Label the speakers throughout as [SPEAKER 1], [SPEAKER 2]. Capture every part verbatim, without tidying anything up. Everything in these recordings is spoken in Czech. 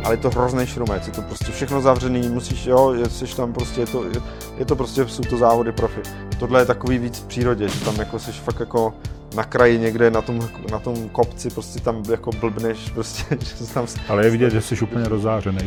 [SPEAKER 1] ale je to hrozný šrumec, je to prostě všechno zavřený, musíš, jo, jsi tam prostě, je to, je, je to prostě, jsou to závody profi. Tohle je takový víc v přírodě, že tam jako jsi fakt jako na kraji někde na tom, na tom kopci, prostě tam jako blbneš, prostě, že tam...
[SPEAKER 2] Ale je vidět, že jsi úplně rozzářený.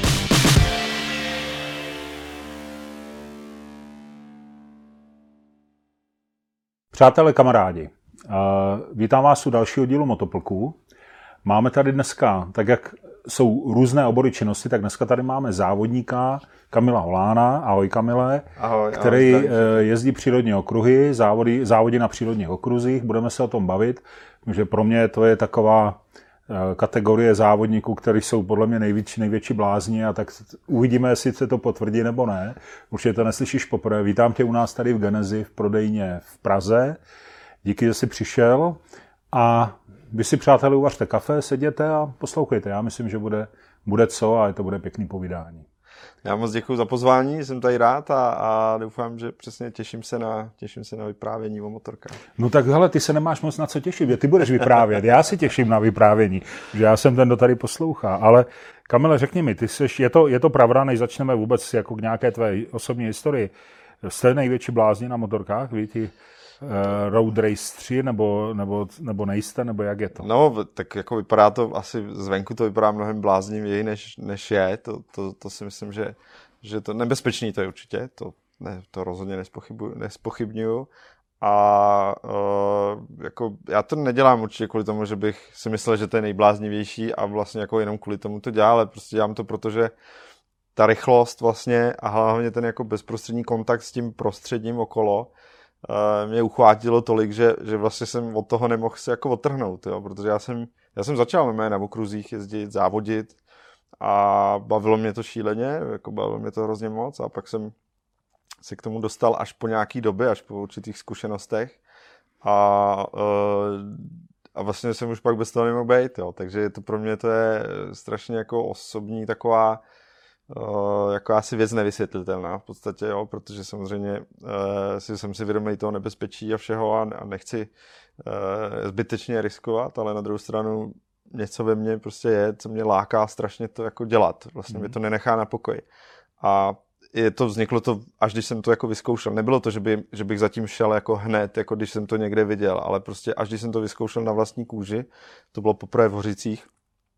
[SPEAKER 2] Přátelé, kamarádi, vítám vás u dalšího dílu Motoplků. Máme tady dneska, tak jak jsou různé obory činnosti, tak dneska tady máme závodníka Kamila Holána. Ahoj Kamile,
[SPEAKER 1] ahoj,
[SPEAKER 2] který
[SPEAKER 1] ahoj,
[SPEAKER 2] jezdí přírodní okruhy, závody, závody na přírodních okruzích. Budeme se o tom bavit, že pro mě to je taková kategorie závodníků, kteří jsou podle mě největší, největší blázni, a tak uvidíme, jestli se to potvrdí nebo ne. Určitě to neslyšíš poprvé. Vítám tě u nás tady v Genezi v prodejně v Praze. Díky, že jsi přišel a vy si, přátelé, uvařte kafe, seděte a poslouchejte. Já myslím, že bude, bude co a to bude pěkný povídání.
[SPEAKER 1] Já moc děkuji za pozvání, jsem tady rád a, a doufám, že přesně těším se na, těším se na vyprávění o motorkách.
[SPEAKER 2] No tak hele, ty se nemáš moc na co těšit, ty budeš vyprávět, já si těším na vyprávění, že já jsem ten, kdo tady poslouchá, ale Kamile, řekni mi, ty jsi, je to, je to pravda, než začneme vůbec jako k nějaké tvé osobní historii, jste největší blázni na motorkách, ví ty Road Race tři, nebo, nebo, nebo nejste, nebo jak je to?
[SPEAKER 1] No, tak jako vypadá to, asi zvenku to vypadá mnohem bláznivěji, než, než je, to, to, to si myslím, že, že to nebezpečný to je určitě, to, ne, to rozhodně nespochybňuju. A uh, jako já to nedělám určitě kvůli tomu, že bych si myslel, že to je nejbláznivější a vlastně jako jenom kvůli tomu to dělám, ale prostě dělám to, protože ta rychlost vlastně a hlavně ten jako bezprostřední kontakt s tím prostředím okolo mě uchvátilo tolik, že, že vlastně jsem od toho nemohl se jako odtrhnout, jo? Protože já jsem, já jsem začal na okruzích jezdit, závodit a bavilo mě to šíleně, jako bavilo mě to hrozně moc a pak jsem se k tomu dostal až po nějaký době, až po určitých zkušenostech a, a vlastně jsem už pak bez toho nemohl být, jo? Takže je to pro mě to je strašně jako osobní taková Uh, jako asi věc nevysvětlitelná v podstatě, jo, protože samozřejmě uh, si, jsem si vědomý toho nebezpečí a všeho a, a nechci uh, zbytečně riskovat, ale na druhou stranu něco ve mně prostě je, co mě láká strašně to jako dělat. Vlastně mm. mě to nenechá na pokoji. A je to, vzniklo to, až když jsem to jako vyzkoušel. Nebylo to, že, by, že bych zatím šel jako hned, jako když jsem to někde viděl, ale prostě až když jsem to vyzkoušel na vlastní kůži, to bylo poprvé v Hořicích,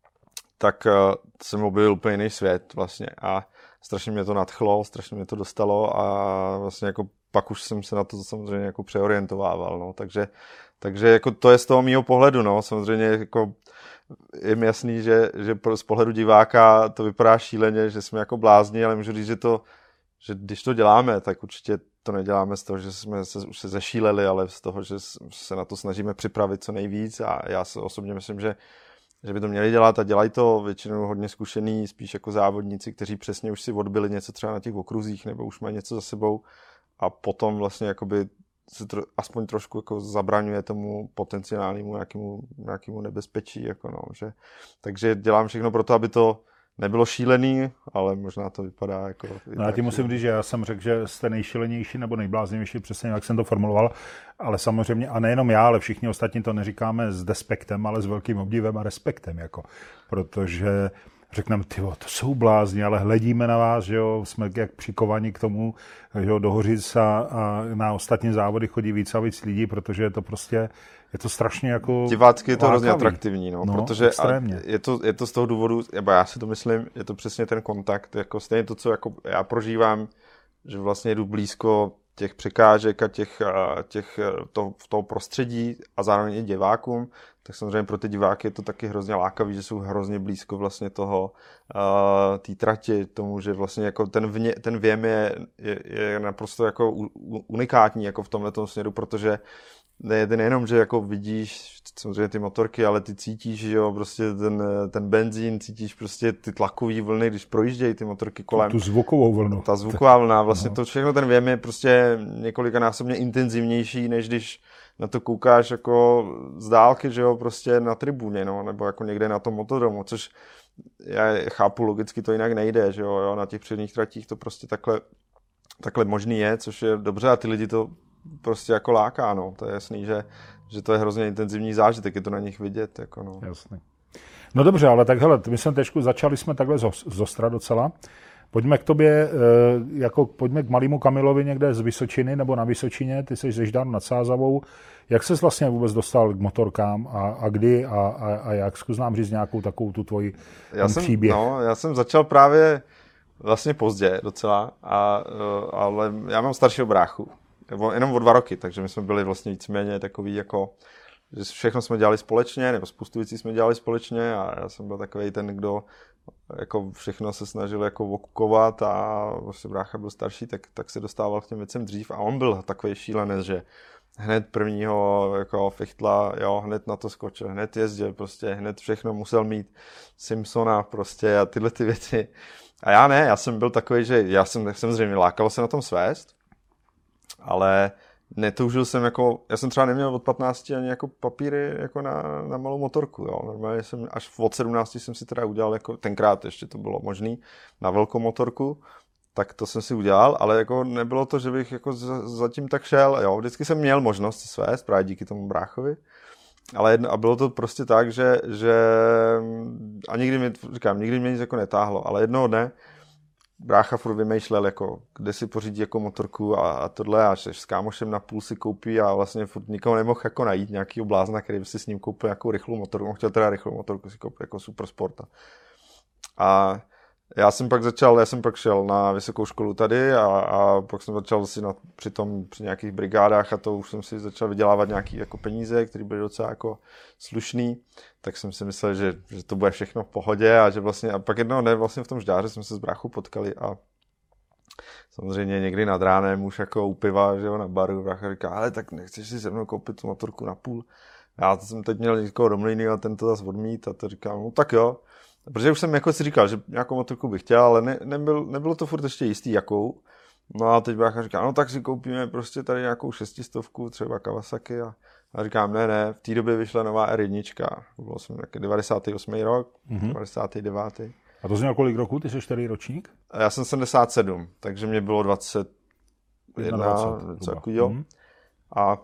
[SPEAKER 1] tak uh, jsem objevil úplně jiný svět vlastně a strašně mě to nadchlo, strašně mě to dostalo a vlastně jako pak už jsem se na to samozřejmě jako přeorientovával, no, takže, takže jako to je z toho mýho pohledu, no, samozřejmě jako je mi jasný, že, že z pohledu diváka to vypadá šíleně, že jsme jako blázni, ale můžu říct, že to, že když to děláme, tak určitě to neděláme z toho, že jsme se už se zešíleli, ale z toho, že se na to snažíme připravit co nejvíc a já se osobně myslím, že že by to měli dělat a dělají to většinou hodně zkušený, spíš jako závodníci, kteří přesně už si odbyli něco třeba na těch okruzích nebo už mají něco za sebou a potom vlastně jakoby se tro, aspoň trošku jako zabraňuje tomu potenciálnímu nějakému, nějakému nebezpečí. Jako no, že, takže dělám všechno pro to, aby to nebylo šílený, ale možná to vypadá jako...
[SPEAKER 2] No já ti musím říct, že já jsem řekl, že jste nejšílenější nebo nejbláznivější, přesně jak jsem to formuloval, ale samozřejmě, a nejenom já, ale všichni ostatní to neříkáme s despektem, ale s velkým obdivem a respektem, jako, protože řekneme, tyjo, to jsou blázni, ale hledíme na vás, že jo, jsme jak přikovaní k tomu, že jo, do Hořic a, a na ostatní závody chodí víc a víc lidí, protože je to prostě, je to strašně jako
[SPEAKER 1] divácky je to
[SPEAKER 2] lákavý.
[SPEAKER 1] Hrozně atraktivní, no,
[SPEAKER 2] no
[SPEAKER 1] protože je to, je to z toho důvodu, já si to myslím, je to přesně ten kontakt, jako stejně to, co jako já prožívám, že vlastně jdu blízko těch překážek a těch, těch toho, toho prostředí a zároveň i divákům, tak samozřejmě pro ty diváky je to taky hrozně lákavý, že jsou hrozně blízko vlastně toho, uh, té trati, tomu, že vlastně jako ten, vně, ten věm je, je, je naprosto jako unikátní jako v tomhletom směru, protože ne, nejenom, že jako vidíš samozřejmě ty motorky, ale ty cítíš, že jo, prostě ten, ten benzín, cítíš prostě ty tlakové vlny, když projíždějí ty motorky kolem.
[SPEAKER 2] Tu zvukovou vlnu.
[SPEAKER 1] Ta zvuková vlna, vlastně no. To všechno ten věm je prostě několikanásobně intenzivnější, než když na to koukáš jako z dálky, že jo, prostě na tribuně, no, nebo jako někde na tom motodromu, což já chápu, logicky to jinak nejde, že jo, jo na těch předních tratích to prostě takhle, takhle možný je, což je dobře a ty lidi to prostě jako láká, no, to je jasný, že, že to je hrozně intenzivní zážitek, je to na nich vidět, jako no.
[SPEAKER 2] Jasný. No dobře, ale tak hele, my jsme teďku začali jsme takhle z Ostra docela. Pojďme k tobě, jako pojďme k malému Kamilovi někde z Vysočiny nebo na Vysočině, ty jsi ze Ždánu nad Sázavou. Jak ses vlastně vůbec dostal k motorkám a, a kdy a, a, a jak? Zkus nám říct nějakou takovou tu tvoji
[SPEAKER 1] já jsem,
[SPEAKER 2] příběh.
[SPEAKER 1] No, já jsem začal právě vlastně pozdě docela, a, ale já mám staršího bráchu, jenom o dva roky, takže my jsme byli vlastně víceméně takový jako, že všechno jsme dělali společně, nebo spoustu věcí jsme dělali společně a já jsem byl takový ten, kdo jako všechno se snažil jako okukovat a vlastně brácha byl starší, tak, tak se dostával k těm věcem dřív a on byl takový šílenec, že hned prvního jako fichtla, jo, hned na to skočil, hned jezdil, prostě hned všechno musel mít, Simpsona prostě a tyhle ty věci. A já ne, já jsem byl takový, že já jsem samozřejmě lákalo se na tom svést, ale netoužil jsem jako, já jsem třeba neměl od patnácti ani jako papíry jako na, na malou motorku, jo. Normálně jsem až od sedmnácti jsem si teda udělal, jako tenkrát ještě to bylo možný, na velkou motorku, tak to jsem si udělal, ale jako nebylo to, že bych jako zatím tak šel, jo. Vždycky jsem měl možnost se svést, právě díky tomu bráchovi, ale jedno, a bylo to prostě tak, že, že a nikdy mi, říkám, nikdy mě nic jako netáhlo, ale jednoho dne brácha furt vymýšlel, jako, kde si pořídí jako motorku a, a tohle a s kámošem na půl si koupí a vlastně furt nikoho nemohl jako najít nějakýho blázna, který by si s ním koupil nějakou rychlou motorku. On chtěl teda rychlou motorku si koupit jako Supersporta. A já jsem pak začal, já jsem pak šel na vysokou školu tady a, a pak jsem začal si na, při tom, při nějakých brigádách a to už jsem si začal vydělávat nějaký jako peníze, které byly docela jako slušný, tak jsem si myslel, že, že to bude všechno v pohodě a že vlastně, a pak jednoho dne vlastně v tom Žďáře jsme se s bráchou potkali a samozřejmě někdy nad ránem už jako u piva, že jo, na baru, brácha říká, ale tak nechceš si se mnou koupit tu motorku na půl? Já jsem teď měl někoho domluvný a ten to zase odmít a to říkám, no tak jo. Protože už jsem jako si říkal, že nějakou motorku bych chtěl, ale ne, nebyl, nebylo to furt ještě jistý jakou. No a teď brácha říká, no tak si koupíme prostě tady nějakou šestistovku, třeba Kawasaki a, a říkám, ne, ne, v té době vyšla nová R jedna, bylo jsem taky devadesátý osmý rok, mm-hmm. devadesátý devátý
[SPEAKER 2] A to jsi měl kolik roku, ty jsi čtyři ročník?
[SPEAKER 1] A já jsem sedmdesát sedm, takže mě bylo dvacet jedna, něco takového. Mm-hmm. A,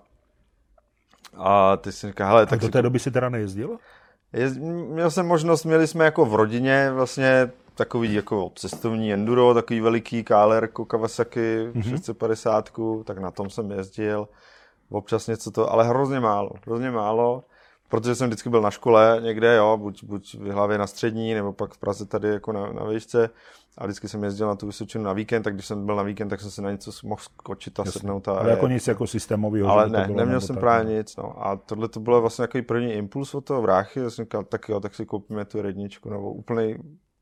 [SPEAKER 1] a ty si říká, hele, tak
[SPEAKER 2] do té doby si teda nejezdil?
[SPEAKER 1] Jezd, měl jsem možnost, měli jsme jako v rodině vlastně takový jako cestovní enduro, takový veliký K L R Kawasaki mm-hmm. šest set padesát, tak na tom jsem jezdil, občas něco to, ale hrozně málo, hrozně málo, protože jsem vždycky byl na škole někde, jo, buď, buď v Hlavě na střední, nebo pak v Praze tady jako na, na výšce a vždycky jsem jezdil na tu Vysočinu na víkend, tak když jsem byl na víkend, tak jsem si na něco mohl skočit a sednout. A
[SPEAKER 2] ale jako nic jako systémového.
[SPEAKER 1] Ale ne, bylo, neměl jsem tak, právě nic, no. A tohle to bylo vlastně takový první impuls od toho bráchy, já jsem říkal, tak jo, tak si koupíme tu redničku novou, úplnej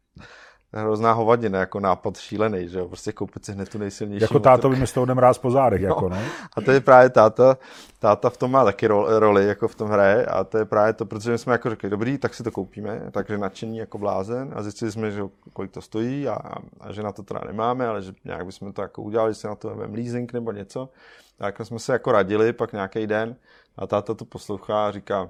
[SPEAKER 1] hrozná hovadina, jako nápad šílený, že jo, prostě koupit si hned tu nejsilnější
[SPEAKER 2] jako táto by mi z toho jdem ráz po zádech, jako, no.
[SPEAKER 1] A to je právě táta, táta v tom má taky roli, jako v tom hraje a to je právě to, protože jsme jako řekli, dobrý, tak si to koupíme, takže nadšení jako blázen a zjistili jsme, že kolik to stojí a, a že na to teda nemáme, ale že nějak bychom to jako udělali, že si na to vememe leasing nebo něco. Tak jsme se jako radili pak nějaký den a táta to poslouchá a říká,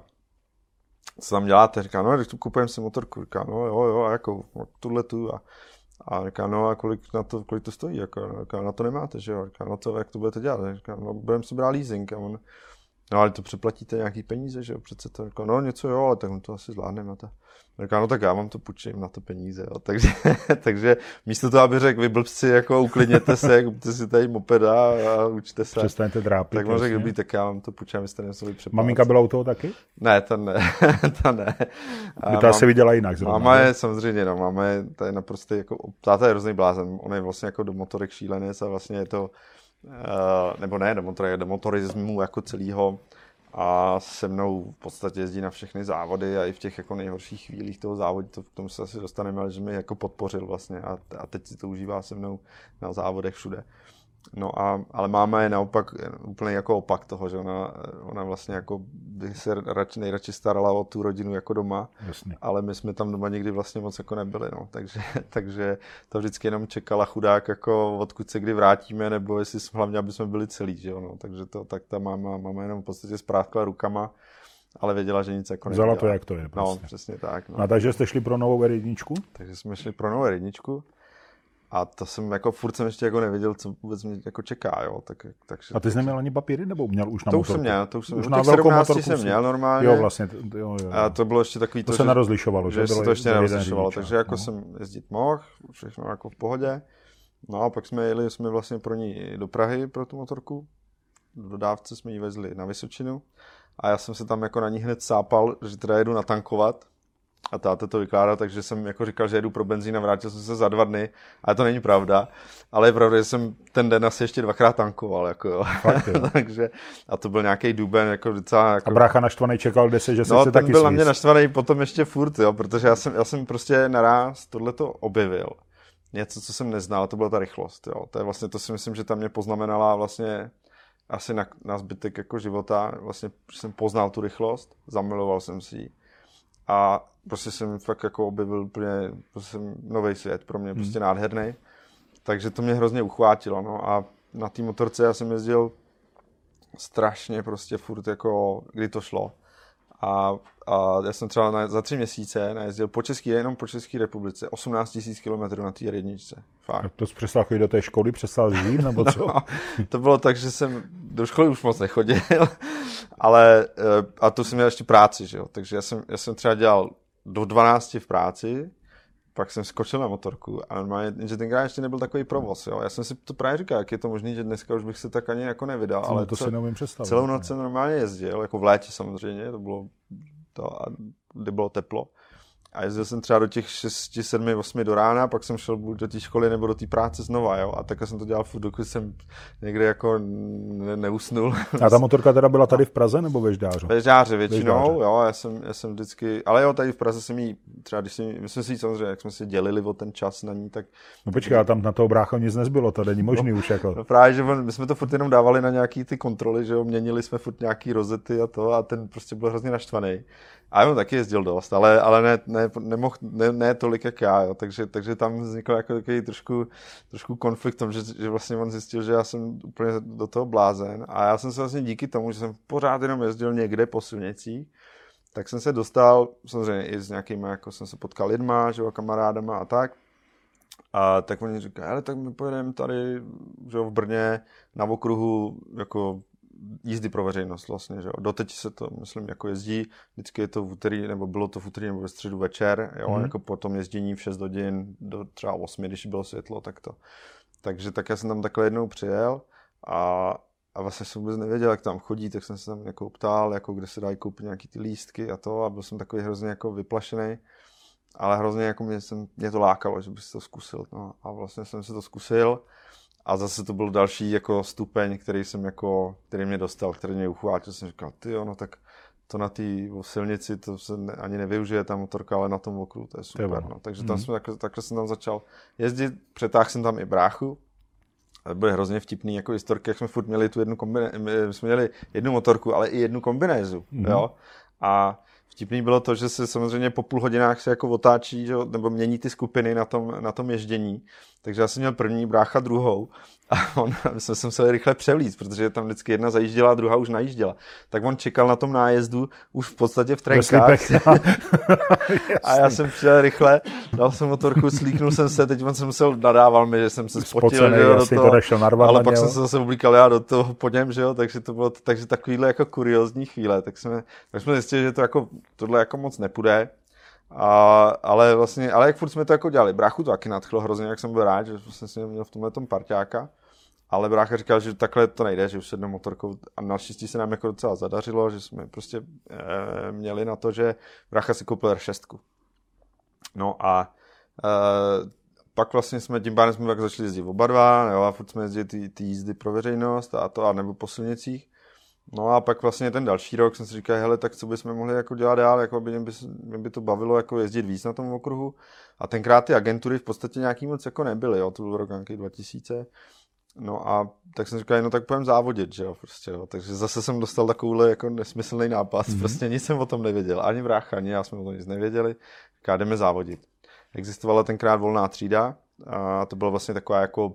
[SPEAKER 1] co tam děláte? Říká, no, když tu kupujeme si motorku. Říká, no jo, jo, a jako tuhle tu. A, a říká, no a kolik, na to, kolik to stojí? Jako, říká, na to nemáte, že jo? Říká, no to, jak to budete dělat? Říká, no budeme si brát leasing. A on, no ale to přeplatíte nějaký peníze, že jo? Přece to, říká, no něco jo, ale tak my to asi zvládneme. Říká, no tak já vám to půjčím na to peníze. Jo. Takže, takže místo toho, aby řekl, vy blbci, jako uklidněte se, kupte si tady mopeda a učte se.
[SPEAKER 2] Přestaňte drápit.
[SPEAKER 1] Tak on řekl, dobrý, tak já vám to půjčím, abyste nemuseli přeplácet.
[SPEAKER 2] Maminka byla u toho taky?
[SPEAKER 1] Ne, to ne. to ne.
[SPEAKER 2] By to asi viděla jinak zrovna.
[SPEAKER 1] Máma je samozřejmě, no, máma je, to je naprosto jako, táta je hrozný blázen, on je vlastně jako do motorek šílenec a vlastně je to, uh, nebo ne, do motorek, do motorismu jako celýho. A se mnou v podstatě jezdí na všechny závody a i v těch jako nejhorších chvílích toho závodu, to, k tomu se asi dostaneme, ale že mě jako podpořil vlastně a, a teď si to užívá se mnou na závodech všude. No a, ale máma je naopak úplně jako opak toho, že ona, ona vlastně jako by se radši, nejradši starala o tu rodinu jako doma,
[SPEAKER 2] Jasně.
[SPEAKER 1] ale my jsme tam doma nikdy vlastně moc jako nebyli, no. takže, takže to vždycky jenom čekala chudák, jako odkud se kdy vrátíme, nebo jestli jsme, hlavně, aby jsme byli celí, že jo, no. Takže to tak ta máma, máma jenom v podstatě spráskla rukama, ale věděla, že nic jako nedělá.
[SPEAKER 2] Vzala to, jak to je. Prostě.
[SPEAKER 1] No, přesně tak. No.
[SPEAKER 2] A takže jste šli pro novou R jedna?
[SPEAKER 1] Takže jsme šli pro novou R jedna. A to jsem jako furt jsem ještě jako nevěděl, co vůbec mě jako čeká, jo. Tak, takže,
[SPEAKER 2] a ty jsi neměl ani papíry, nebo měl už na
[SPEAKER 1] to
[SPEAKER 2] motorku?
[SPEAKER 1] Už jsem měl, to už jsem
[SPEAKER 2] už
[SPEAKER 1] měl.
[SPEAKER 2] Na velkou motorku
[SPEAKER 1] jsem měl normálně.
[SPEAKER 2] Jo, vlastně. Jo, jo, jo.
[SPEAKER 1] A to bylo ještě takový
[SPEAKER 2] to,
[SPEAKER 1] to,
[SPEAKER 2] se
[SPEAKER 1] že,
[SPEAKER 2] nerozlišovalo, že,
[SPEAKER 1] že se to ještě nerozlišovalo,
[SPEAKER 2] řidič,
[SPEAKER 1] takže jako
[SPEAKER 2] no.
[SPEAKER 1] jsem jezdit mohl, všechno jako v pohodě. No a pak jsme jeli, jsme vlastně pro ní do Prahy, pro tu motorku. Do dodávce jsme ji vezli na Vysočinu. A já jsem se tam jako na ní hned sápal, že teda jedu natankovat. A táta to vykládá, takže jsem jako říkal, že jedu pro benzín a vrátil jsem se za dva dny. Ale to není pravda. Ale je pravda, že jsem ten den asi ještě dvakrát tankoval. Jako jo. Fakt, jo. takže, a to byl nějaký duben. Jako docela, jako...
[SPEAKER 2] A brácha naštvaný čekal, kde se, že se
[SPEAKER 1] no,
[SPEAKER 2] chce taky
[SPEAKER 1] ten byl
[SPEAKER 2] svíst.
[SPEAKER 1] na mě naštvaný potom ještě furt, jo, protože já jsem, já jsem prostě naraz tohleto objevil. Něco, co jsem neznal, to byla ta rychlost. Jo. To je vlastně, to si myslím, že tam mě poznamenala vlastně asi na, na zbytek jako života. Vlastně jsem poznal tu rychlost, zamiloval jsem si ji. A prostě jsem fakt jako objevil úplně prostě nový svět, pro mě prostě hmm. nádherný. Takže to mě hrozně uchvátilo. No. A na té motorce já jsem jezdil strašně prostě furt jako, kdy to šlo. A, a já jsem třeba na, za tři měsíce najezdil po České, jenom po České republice, osmnáct tisíc kilometrů na té R jedna. Fakt.
[SPEAKER 2] To jsi přestal chodit do té školy, přestal žít, nebo co?
[SPEAKER 1] No, to bylo tak, že jsem do školy už moc nechodil, ale a to jsem měl ještě práci, že jo, takže já jsem, já jsem třeba dělal do dvanácti v práci, pak jsem skočil na motorku a normálně, že tenkrát ještě nebyl takový provoz, jo. Já jsem si to právě říkal, jak je to možný, že dneska už bych se tak ani jako nevydal, ale
[SPEAKER 2] to
[SPEAKER 1] co,
[SPEAKER 2] si neumím představit.
[SPEAKER 1] Celou noc jsem normálně jezdil, jako v létě samozřejmě, to bylo to, kdy bylo teplo. A jezdil jsem třeba do těch šesti, sedmi, osmi do rána, pak jsem šel buď do té školy nebo do té práce znova, jo. A takhle jsem to dělal furt, dokud jsem někde jako ne- neusnul.
[SPEAKER 2] A ta motorka teda byla tady v Praze nebo ve Žďáře?
[SPEAKER 1] Ve Žďáře většinou,
[SPEAKER 2] Žďáře.
[SPEAKER 1] jo, já jsem, já jsem vždycky, ale jo, tady v Praze jsem jí, třeba když si, my jsme si samozřejmě, jak jsme si dělili o ten čas na ní, tak...
[SPEAKER 2] No počkej, a tam na toho brácha nic nezbylo, to není možný
[SPEAKER 1] no,
[SPEAKER 2] už jako.
[SPEAKER 1] No právě, že on, my jsme to furt jenom dávali na nějaký ty kontroly, že jo, měnili jsme furt nějaký rozety a to a ten prostě byl hrozně naštvaný. A on taky jezdil dost, ale, ale ne, ne, nemohl, ne, ne tolik jak já, jo. Takže, takže tam vznikl jako takový trošku, trošku konflikt v tom, že, že vlastně on zjistil, že já jsem úplně do toho blázen a já jsem se vlastně díky tomu, že jsem pořád jenom jezdil někde po silnicích, tak jsem se dostal, samozřejmě i s nějakýma, jako jsem se potkal lidma, že jo, kamarádama a tak. A tak oni říkají, ale tak my pojedeme tady, že jo, v Brně na okruhu, jako jízdy pro veřejnost vlastně, že jo. Doteď se to, myslím, jako jezdí, vždycky je to v úterý, nebo bylo to v úterý nebo ve středu večer, jo, mm. jako po tom jezdění v šest hodin do třeba osmi, když bylo světlo, tak to. Takže tak já jsem tam takhle jednou přijel a, a vlastně jsem vůbec nevěděl, jak tam chodí, tak jsem se tam jako ptal, jako kde se dají koupit nějaký ty lístky a to a byl jsem takový hrozně jako vyplašený, ale hrozně jako mě, jsem, mě to lákalo, že bych si to zkusil, no a vlastně jsem si to zkusil. A zase to byl další jako stupeň, který jsem jako, který mě dostal, který mě uchvátil. Jsem říkal, ty jo, no tak to na té silnici, to se ne, ani nevyužije ta motorka, ale na tom okruhu, to je super. Tyba. No. Takže tam mm. jsem, takhle, takhle jsem tam začal jezdit, přetáhl jsem tam i bráchu. Byly hrozně vtipný jako historky, jak jsme furt měli tu jednu kombinézu, my jsme měli jednu motorku, ale i jednu kombinézu, mm. jo. A vtipný bylo to, že se samozřejmě po půl hodinách se jako otáčí, že, nebo mění ty skupiny na tom, na tom ježdění. Takže já jsem měl první, brácha druhou a on, my jsme se museli rychle převlít, protože tam vždycky jedna zajížděla a druhá už najížděla. Tak on čekal na tom nájezdu už v podstatě v trenkách. A já jsem přijel rychle, dal jsem motorku, slíknul jsem se, teď on se musel, nadával mi, že jsem se spotil, že jo, do toho,
[SPEAKER 2] to
[SPEAKER 1] ale pak jsem se zase oblíkal já do toho po něm, že jo, takže to bylo, takže takovýhle jako kuriózní chvíle, tak jsme, tak jsme zjistili, že to jako, tohle jako moc nepůjde. A, ale vlastně, ale jak furt jsme to jako dělali, bráchu to taky nadchlo hrozně, jak jsem byl rád, že jsem si měl v tomhle tom parťáka, ale brácha říkal, že takhle to nejde, že už s jednou motorkou a naštěstí se nám jako docela zadařilo, že jsme prostě e, měli na to, že brácha si koupil R šest. No a e, pak vlastně jsme, tím pádem jsme tak začali jezdit oba dva, jo, a furt jsme jezdili ty, ty jízdy pro veřejnost a to, a nebo po silnicích. No a pak vlastně ten další rok jsem si říkal, hele, tak co bychom mohli jako dělat dál, jako by mě, by, mě by to bavilo jako jezdit víc na tom okruhu. A tenkrát ty agentury v podstatě nějaký moc jako nebyly, jo, to byl rok nějaký dva tisíce. No a tak jsem říkal, no tak půjdem závodit, že jo, prostě, jo. Takže zase jsem dostal takovýhle jako nesmyslný nápad, mm-hmm. prostě nic jsem o tom nevěděl, ani brácha, ani já jsme o tom nic nevěděli, říká, jdeme závodit. Existovala tenkrát volná třída a to byla vlastně taková jako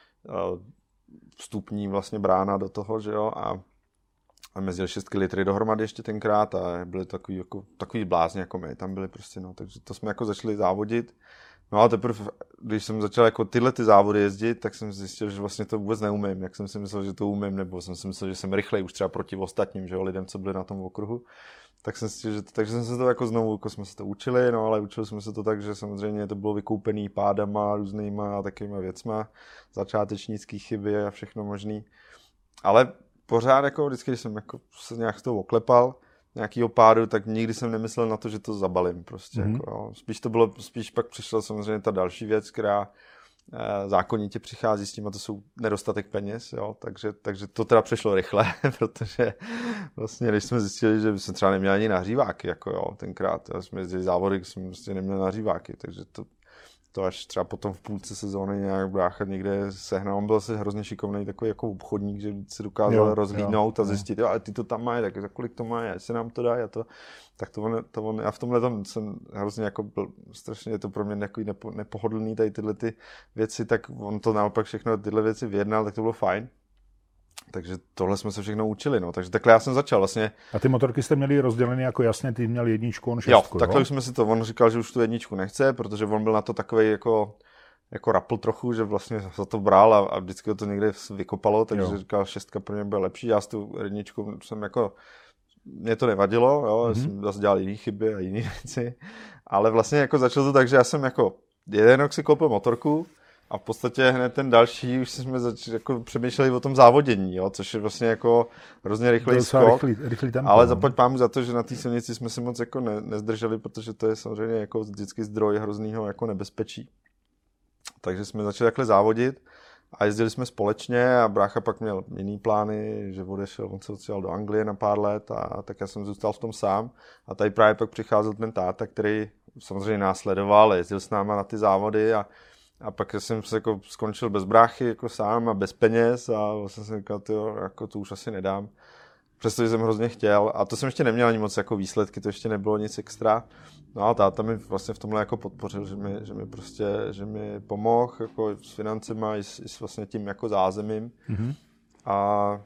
[SPEAKER 1] vstupní vlastně brána do toho, že jo, a a mezi šest litry dohromady ještě tenkrát a byli takový, jako, takový blázni jako my, tam byli prostě, no, takže to jsme jako začali závodit. No a teprve, když jsem začal jako tyhle ty závody jezdit, tak jsem zjistil, že vlastně to vůbec neumím, jak jsem si myslel, že to umím, nebo jsem si myslel, že jsem rychlej už třeba proti ostatním, že jo, lidem, co byli na tom okruhu. Tak jsem si, že to, takže jsem se to jako znovu, jako jsme se to učili, no ale učili jsme se to tak, že samozřejmě to bylo vykoupený pádama, různýma takovýma věcma, začátečnický chyby a všechno možný. Ale pořád jako vždycky, když jsem jako se nějak z toho oklepal, nějakýho pádu, tak nikdy jsem nemyslel na to, že to zabalím prostě. Mm-hmm. Jako, jo. Spíš to bylo, spíš pak přišla samozřejmě ta další věc, která eh, zákonitě přichází s tím, a to jsou nedostatek peněz, jo. Takže, takže to teda přešlo rychle, protože vlastně, když jsme zjistili, že jsme třeba neměli ani nahříváky, jako jo, tenkrát, jo, jsme jezdili závody, jsme prostě neměli nahříváky, takže to to až třeba potom v půlce sezóny nějak brácha někde sehnal. On byl asi hrozně šikovný takový jako obchodník, že se dokázal jo, rozhlídnout jo, a zjistit, jo, a ty to tam mají, tak za kolik to mají, ať se nám to dá, a to, tak to on, to on, a v tomhle tom jsem hrozně jako byl, strašně je to pro mě takový nepo, nepohodlný tady tyhle ty věci, tak on to naopak všechno tyhle věci vyjednal, tak to bylo fajn. Takže tohle jsme se všechno učili, no. Takže takhle já jsem začal vlastně.
[SPEAKER 2] A ty motorky jste měli rozdělené jako jasně, ty měl jedničku, on šestku,
[SPEAKER 1] jo? takhle už jsme si to, on říkal, že už tu jedničku nechce, protože on byl na to takovej jako, jako rapl trochu, že vlastně za to bral a, a vždycky to někde vykopalo, takže jo. říkal, šestka pro mě byla lepší, já s tu jedničku jsem jako, mě to nevadilo, jo, mm-hmm. jsem zase dělal jiný chyby a jiné věci, ale vlastně jako začalo to tak, že já jsem jako jeden rok si koupil motorku, a v podstatě hned ten další, už jsme začali, jako přemýšleli o tom závodění, jo, což je vlastně jako hrozně rychlej skok, rychlý, rychlý tempo, ale zaplať pámu za to, že na té silnici jsme se moc jako ne, nezdrželi, protože to je samozřejmě jako vždycky zdroj hroznýho jako nebezpečí. Takže jsme začali takhle závodit a jezdili jsme společně a brácha pak měl jiný plány, že odešel, on se odstěhoval do Anglie na pár let a, a tak já jsem zůstal v tom sám a tady právě pak přicházel ten táta, který samozřejmě následoval, jezdil s náma na ty závody a A pak jsem se jako skončil bez bráchy, jako sám a bez peněz a vlastně jsem říkal, tyjo, jako to už asi nedám. Přestože jsem hrozně chtěl a to jsem ještě neměl ani moc jako výsledky, to ještě nebylo nic extra. No a táta mi vlastně v tomhle jako podpořil, že mi, že mi prostě, že mi pomohl jako s financema i s, i s vlastně tím jako zázemím. Mm-hmm. A,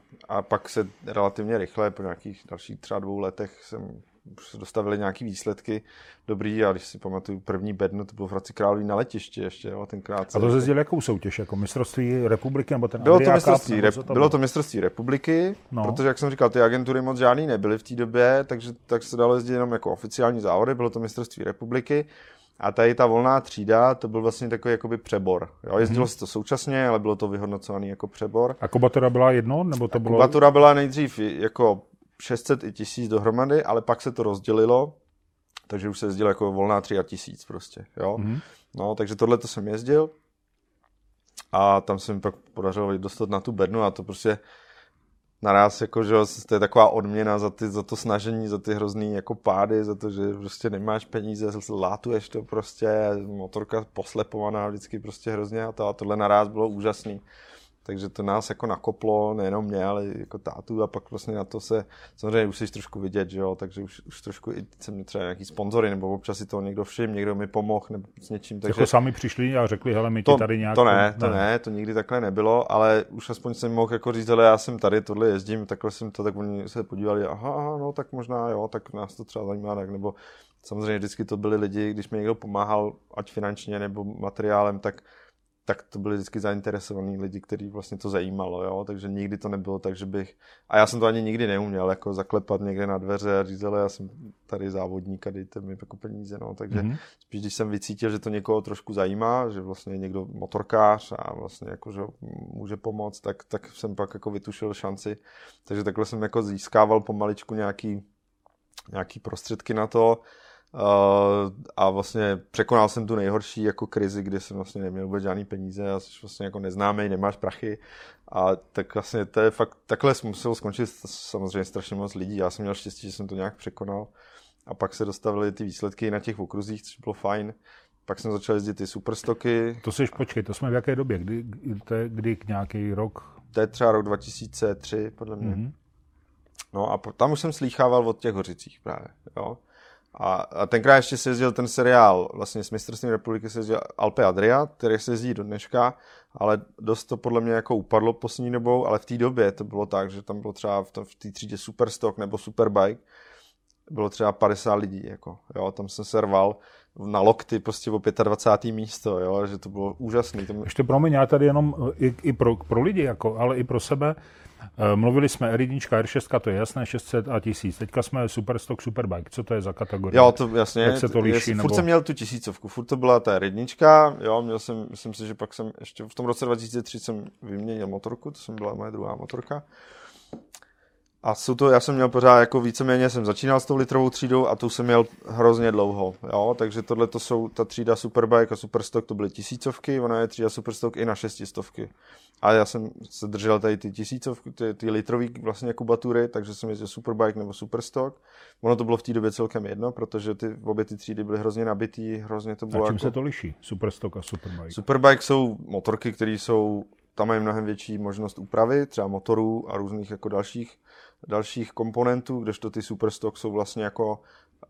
[SPEAKER 1] a pak se relativně rychle, po nějakých dalších třeba dvou letech jsem se dostavili nějaký výsledky dobrý a když si pamatuju první bedno, to bylo v Hradci Králové na letišti ještě, jo, tenkrát.
[SPEAKER 2] A to jezdil jakou soutěž, jako mistrovství republiky nebo ten
[SPEAKER 1] bylo
[SPEAKER 2] Adria
[SPEAKER 1] to mistrovství,
[SPEAKER 2] Cup,
[SPEAKER 1] rep,
[SPEAKER 2] to
[SPEAKER 1] bylo?
[SPEAKER 2] bylo
[SPEAKER 1] to mistrovství republiky,
[SPEAKER 2] no.
[SPEAKER 1] Protože jak jsem říkal, ty agentury moc žádný nebyly v té době, takže tak se dalo jezdit jenom jako oficiální závody, bylo to mistrovství republiky. A tady ta volná třída, to byl vlastně takový jakoby přebor. Jo, jezdilo hmm. se to současně, ale bylo to vyhodnocovaný jako přebor.
[SPEAKER 2] A kubatura byla jedno, nebo to bylo?
[SPEAKER 1] Kubatura byla nejdřív jako šest set i tisíc dohromady, ale pak se to rozdělilo, takže už se jezdilo jako volná tři a tisíc prostě, jo. Mm-hmm. No, takže tohle to jsem jezdil a tam se mi pak podařilo dostat na tu bednu a to prostě naraz jako, že to je taková odměna za, ty, za to snažení, za ty hrozný jako pády, za to, že prostě nemáš peníze, látuješ to prostě, motorka poslepovaná vždycky prostě hrozně a, to, a tohle naraz bylo úžasný. Takže to nás jako nakoplo, nejenom mě, ale jako tátu a pak vlastně na to se, samozřejmě už jsi trošku vidět, že jo, takže už, už trošku i jsem měl třeba nějaký sponzory, nebo občas si to někdo všim, někdo mi pomohl, nebo s něčím. Takže
[SPEAKER 2] jako sami přišli a řekli, hele, my
[SPEAKER 1] to,
[SPEAKER 2] ti tady nějak...
[SPEAKER 1] To ne, to ne. ne, to nikdy takhle nebylo, ale už aspoň jsem mohl jako říct, hele, já jsem tady, tohle jezdím, takhle jsem to, tak oni se podívali, aha, aha, no tak možná jo, tak nás to třeba zajímá, tak nebo samozřejmě vždycky to byli lidi, když mi někdo pomáhal, ať finančně nebo materiálem, tak tak to byli vždycky zainteresovaní lidi, kteří vlastně to zajímalo, jo, takže nikdy to nebylo tak, že bych, a já jsem to ani nikdy neuměl, jako zaklepat někde na dveře a říct, ale já jsem tady závodník a dejte mi jako peníze, no, takže mm-hmm. spíš, když jsem vycítil, že to někoho trošku zajímá, že vlastně někdo motorkář a vlastně jako, že může pomoct, tak, tak jsem pak jako vytušil šanci, takže takhle jsem jako získával pomaličku nějaký, nějaký prostředky na to. Uh, a vlastně překonal jsem tu nejhorší jako krizi, kdy jsem vlastně neměl vůbec žádný peníze a jsi vlastně jako neznámej, nemáš prachy a tak vlastně to je fakt, takhle jsem musel skončit samozřejmě strašně moc lidí, já jsem měl štěstí, že jsem to nějak překonal a pak se dostavily ty výsledky na těch okruzích, což bylo fajn, pak jsem začal jezdit ty superstoky.
[SPEAKER 2] To seš, počkej, to jsme v jaké době, kdy, to je, kdy nějaký rok?
[SPEAKER 1] To je třeba rok dva tisíce tři podle mě. Mm-hmm. No a tam už jsem slýchával od těch Hořicích právě, jo. A, a tenkrát ještě se jezdil ten seriál, vlastně z mistrovství republiky se jezdil Alpe Adria, který se jezdí do dneška, ale dost to podle mě jako upadlo poslední dobou, ale v té době to bylo tak, že tam bylo třeba v, v té třídě Superstock nebo Superbike, bylo třeba padesát lidí, jako, jo, tam jsem se rval, na lokty prostě o dvacátém pátém místo, jo, že to bylo úžasný. To...
[SPEAKER 2] Ještě promiň, já tady jenom i, i pro, pro lidi, jako, ale i pro sebe. Mluvili jsme R jedna, R šest, to je jasné, šest set a tisíc. Teďka jsme Superstock, Superbike. Co to je za kategorie?
[SPEAKER 1] Jo, to jasně.
[SPEAKER 2] Jak se to liší?
[SPEAKER 1] Furt
[SPEAKER 2] nebo...
[SPEAKER 1] jsem měl tu tisícovku, furt to byla ta R jedna, jo, měl jsem, myslím si, že pak jsem ještě v tom roce dva tisíce tři jsem vyměnil motorku, to jsem byla moje druhá motorka. A jsou to, já jsem měl pořád jako víceméně, jsem začínal s tou litrovou třídou a tu jsem měl hrozně dlouho, jo, takže tohle to jsou ta třída Superbike a Superstock, to byly tisícovky, ona je třída Superstock i na šestistovky. A já jsem se držel tady ty tisícovky, ty, ty litrový vlastně kubatury, takže jsem jezdil Superbike nebo Superstock. Ono to bylo v té době celkem jedno, protože ty, obě ty třídy byly hrozně nabitý, hrozně to bylo.
[SPEAKER 2] A čím
[SPEAKER 1] jako...
[SPEAKER 2] se to liší, Superstock a Superbike?
[SPEAKER 1] Superbike jsou motorky, které jsou, tam mají mnohem větší možnost úpravy, třeba motorů a různých jako dalších, dalších komponentů, kdežto ty Superstock jsou vlastně jako...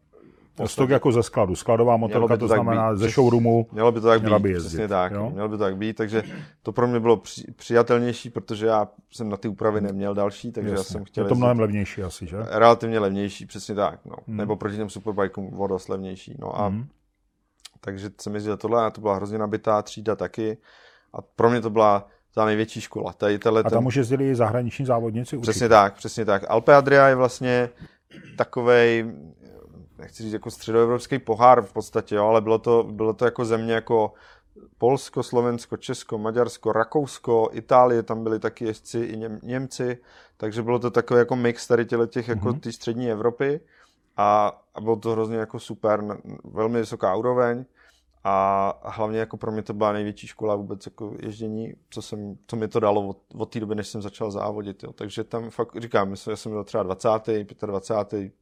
[SPEAKER 2] Stok jako ze skladu, skladová motorka, to, to znamená být. Ze showroomu.
[SPEAKER 1] Mělo by to tak být,
[SPEAKER 2] by
[SPEAKER 1] přesně tak, jo? Mělo by to tak být, takže to pro mě bylo při, přijatelnější, protože já jsem na ty úpravy neměl další, takže
[SPEAKER 2] Jasně.
[SPEAKER 1] já jsem chtěl...
[SPEAKER 2] Je to mnohem levnější asi, že?
[SPEAKER 1] Relativně levnější, přesně tak, no.
[SPEAKER 2] Hmm.
[SPEAKER 1] Nebo proti těm Superbikeům o dost levnější, no a... Hmm. Takže jsem jezdil tohle a to byla hrozně nabitá třída taky a pro mě to byla ta největší škola. Tady, tato,
[SPEAKER 2] a tam ten... už jezdili i zahraniční závodníci?
[SPEAKER 1] Přesně určitě. tak, přesně tak. Alpe Adria je vlastně takovej, nechci říct jako středoevropský pohár v podstatě, jo, ale bylo to, bylo to jako země jako Polsko, Slovensko, Česko, Maďarsko, Rakousko, Itálie, tam byli taky jezdci i Něm, Němci, takže bylo to takový jako mix tady těch jako mm-hmm. ty střední Evropy a, a bylo to hrozně jako super, velmi vysoká úroveň a, a hlavně jako pro mě to byla největší škola vůbec jako ježdění, co, jsem, co mi to dalo od, od té doby, než jsem začal závodit, jo. Takže tam fakt říkám, já jsem byl třeba dvacátý, dvacátý pátý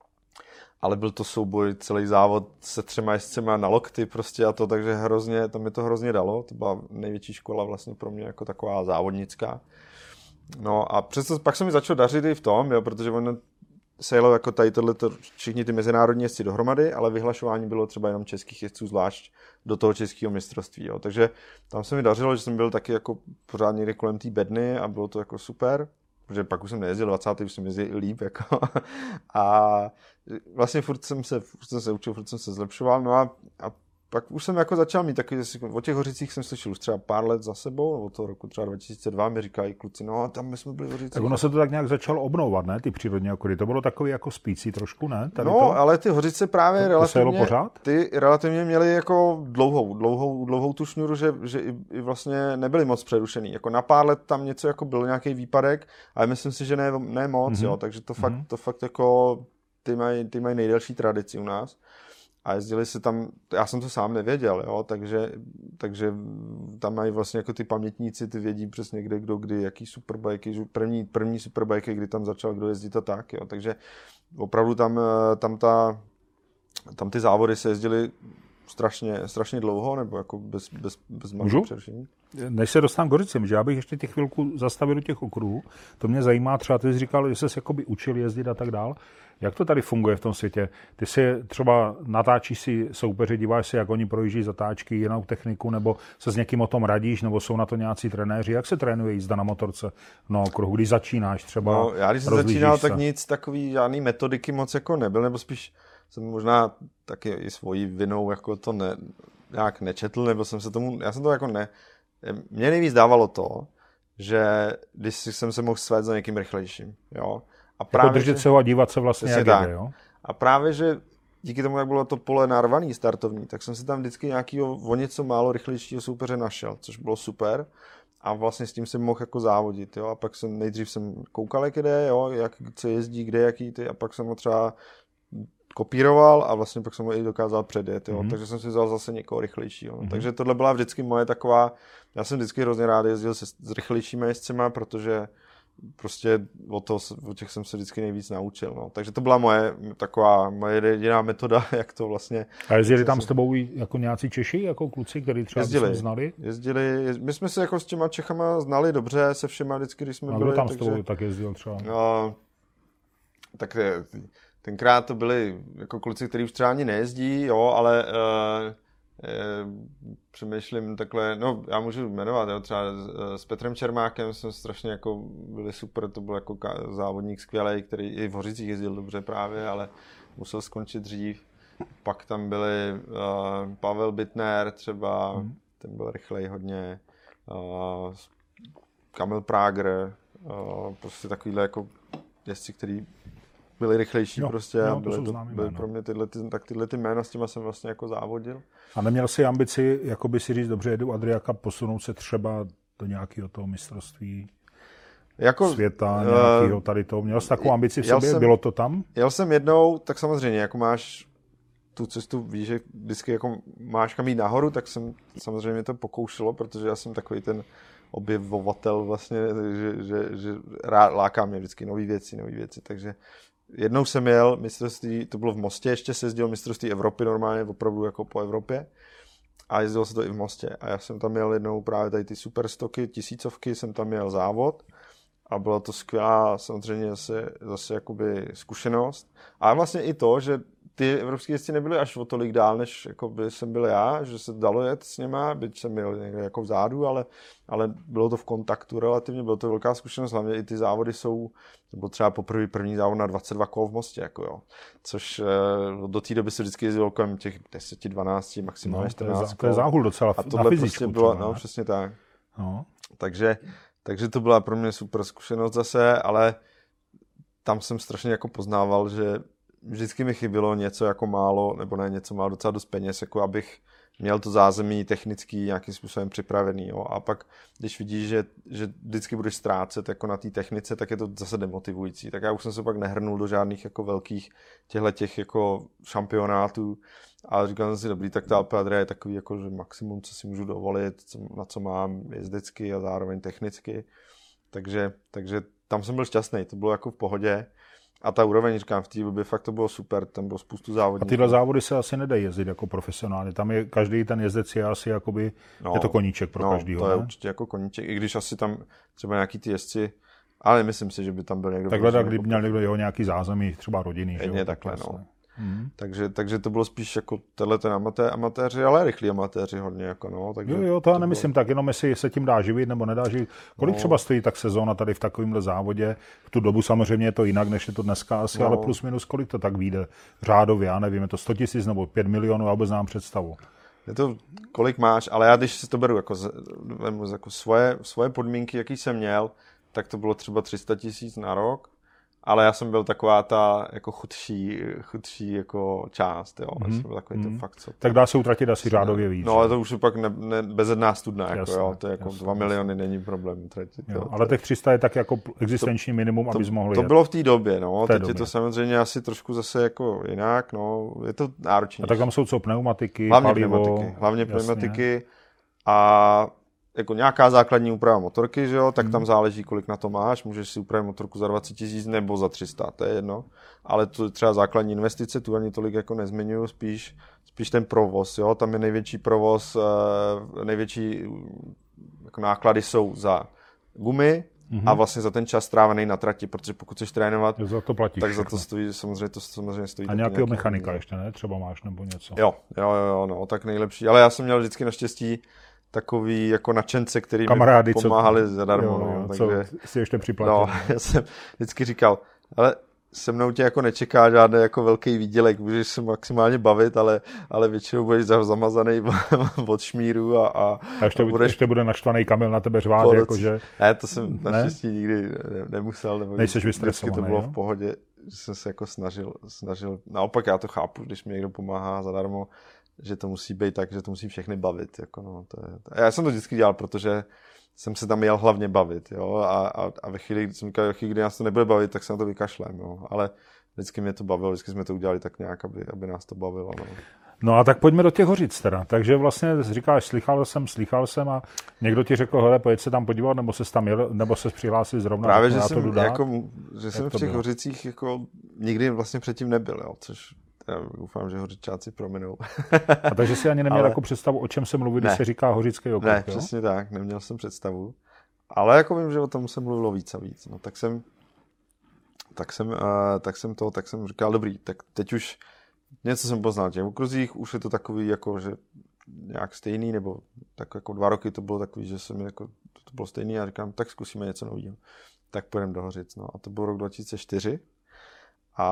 [SPEAKER 1] ale byl to souboj, celý závod se třema jezdcema na lokty prostě a to, takže hrozně, to mi to hrozně dalo, to byla největší škola vlastně pro mě jako taková závodnická. No a přesto pak se mi začalo dařit i v tom, jo, protože on se jelo jako tady tohleto, všichni ty mezinárodní jezdci dohromady, ale vyhlašování bylo třeba jenom českých jezdců zvlášť do toho českého mistrovství, jo. Takže tam se mi dařilo, že jsem byl taky jako pořád někde kolem té bedny a bylo to jako super. Protože pak už jsem nejezdil dvacátý už jsem jezdil i líp, jako. A vlastně furt jsem se, furt jsem se učil, furt jsem se zlepšoval, no a, a pak už jsem jako začal mít takový, o těch Hořicích jsem slyšel už třeba pár let za sebou, od toho roku třeba dva tisíce dva mi říkají kluci, no tam my jsme byli v Hořicích.
[SPEAKER 2] Tak ono se to tak nějak začalo obnovovat, ne, ty přírodní okruhy, to bylo takový jako spící trošku, ne? Tady
[SPEAKER 1] no,
[SPEAKER 2] to?
[SPEAKER 1] ale ty Hořice právě to, relativně,
[SPEAKER 2] to pořád?
[SPEAKER 1] ty relativně měly jako dlouhou, dlouhou, dlouhou tu šňůru, že, že i, i vlastně nebyly moc přerušený, jako na pár let tam něco jako byl nějaký výpadek, ale myslím si, že ne, ne moc, mm-hmm. jo, takže to fakt, mm-hmm. to fakt jako, ty mají, ty mají nejdelší tradici u nás. A jezdili se tam, já jsem to sám nevěděl, jo, takže, takže tam mají vlastně jako ty pamětníci, ty vědí přesně kde, kdo, kdy, jaký superbajky, první, první superbajky, kdy tam začal kdo jezdit a tak, jo, takže opravdu tam, tam, ta, tam ty závody se jezdily strašně, strašně dlouho, nebo jako bez, bez, bez malého přerušení.
[SPEAKER 2] Než se dostanu k Hořicím, že já bych ještě těch chvilku zastavil do těch okruhů, to mě zajímá, třeba ty jsi říkal, že jsi jakoby učil jezdit a tak dál. Jak to tady funguje v tom světě? Ty si třeba natáčíš si soupeře, díváš se, jak oni projíždí zatáčky, jinou techniku, nebo se s někým o tom radíš, nebo jsou na to nějací trenéři? Jak se trénuje jízda na motorce na okruhu, když začínáš třeba?
[SPEAKER 1] No, já když jsem začínal, se. tak nic takový, žádný metodiky moc jako nebyl, nebo spíš jsem možná taky i svojí vinou jako to ne, nějak nečetl, nebo jsem se tomu, já jsem to jako ne, mě nejvíc dávalo to, že když jsem se mohl svést za někým rychlejším, jo. A právě,
[SPEAKER 2] jako držet se ho a dívat se vlastně, jak
[SPEAKER 1] tak.
[SPEAKER 2] jde, jo?
[SPEAKER 1] A právě, že díky tomu, jak bylo to pole narvaný startovní, tak jsem si tam vždycky nějakýho o něco málo rychlejšího soupeře našel, což bylo super. A vlastně s tím jsem mohl jako závodit, jo. A pak jsem, nejdřív jsem koukal, jak jde, jo, jak co jezdí, kde, jaký ty, a pak jsem ho třeba kopíroval a vlastně pak jsem ho i dokázal předjet, jo. Mm-hmm. Takže jsem si vzal zase někoho rychlejšího. Mm-hmm. Takže tohle byla vždycky moje taková, já jsem vždycky hrozně rád jezdil se s rychlejšími jezdcema, protože prostě o, to, o těch jsem se vždycky nejvíc naučil. No. Takže to byla moje taková moje jediná metoda, jak to vlastně...
[SPEAKER 2] A jezdili tam s tebou jako nějací Češi, jako kluci, kteří třeba jezdili, znali?
[SPEAKER 1] Jezdili, jezdili, my jsme se jako s těma Čechama znali dobře, se všema vždycky, když jsme
[SPEAKER 2] a
[SPEAKER 1] byli.
[SPEAKER 2] A kdo tam
[SPEAKER 1] takže,
[SPEAKER 2] s tebou tak jezdil třeba?
[SPEAKER 1] No, tak tenkrát to byli jako kluci, kteří už třeba ani nejezdí, jo, ale... Uh, přemýšlím takhle, no já můžu jmenovat, jo, třeba s Petrem Čermákem jsme strašně jako byli super, to byl jako závodník skvělej, který i v Hořicích jezdil dobře právě, ale musel skončit dřív. Pak tam byli uh, Pavel Bittner třeba, hmm. ten byl rychlej hodně, uh, Kamil Prager, uh, prostě takovýhle jako jezdci, který byli rychlejší
[SPEAKER 2] jo,
[SPEAKER 1] prostě
[SPEAKER 2] jo,
[SPEAKER 1] a byly, to, byly pro mě tyhle, ty, tak tyhle ty jména, s těma jsem vlastně jako závodil.
[SPEAKER 2] A neměl jsi ambici, jako by si říct, dobře, jedu Adriaka, posunout se třeba do nějakého toho mistrovství jako, světa, nějakého tady toho. Měl jsi takovou ambici v sobě? Jsem, bylo to tam?
[SPEAKER 1] Jel jsem jednou, tak samozřejmě, jako máš tu cestu, víš, že vždycky jako máš kam jít nahoru, tak jsem samozřejmě to pokoušelo, protože já jsem takový ten objevovatel vlastně, že, že, že rád, láká mě vždycky nový věci, nový věci, takže jednou jsem jel mistrovství, to bylo v Mostě, ještě se jezdilo mistrovství Evropy normálně, opravdu jako po Evropě a jezdilo se to i v Mostě a já jsem tam jel jednou právě tady ty superstoky, tisícovky, jsem tam jel závod a byla to skvělá samozřejmě zase, zase jakoby zkušenost a vlastně i to, že ty evropské jezdci nebyly až o tolik dál, než jako by jsem byl já, že se dalo jet s něma, byť jsem byl někde jako vzadu, ale, ale bylo to v kontaktu relativně, bylo to velká zkušenost, hlavně i ty závody jsou, nebo třeba poprvé první závod na dvacet dva kol v Mostě, jako jo, což do té doby se vždycky jezdilo kolem těch deset dvanáct, maximálně čtrnáct kol.
[SPEAKER 2] To je záhul docela
[SPEAKER 1] a tohle na fyzičku. Prostě bylo, no, přesně tak. No. Takže, takže to byla pro mě super zkušenost zase, ale tam jsem strašně jako poznával, že vždycky mi chybilo něco jako málo, nebo ne něco málo, docela dost peněz, jako abych měl to zázemí technický nějakým způsobem připravený. Jo. A pak, když vidíš, že, že vždycky budeš ztrácet jako na té technice, tak je to zase demotivující. Tak já už jsem se pak nehrnul do žádných jako velkých těchto jako šampionátů. Ale říkal jsem si, dobrý, tak ta Alpe Adria je takový jako, že maximum, co si můžu dovolit, co, na co mám jezdecky a zároveň technicky. Takže, takže tam jsem byl šťastný, to bylo jako v pohodě. A ta úroveň, říkám, v té době fakt to bylo super, tam bylo spoustu závodníků.
[SPEAKER 2] A tyhle závody se asi nedají jezdit jako profesionálně, tam je každý ten jezdec je asi jakoby, no, je to koníček pro
[SPEAKER 1] no,
[SPEAKER 2] každýho.
[SPEAKER 1] to je
[SPEAKER 2] ne?
[SPEAKER 1] určitě jako koníček, i když asi tam třeba nějaký ty jezdci, ale myslím si, že by tam byl někdo.
[SPEAKER 2] Takhle, tak, kdyby měl někdo jeho nějaký zázemí, třeba rodiny.
[SPEAKER 1] Jedně takhle, no. Hmm. Takže, takže to bylo spíš jako tenhle ten amaté, amatéři, ale rychlí amatéři hodně. Jako no, takže
[SPEAKER 2] jo, jo, to, to já nemyslím bylo... tak, jenom jestli se tím dá živit nebo nedá živit. Kolik no. třeba stojí tak sezóna tady v takovémhle závodě? V tu dobu samozřejmě je to jinak, než je to dneska asi, no. ale plus minus kolik to tak vyjde řádově, já nevím, je to sto tisíc nebo pět milionů, já vůbec znám představu.
[SPEAKER 1] Je to, kolik máš, ale já když si to beru jako, jako svoje, svoje podmínky, jaký jsem měl, tak to bylo třeba tři sta tisíc na rok. Ale já jsem byl taková ta jako chudší, chudší jako část, jo. Mm. Jsem byl takový mm. to fakt, co...
[SPEAKER 2] Tak dá se utratit asi řádově víc.
[SPEAKER 1] No ale to už je pak ne, ne, bezedná studna, jako jo. To je jako jasný, dva miliony jasný. Není problém utratit.
[SPEAKER 2] Jo, jo, ale těch tři sta je tak jako existenční to, minimum, abys mohl
[SPEAKER 1] To
[SPEAKER 2] jet.
[SPEAKER 1] bylo v té době, no.
[SPEAKER 2] Té
[SPEAKER 1] Teď
[SPEAKER 2] době.
[SPEAKER 1] je to samozřejmě asi trošku zase jako jinak, no. Je to náročnější.
[SPEAKER 2] A tak tam jsou co, pneumatiky,
[SPEAKER 1] hlavně
[SPEAKER 2] palivo.
[SPEAKER 1] Pneumatiky, hlavně jasně. Pneumatiky a... jako nějaká základní úprava motorky, že jo, tak hmm. tam záleží, kolik na to máš. Můžeš si upravit motorku za dvacet tisíc nebo za tři sta, to je jedno. Ale to třeba základní investice, tu ani tolik jako nezmiňuji, spíš, spíš ten provoz, jo. Tam je největší provoz, největší jako náklady jsou za gumy hmm. a vlastně za ten čas strávený na trati, protože pokud chceš trénovat,
[SPEAKER 2] za to platíš
[SPEAKER 1] tak za
[SPEAKER 2] všechno.
[SPEAKER 1] to stojí, samozřejmě to samozřejmě stojí.
[SPEAKER 2] A nějakého mechanika ještě, ne? Třeba máš nebo něco.
[SPEAKER 1] Jo, jo, jo, no, tak nejlepší. Ale já jsem měl vždycky naštěstí takový jako nadšence, který
[SPEAKER 2] kamarády,
[SPEAKER 1] mi pomáhali
[SPEAKER 2] co,
[SPEAKER 1] zadarmo.
[SPEAKER 2] Jo,
[SPEAKER 1] no,
[SPEAKER 2] co
[SPEAKER 1] takže,
[SPEAKER 2] si ještě připlatil.
[SPEAKER 1] No, já jsem vždycky říkal, ale se mnou tě jako nečeká žádný jako velký výdělek, můžeš se maximálně bavit, ale, ale většinou budeš zamazaný od šmíru a, a,
[SPEAKER 2] a ještě,
[SPEAKER 1] a budeš...
[SPEAKER 2] ještě bude naštvaný Kamil na tebe řvát, jakože...
[SPEAKER 1] Ne, to jsem naštěstí nikdy ne, nemusel, nebo
[SPEAKER 2] nejseš vystresovaný,
[SPEAKER 1] to bylo
[SPEAKER 2] jo?
[SPEAKER 1] v pohodě, že jsem se jako snažil, snažil, naopak já to chápu, když mi někdo pomáhá zadarmo, že to musí být tak, že to musí všechny bavit. Jako no, to je, to... Já jsem to vždycky dělal, protože jsem se tam jel hlavně bavit. Jo? A, a, a ve chvíli, kdy jsem říkal, kdy nás to nebude bavit, tak se na to vykašlem. Jo? Ale vždycky mě to bavilo, vždycky jsme to udělali tak nějak, aby, aby nás to bavilo. No.
[SPEAKER 2] No a tak pojďme do těch Hořic teda. Takže vlastně říkáš, slychal jsem, slychal jsem a někdo ti řekl, hele, pojď se tam podívat, nebo se tam jel, nebo se přihlásil zrovna.
[SPEAKER 1] Právě, že
[SPEAKER 2] to
[SPEAKER 1] jsem,
[SPEAKER 2] dodá.
[SPEAKER 1] jako, že jsem v těch bylo? Hořicích jako nikdy vlastně předtím nebyl, jo? Což já doufám, že Hořičáci prominou.
[SPEAKER 2] A takže si ani neměl ale... jako představu, o čem se mluví, když se říká Hořický okruh,
[SPEAKER 1] Ne, jo? Přesně tak, neměl jsem představu. Ale jako vím, že o tom se mluvilo víc a víc. No, tak jsem, tak jsem, uh, tak jsem to, tak jsem říkal, dobrý, tak teď už něco jsem poznal v těch okruzích, už je to takový, jako, že nějak stejný, nebo tak jako dva roky to bylo takový, že jsem jako, to bylo stejný a říkám, tak zkusíme něco nového. Tak půjdeme do Hořic. No. A to byl rok dva tisíce čtyři. A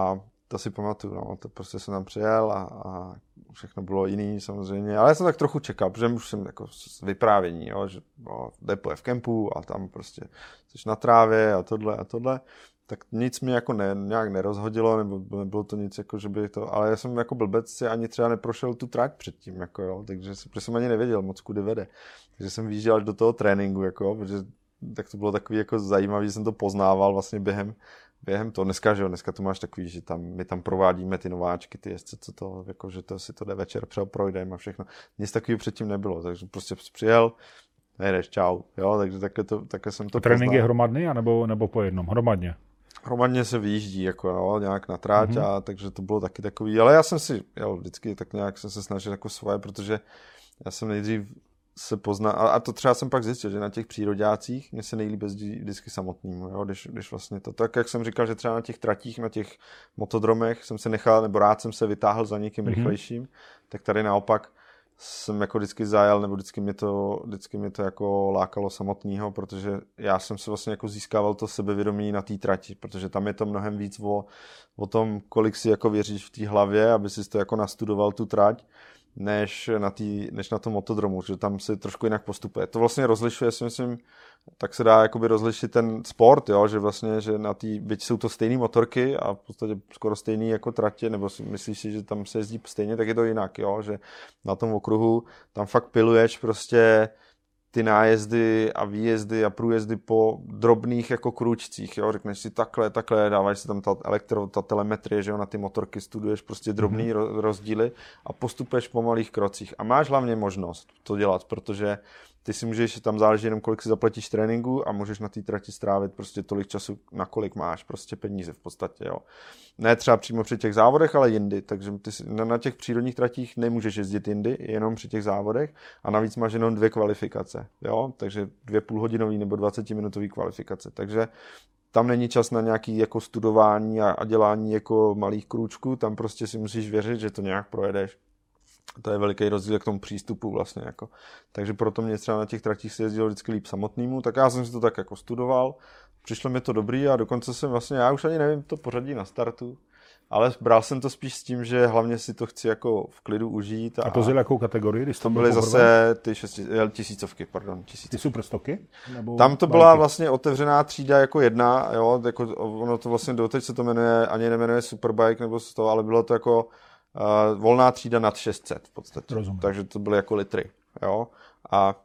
[SPEAKER 1] to si pamatuju, no, to prostě jsem tam přijel a, a všechno bylo jiný samozřejmě, ale já jsem tak trochu čekal, protože už jsem jako z vyprávění, jo, že no, depo je v kempu a tam prostě jsi na trávě a tohle a tohle, tak nic mě jako ne, nějak nerozhodilo, nebo nebylo to nic jako, že by to, ale já jsem jako blbec si ani třeba neprošel tu trať předtím, jako jo, takže jsem ani nevěděl moc, kudy vede, takže jsem vyjížděl až do toho tréninku, jako, protože tak to bylo takový jako zajímavý, že jsem to poznával vlastně během Během toho, dneska, že jo, dneska tu máš takový, že tam, my tam provádíme ty nováčky, ty jezdce, co to, jako, že to si to jde večer projdeme a všechno. Nic takového předtím nebylo, takže prostě přijel, nejdeš, čau, jo, takže takhle, to, takhle jsem to
[SPEAKER 2] a trénink poznal. Je hromadný, anebo, nebo po jednom? Hromadně?
[SPEAKER 1] Hromadně se vyjíždí, jako jo, nějak na tráť, mm-hmm. a takže to bylo taky takový, ale já jsem si, jo, vždycky tak nějak jsem se snažil jako svoje, protože já jsem nejdřív se pozná, a to třeba jsem pak zjistil, že na těch příroďácích mě se nejlíp jezdí vždycky samotným, jo, když, když vlastně to, tak jak jsem říkal, že třeba na těch tratích, na těch motodromech jsem se nechal, nebo rád jsem se vytáhl za někým mm-hmm. rychlejším, tak tady naopak jsem jako vždycky zajel, nebo vždycky mě to, vždycky mě to jako lákalo samotného, protože já jsem se vlastně jako získával to sebevědomí na té trati, protože tam je to mnohem víc o, o tom, kolik si jako věříš v té hlavě, aby si to jako nastudoval tu trať, než na, tý, než na tom motodromu, že tam se trošku jinak postupuje. To vlastně rozlišuje, si myslím, tak se dá jakoby rozlišit ten sport, jo, že vlastně, že na tý, byť jsou to stejné motorky a v podstatě skoro stejný jako tratě, nebo si myslíš si, že tam se jezdí stejně, tak je to jinak, jo, že na tom okruhu tam fakt piluješ prostě ty nájezdy a výjezdy a průjezdy po drobných jako krůčcích, jo, řekneš si takhle, takhle, dáváš si tam ta elektro, ta telemetrie, že jo, na ty motorky studuješ prostě drobný mm-hmm. rozdíly a postupuješ po malých krocích a máš hlavně možnost to dělat, protože ty si můžeš, tam záleží jenom kolik si zaplatíš tréninku a můžeš na té trati strávit prostě tolik času, na kolik máš prostě peníze v podstatě, jo. Ne třeba přímo při těch závodech, ale jindy, takže ty si, na těch přírodních tratích nemůžeš jezdit jindy, jenom při těch závodech a navíc máš jenom dvě kvalifikace, jo, takže dvě půlhodinový nebo dvacetiminutový kvalifikace, takže tam není čas na nějaký jako studování a, a dělání jako malých krůčků, tam prostě si musíš věřit, že to nějak projedeš. To je veliký rozdíl k tomu přístupu vlastně jako. Takže proto mě třeba na těch tratích se jezdilo vždycky líp samotnému, tak já jsem si to tak jako studoval, přišlo mi to dobrý a dokonce jsem vlastně, já už ani nevím to pořadí na startu, ale bral jsem to spíš s tím, že hlavně si to chci jako v klidu užít. A,
[SPEAKER 2] a to z jakou kategorii? Když
[SPEAKER 1] to byly zase ty šesti, tisícovky, pardon. Tisícovky.
[SPEAKER 2] Ty superstoky? Nebo
[SPEAKER 1] tam to byla vlastně otevřená třída jako jedna, jo, jako ono to vlastně doteď se to jmenuje, ani nemenuje Superbike nebo to, ale bylo to jako Uh, volná třída nad šest set v podstatě.
[SPEAKER 2] Rozumím.
[SPEAKER 1] Takže to byly jako litry. Jo? A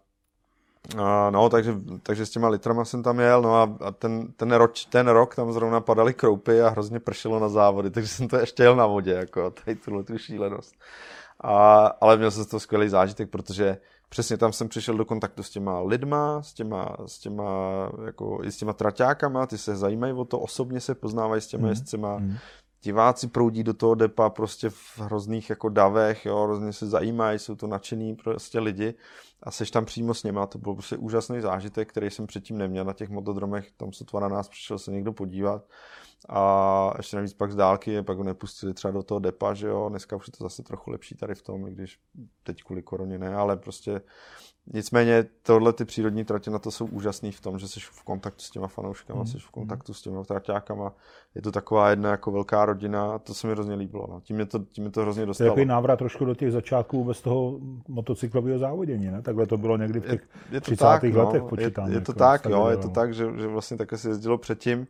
[SPEAKER 1] uh, no, takže, takže s těma litrama jsem tam jel, no a, a ten, ten, roč, ten rok tam zrovna padaly kroupy a hrozně pršelo na závody, takže jsem to ještě jel na vodě, jako tady tuhle tu šílenost. A, ale měl jsem z toho skvělý zážitek, protože přesně tam jsem přišel do kontaktu s těma lidma, s těma, s těma, jako, i s těma traťákama, ty se zajímají o to, osobně se poznávají s těma mm. jezdcema, mm. Diváci proudí do toho depa prostě v hrozných jako davech, jo, hrozně se zajímají, jsou to nadšený prostě lidi a seš tam přímo s něma, to byl prostě úžasný zážitek, který jsem předtím neměl na těch motodromech, tam sotva na nás přišel se někdo podívat a ještě navíc pak z dálky, pak ho nepustili třeba do toho depa, že jo, dneska už je to zase trochu lepší tady v tom, i když teď kvůli koroně ne, ale prostě nicméně tohle ty přírodní tratě na to jsou úžasný v tom, že jsi v kontaktu s těma fanouškama, mm. jsi v kontaktu s těma traťákama, je to taková jedna jako velká rodina, to se mi hrozně líbilo, no. Tím mě to, tím mě to hrozně dostalo.
[SPEAKER 2] To je takový návrat trošku do těch začátků bez toho motocyklového závodění, ne? Takhle to bylo někdy v těch je, je třicátých
[SPEAKER 1] tak,
[SPEAKER 2] letech
[SPEAKER 1] no.
[SPEAKER 2] počítáme.
[SPEAKER 1] Je, je to tak, jo, je to tak, že, že vlastně takhle se jezdilo předtím.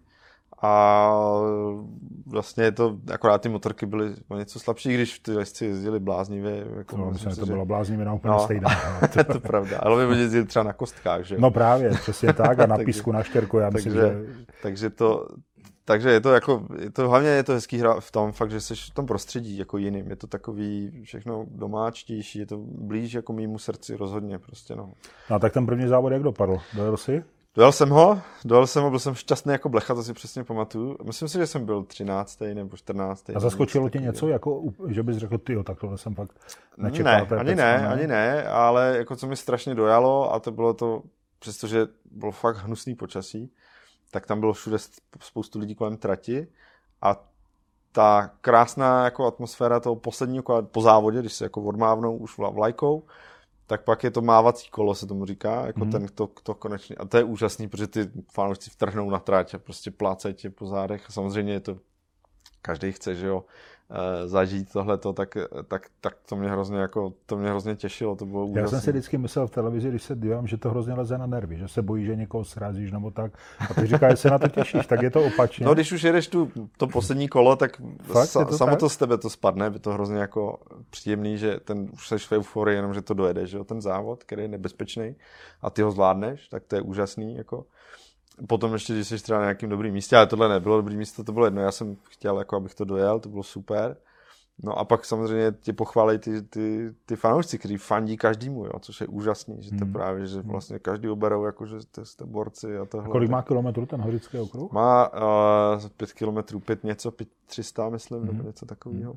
[SPEAKER 1] A vlastně je to, akorát ty motorky byly něco slabší, když ty jezdci jezdili bláznivě. Jako
[SPEAKER 2] no, myslím, to že... bylo bláznivě na úplně
[SPEAKER 1] no,
[SPEAKER 2] stejná.
[SPEAKER 1] To je to pravda, ale my jezdili třeba na kostkách, že jo?
[SPEAKER 2] No právě, přesně tak a na písku, na štěrku, já myslím,
[SPEAKER 1] takže,
[SPEAKER 2] že...
[SPEAKER 1] Takže to, takže je to jako, je to, hlavně je to hezký hra v tom fakt, že jsi v tom prostředí jako jiným, je to takový všechno domáčtější, je to blíž jako mýmu srdci rozhodně prostě, no.
[SPEAKER 2] No tak ten první závod jak dopadl? Dojel jsi?
[SPEAKER 1] Dojel jsem ho, dojel jsem ho, byl jsem šťastný jako blecha, to si přesně pamatuju. Myslím si, že jsem byl třináctý nebo čtrnáctý.
[SPEAKER 2] A zaskočilo tě něco, jako, že bys řekl, tyjo, tak tohle jsem fakt
[SPEAKER 1] nečekal. Ne, ani ne, ani ne, ale jako co mi strašně dojalo, a to bylo to, přestože bylo fakt hnusný počasí, tak tam bylo všude spoustu lidí kolem trati a ta krásná jako atmosféra toho posledního po závodě, když se jako odmávnou už vlajkou, tak pak je to mávací kolo, se tomu říká, jako mm. ten, to, to konečně, a to je úžasný, protože ty fanoušci vtrhnou na trať a prostě plácají tě po zádech a samozřejmě je to každý chce, že jo, zažít tohleto, tak, tak, tak to mě hrozně jako, to mě hrozně těšilo, to bylo úžasné.
[SPEAKER 2] Já jsem si vždycky myslel v televizi, když se dívám, že to hrozně leze na nervy, že se bojí, že někoho srazíš nebo tak. A ty říkáš, že se na to těšíš, tak je to opačně.
[SPEAKER 1] No, když už jedeš tu, to poslední kolo, tak sa, to samo tak? To z tebe to spadne, by to hrozně jako příjemný, že ten už seš v euforii, jenom že to dojedeš, že jo, ten závod, který je nebezpečný a ty ho zvládneš, tak to je úžasný, jako. Potom ještě, když jsi třeba na nějakým dobrým místě, ale tohle nebylo dobrý místo, to bylo jedno, já jsem chtěl, jako abych to dojel, to bylo super. No a pak samozřejmě tě pochválí ty, ty, ty fanoušci, kteří fandí každému, jo, což je úžasný, že to hmm. právě, že vlastně každý oberou, jako že jste, jste borci a tohle.
[SPEAKER 2] A kolik má kilometrů ten Hořický okruh?
[SPEAKER 1] Má uh, pět kilometrů, pět něco, pět tři sta, myslím, hmm. nebo něco takového.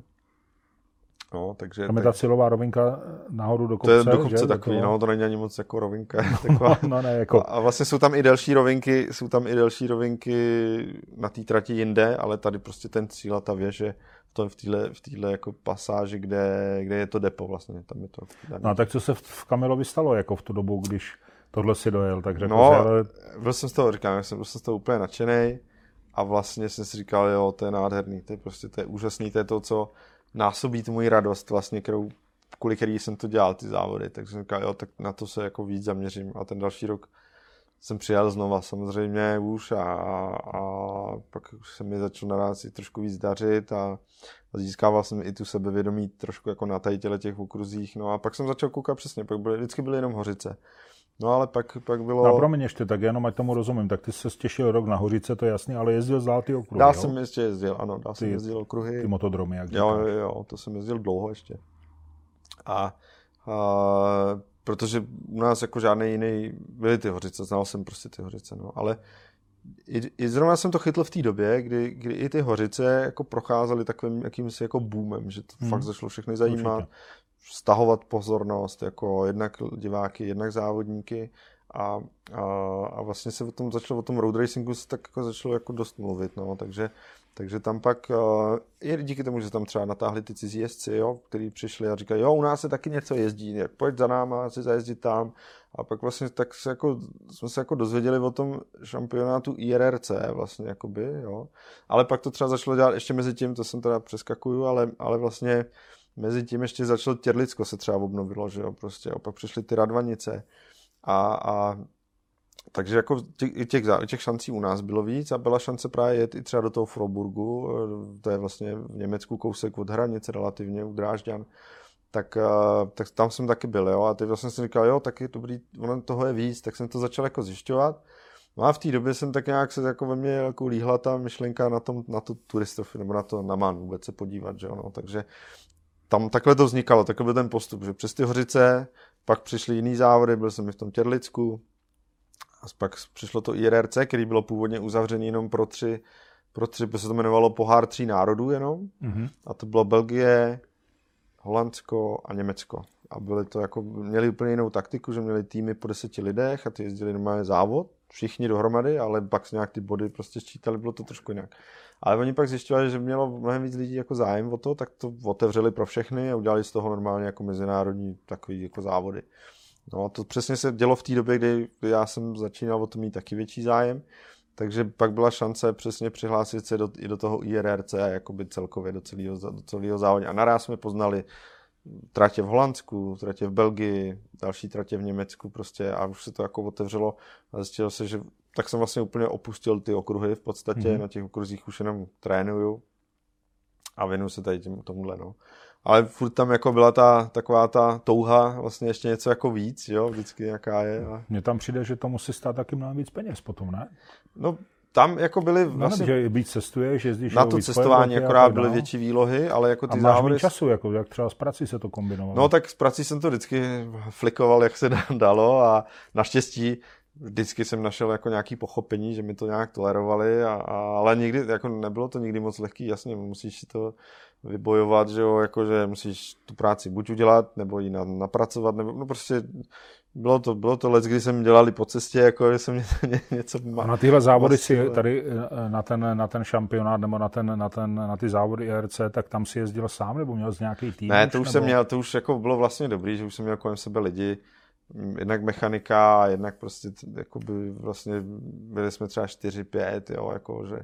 [SPEAKER 1] No, takže...
[SPEAKER 2] Tam je ta cílová rovinka nahoru do kopce,
[SPEAKER 1] to je do kopce
[SPEAKER 2] že?
[SPEAKER 1] takový, no, to není ani moc jako rovinka. Taková.
[SPEAKER 2] no, ne, jako...
[SPEAKER 1] A vlastně jsou tam i delší rovinky, jsou tam i delší rovinky na té trati jinde, ale tady prostě ten cíl a ta věže to v téhle v téhle jako pasáži, kde, kde je to depo vlastně. Tam je to.
[SPEAKER 2] No a tak co se v Kamilovi stalo jako v tu dobu, když tohle si dojel, tak řekl
[SPEAKER 1] no,
[SPEAKER 2] si, ale...
[SPEAKER 1] byl jsem z toho, říkám, jsem byl jsem z toho úplně nadšenej a vlastně jsem si říkal, jo, to je nádherný, to je prostě, to je úžasný, to je to, co násobí tu moji radost vlastně, kterou, kvůli který jsem to dělal, ty závody, takže jsem říkal, jo, tak na to se jako víc zaměřím a ten další rok jsem přijel znova samozřejmě už a, a pak už se mi začalo naraz trošku víc dařit a, a získával jsem i tu sebevědomí trošku jako na tady těch okruzích, no a pak jsem začal koukat přesně, pak byly, vždycky byly jenom Hořice. No ale pak, pak bylo...
[SPEAKER 2] No promiň ještě, tak jenom ať tomu rozumím, tak ty se těšil rok na Hořice, to je jasný, ale jezdil z dál ty okruhy,
[SPEAKER 1] Dál
[SPEAKER 2] jo?
[SPEAKER 1] jsem ještě jezdil, ano, dál ty, jsem jezdil okruhy.
[SPEAKER 2] Ty motodromy, jak
[SPEAKER 1] jo, jo, jo, to jsem jezdil dlouho ještě. A, a protože u nás jako žádný jiný byly ty Hořice, znal jsem prostě ty Hořice, no, ale i, i zrovna jsem to chytl v té době, kdy, kdy i ty Hořice jako procházely takovým jakýmsi jako boomem, že to hmm. fakt začalo všechny zajímat. Určitě. Stahovat pozornost, jako jednak diváky, jednak závodníky a, a, a vlastně se o tom začalo, o tom road racingu se tak jako začalo jako dost mluvit, no, takže, takže tam pak, uh, i díky tomu, že tam třeba natáhli ty cizí jezdci, jo, kteří přišli a říkali, jo, u nás se taky něco jezdí, jak pojď za náma, si zajezdit tam a pak vlastně tak se jako, jsme se jako dozvěděli o tom šampionátu I R R C vlastně, jakoby, jo, ale pak to třeba začalo dělat ještě mezi tím, to jsem teda přeskakuju, ale, ale vlastně mezi tím ještě začalo Těrlicko se třeba obnovilo, že jo, prostě, a pak přišly ty Radvanice a, a takže jako těch, těch, těch šancí u nás bylo víc a byla šance právě jet i třeba do toho Froburgu, to je vlastně v Německu kousek od hranice relativně u Drážďan, tak, tak tam jsem taky byl, jo, a teď vlastně jsem říkal, jo, tak je dobrý, ono toho je víc, tak jsem to začal jako zjišťovat. No a v té době jsem tak nějak se jako ve mně jako líhla ta myšlenka na, tom, na tu turistofii, nebo na to na Man vůbec se podívat, že jo, no, takže tam takhle to vznikalo, takhle byl ten postup, že přes ty Hořice, pak přišly jiný závody, byl jsem i v tom Těrlicku, a pak přišlo to I R R C, který bylo původně uzavřený jenom pro tři, pro tři, by se to jmenovalo Pohár tří národů jenom, mm-hmm. a to bylo Belgie, Holandsko a Německo. A byly to jako, měli úplně jinou taktiku, že měli týmy po deseti lidech a ty jezdili normálně závod, všichni dohromady, ale pak se nějak ty body prostě sčítali, bylo to trošku jinak. Ale oni pak zjišťovali, že mělo mnohem víc lidí jako zájem o to, tak to otevřeli pro všechny a udělali z toho normálně jako mezinárodní takový jako závody. No a to přesně se dělo v té době, kdy já jsem začínal o to mít taky větší zájem, takže pak byla šance přesně přihlásit se do, i do toho I R R C, jakoby celkově do celého, do celého závodu. A naraz jsme poznali tratě v Holandsku, tratě v Belgii, další tratě v Německu prostě a už se to jako otevřelo a zjistilo se, že tak jsem vlastně úplně opustil ty okruhy v podstatě, mm-hmm. na těch okruzích už jenom trénuju a věnuju se tady tím, tomuhle, no. Ale furt tam jako byla ta taková ta touha, vlastně ještě něco jako víc, jo, vždycky jaká je. A...
[SPEAKER 2] Mně tam přijde, že to musí stát taky mnohem víc peněz potom, ne?
[SPEAKER 1] No, tam jako byly vlastně...
[SPEAKER 2] No, že víc cestuješ, jezdíš...
[SPEAKER 1] Na to cestování akorát byly větší výlohy, ale jako ty
[SPEAKER 2] a máš
[SPEAKER 1] závody...
[SPEAKER 2] méně času, jako jak třeba s prací se to kombinovalo.
[SPEAKER 1] No tak s prací jsem to vždycky flikoval, jak se dalo a naštěstí vždycky jsem našel jako nějaký pochopení, že mi to nějak tolerovali, a, a, ale nikdy, jako nebylo to nikdy moc lehký, jasně, musíš si to vybojovat, že jo, jakože musíš tu práci buď udělat, nebo ji na, napracovat, nebo no prostě bylo to, bylo to let, kdy jsem dělali po cestě, jako že jsem ně, něco...
[SPEAKER 2] A na tyhle závody si tady, na ten, na ten šampionát, nebo na, ten, na, ten, na ty závody I R C, tak tam si jezdil sám, nebo měl z nějaký tým?
[SPEAKER 1] Ne, to už
[SPEAKER 2] nebo...
[SPEAKER 1] jsem měl, to už jako bylo vlastně dobrý, že už jsem měl kolem sebe lidi, jednak mechanika, jednak prostě jakoby vlastně byli jsme třeba čtyři, pět, jo, jako, že,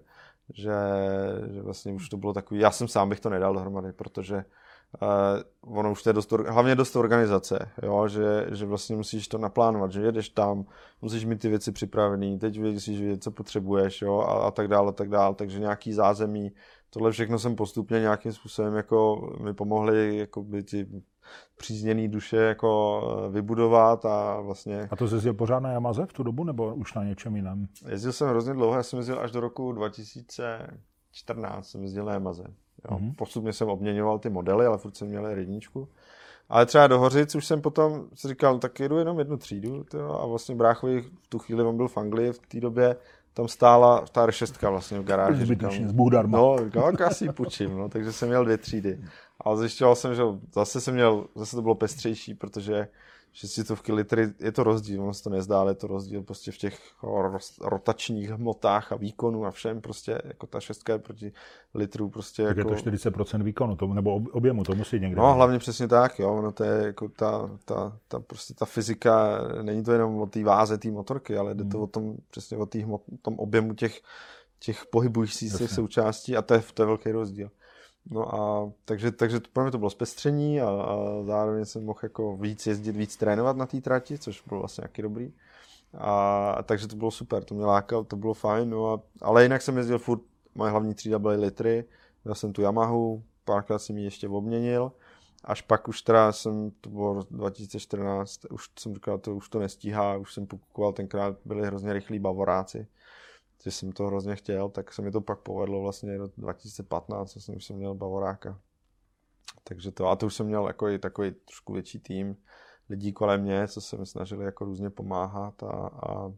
[SPEAKER 1] že, že vlastně už to bylo takový, já jsem sám bych to nedal dohromady, protože uh, ono už to je dost, hlavně dost organizace, jo, že, že vlastně musíš to naplánovat, že jedeš tam, musíš mít ty věci připravený, teď musíš vědět, co potřebuješ, jo, a, a tak dále, a tak dále, takže nějaký zázemí, tohle všechno jsem postupně nějakým způsobem jako mi pomohli jako by ti přízněný duše jako vybudovat a vlastně...
[SPEAKER 2] A to jsi jezdil pořád na Yamaze v tu dobu, nebo už na něčem jiném?
[SPEAKER 1] Jezdil jsem hrozně dlouho, já jsem jezdil až do roku dva tisíce čtrnáct, jsem jezdil na Yamaze. Jo. Mm-hmm. Postupně jsem obměňoval ty modely, ale furt jsem měl jedničku. Ale třeba do Hořic už jsem potom si říkal, tak jedu jenom jednu třídu, tyjo, a vlastně bráchovi v tu chvíli, on byl v Anglii v té době, tam stála ta R šest vlastně v garáži.
[SPEAKER 2] Zbytečně, z Bůh darma.
[SPEAKER 1] No, říkal, já si ji půjčím, no, takže jsem měl dvě třídy. Ale zjišťoval jsem, že zase jsem měl, zase to bylo pestřejší, protože šestistovky litry, je to rozdíl, ono se to nezdá, ale je to rozdíl prostě v těch rotačních hmotách a výkonu a všem, prostě jako ta šestka je proti litru prostě
[SPEAKER 2] tak
[SPEAKER 1] jako...
[SPEAKER 2] je to čtyřicet procent výkonu, to, nebo objemu, to musí někde.
[SPEAKER 1] No, hlavně přesně tak, jo, ono to je jako ta, ta, ta, prostě ta fyzika, není to jenom o té váze té motorky, ale jde to hmm. o tom, přesně o tý hmot, tom objemu těch, těch pohybujících se součástí a to je, to je velký rozdíl. No a takže, takže pro mě to bylo zpestření a, a zároveň jsem mohl jako víc jezdit, víc trénovat na té trati, což bylo vlastně nějaký dobrý. A, a takže to bylo super, to mě lákalo, to bylo fajn, no a, ale jinak jsem jezdil furt, moje hlavní třída byly litry, měl jsem tu Yamahu, párkrát jsem ji ještě obměnil, až pak už teda jsem, to bylo dva tisíce čtrnáct, už jsem říkal, to už to nestíhá, už jsem pokukoval, tenkrát byli hrozně rychlí Bavoráci, že jsem to hrozně chtěl, tak se mi to pak povedlo vlastně do dva tisíce patnáct, co jsem už jsem měl Bavoráka. Takže to, a to už jsem měl jako i takový trošku větší tým lidí kolem mě, co se mi snažili jako různě pomáhat a, a, a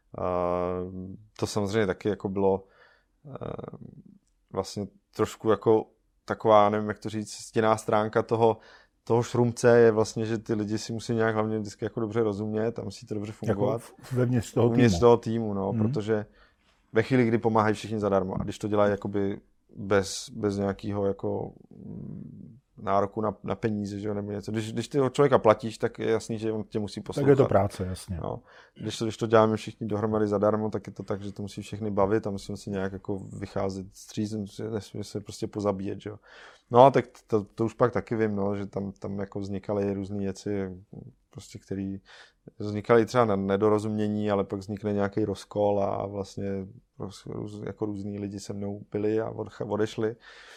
[SPEAKER 1] to samozřejmě taky jako bylo vlastně trošku jako taková, nevím jak to říct, stěnná stránka toho, toho šrumce je vlastně, že ty lidi si musí nějak hlavně vždycky jako dobře rozumět a musí to dobře fungovat.
[SPEAKER 2] Jako vevnitř toho
[SPEAKER 1] uvnitř
[SPEAKER 2] týmu.
[SPEAKER 1] toho týmu, no,
[SPEAKER 2] hmm.
[SPEAKER 1] protože ve chvíli, kdy pomáhají všichni zadarmo a když to dělají jakoby bez, bez nějakého jako nároku na, na peníze, že, nebo něco. Když, když ty člověka platíš, tak je jasný, že on tě musí poslouchat.
[SPEAKER 2] Tak je to práce, jasně.
[SPEAKER 1] No. Když, to, když to děláme všichni dohromady zadarmo, tak je to tak, že to musí všechny bavit a musíme si nějak jako vycházet stříz, nesmí se prostě pozabíjet, že jo. No, tak to, to už pak taky vím, no, že tam, tam jako vznikaly různé věci, prostě, které vznikaly třeba na nedorozumění, ale pak vznikne nějaký rozkol a vlastně jako různý lidi se mnou byli a odešli.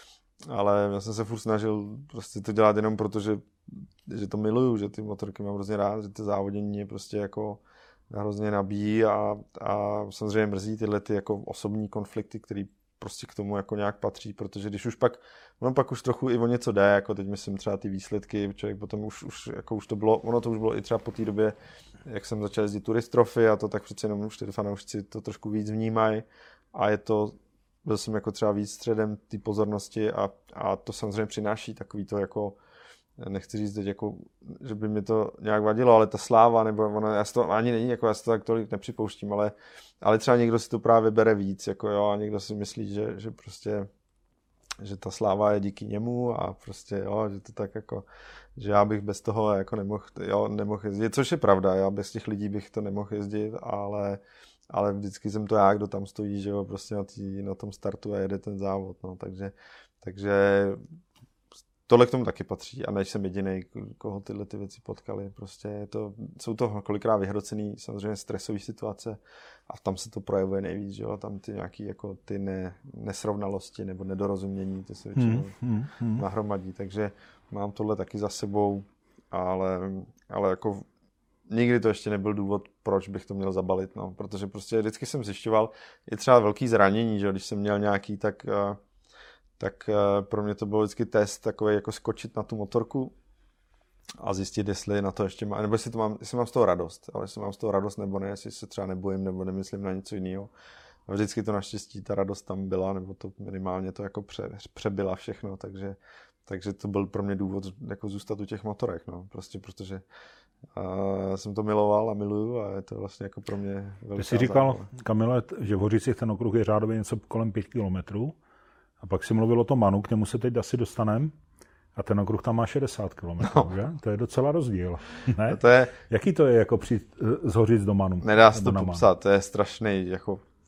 [SPEAKER 1] Ale já jsem se furt snažil prostě to dělat jenom proto, že, že to miluju, že ty motorky mám hrozně rád, že to závodění je prostě jako hrozně nabíjí a, a samozřejmě mrzí tyhle ty jako osobní konflikty, které prostě k tomu jako nějak patří, protože když už pak, ono pak už trochu i o něco jde, jako teď myslím třeba ty výsledky, člověk potom už, už, jako už to bylo, ono to už bylo i třeba po té době, jak jsem začal jezdit turistrofy a to tak přece jenom už ty fanoušci to trošku víc vnímají a je to, byl jsem jako třeba víc středem té pozornosti a, a to samozřejmě přináší takový to jako, nechci říct teď jako, že by mi to nějak vadilo, ale ta sláva, nebo ona, já si to ani není, jako já si to tak tolik nepřipouštím, ale, ale třeba někdo si to právě bere víc, jako jo, a někdo si myslí, že, že prostě, že ta sláva je díky němu a prostě jo, že to tak jako, že já bych bez toho jako nemohl, jo, nemohl jezdit, což je pravda, já bez těch lidí bych to nemohl jezdit, ale ale vždycky jsem to já, kdo tam stojí, že jo, prostě na, tý, na tom startu a jede ten závod, no, takže, takže tohle k tomu taky patří a než jsem jedinej, koho tyhle ty věci potkali, prostě je to, jsou to kolikrát vyhrocený samozřejmě stresové situace a tam se to projevuje nejvíc, že jo, tam ty nějaký jako ty ne, nesrovnalosti nebo nedorozumění, ty se většinou hmm, hmm, hmm. nahromadí, takže mám tohle taky za sebou, ale, ale jako nikdy to ještě nebyl důvod, proč bych to měl zabalit, no, protože prostě vždycky jsem zjišťoval, je třeba velký zranění, že když jsem měl nějaký, tak, tak pro mě to bylo vždycky test takový, jako skočit na tu motorku a zjistit, jestli na to ještě mám, nebo jestli, to mám, jestli mám z toho radost, ale jestli mám z toho radost nebo ne, jestli se třeba nebojím nebo nemyslím na něco jiného. A vždycky to naštěstí, ta radost tam byla, nebo to minimálně to jako pře, přebyla všechno, takže, takže to byl pro mě důvod jako zůstat u těch motorek, no, prostě protože a jsem to miloval a miluju a je to vlastně jako pro mě veliká.
[SPEAKER 2] Ty jsi říkal, zábava. Kamile, že v Hořicích ten okruh je řádově něco kolem pět kilometrů a pak si mluvil o tom Manu, k němu se teď asi dostaneme a ten okruh tam má šedesát kilometrů, no. Že? To je docela rozdíl. Ne?
[SPEAKER 1] To je,
[SPEAKER 2] jaký to je jako přijít z Hořic do Manu?
[SPEAKER 1] Nedá se to popsat, to je strašný, jako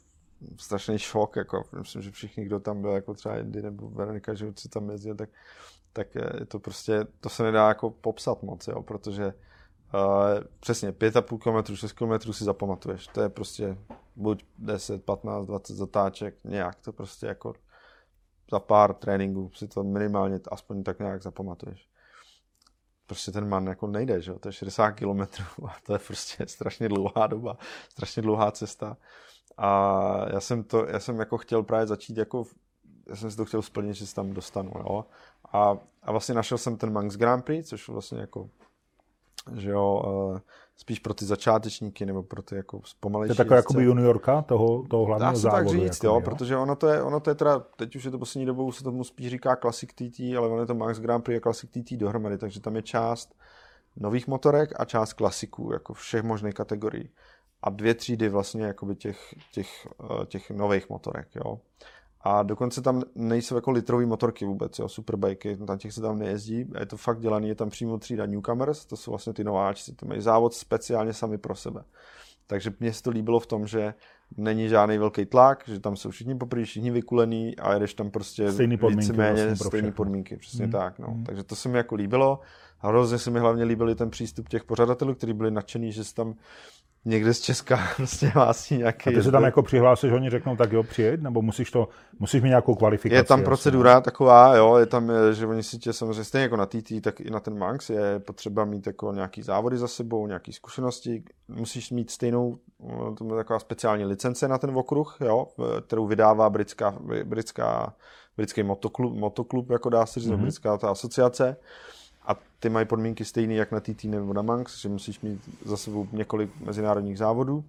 [SPEAKER 1] strašný šok, jako myslím, že všichni, kdo tam byl, jako třeba Andy nebo Veronika, že si tam jezdil, tak, tak je to prostě, to se nedá jako popsat moc, jo, protože uh, přesně pět a půl kilometru, šest kilometrů si zapamatuješ, to je prostě buď deset, patnáct, dvacet zatáček, nějak, to prostě jako za pár tréninků si to minimálně aspoň tak nějak zapamatuješ. Prostě ten man jako nejde, že jo, to je šedesát kilometrů a to je prostě strašně dlouhá doba, strašně dlouhá cesta. A já jsem to, já jsem jako chtěl právě začít jako, já jsem si to chtěl splnit, že se tam dostanu, jo. A, a vlastně našel jsem ten Manx Grand Prix, což vlastně jako, že jo, spíš pro ty začátečníky nebo pro ty jako zpomalejší.
[SPEAKER 2] To je taková jakoby juniorka toho, toho hlavního závodu.
[SPEAKER 1] Dá se tak říct,
[SPEAKER 2] jakoby,
[SPEAKER 1] jo, protože ono to je, ono to je teda, teď už je to poslední dobou, se tomu spíš říká Classic T T, ale ono je to Manx Grand Prix a Classic T T dohromady, takže tam je část nových motorek a část klasiků, jako všech možných kategorií. A dvě třídy vlastně jakoby těch, těch, těch nových motorek, jo. A dokonce tam nejsou jako litrový motorky vůbec, jo, superbajky, tam těch se tam nejezdí, a je to fakt dělaný, je tam přímo třída newcomers, to jsou vlastně ty nováčci, ty mají závod speciálně sami pro sebe. Takže mně se to líbilo v tom, že není žádný velký tlak, že tam jsou všichni poprvé, všichni vykulený a jedeš tam prostě
[SPEAKER 2] stejný podmínky,
[SPEAKER 1] víceméně
[SPEAKER 2] vlastně
[SPEAKER 1] stejný podmínky, přesně
[SPEAKER 2] hmm.
[SPEAKER 1] tak, no.
[SPEAKER 2] Hmm.
[SPEAKER 1] Takže to se mi jako líbilo a hrozně se mi hlavně líbily ten přístup těch pořadatelů, kteří byli nadšený, že se tam někde z Česka prostě hlásí nějaký...
[SPEAKER 2] A ty se tam jako přihlásíš, oni řeknou, tak jo, přijeď, nebo musíš to, musíš mít nějakou kvalifikaci?
[SPEAKER 1] Je tam procedura jasný. Taková, jo, je tam, že oni si tě samozřejmě stejně jako na T T, tak i na ten Manx je potřeba mít jako nějaký závody za sebou, nějaký zkušenosti, musíš mít stejnou, to je taková speciální licence na ten okruh, jo, kterou vydává britská, britská, britský motoklub, motoklub, jako dá se říct, mm-hmm. britská ta asociace. A ty mají podmínky stejné jak na T T nebo na Manx, že musíš mít za sebou několik mezinárodních závodů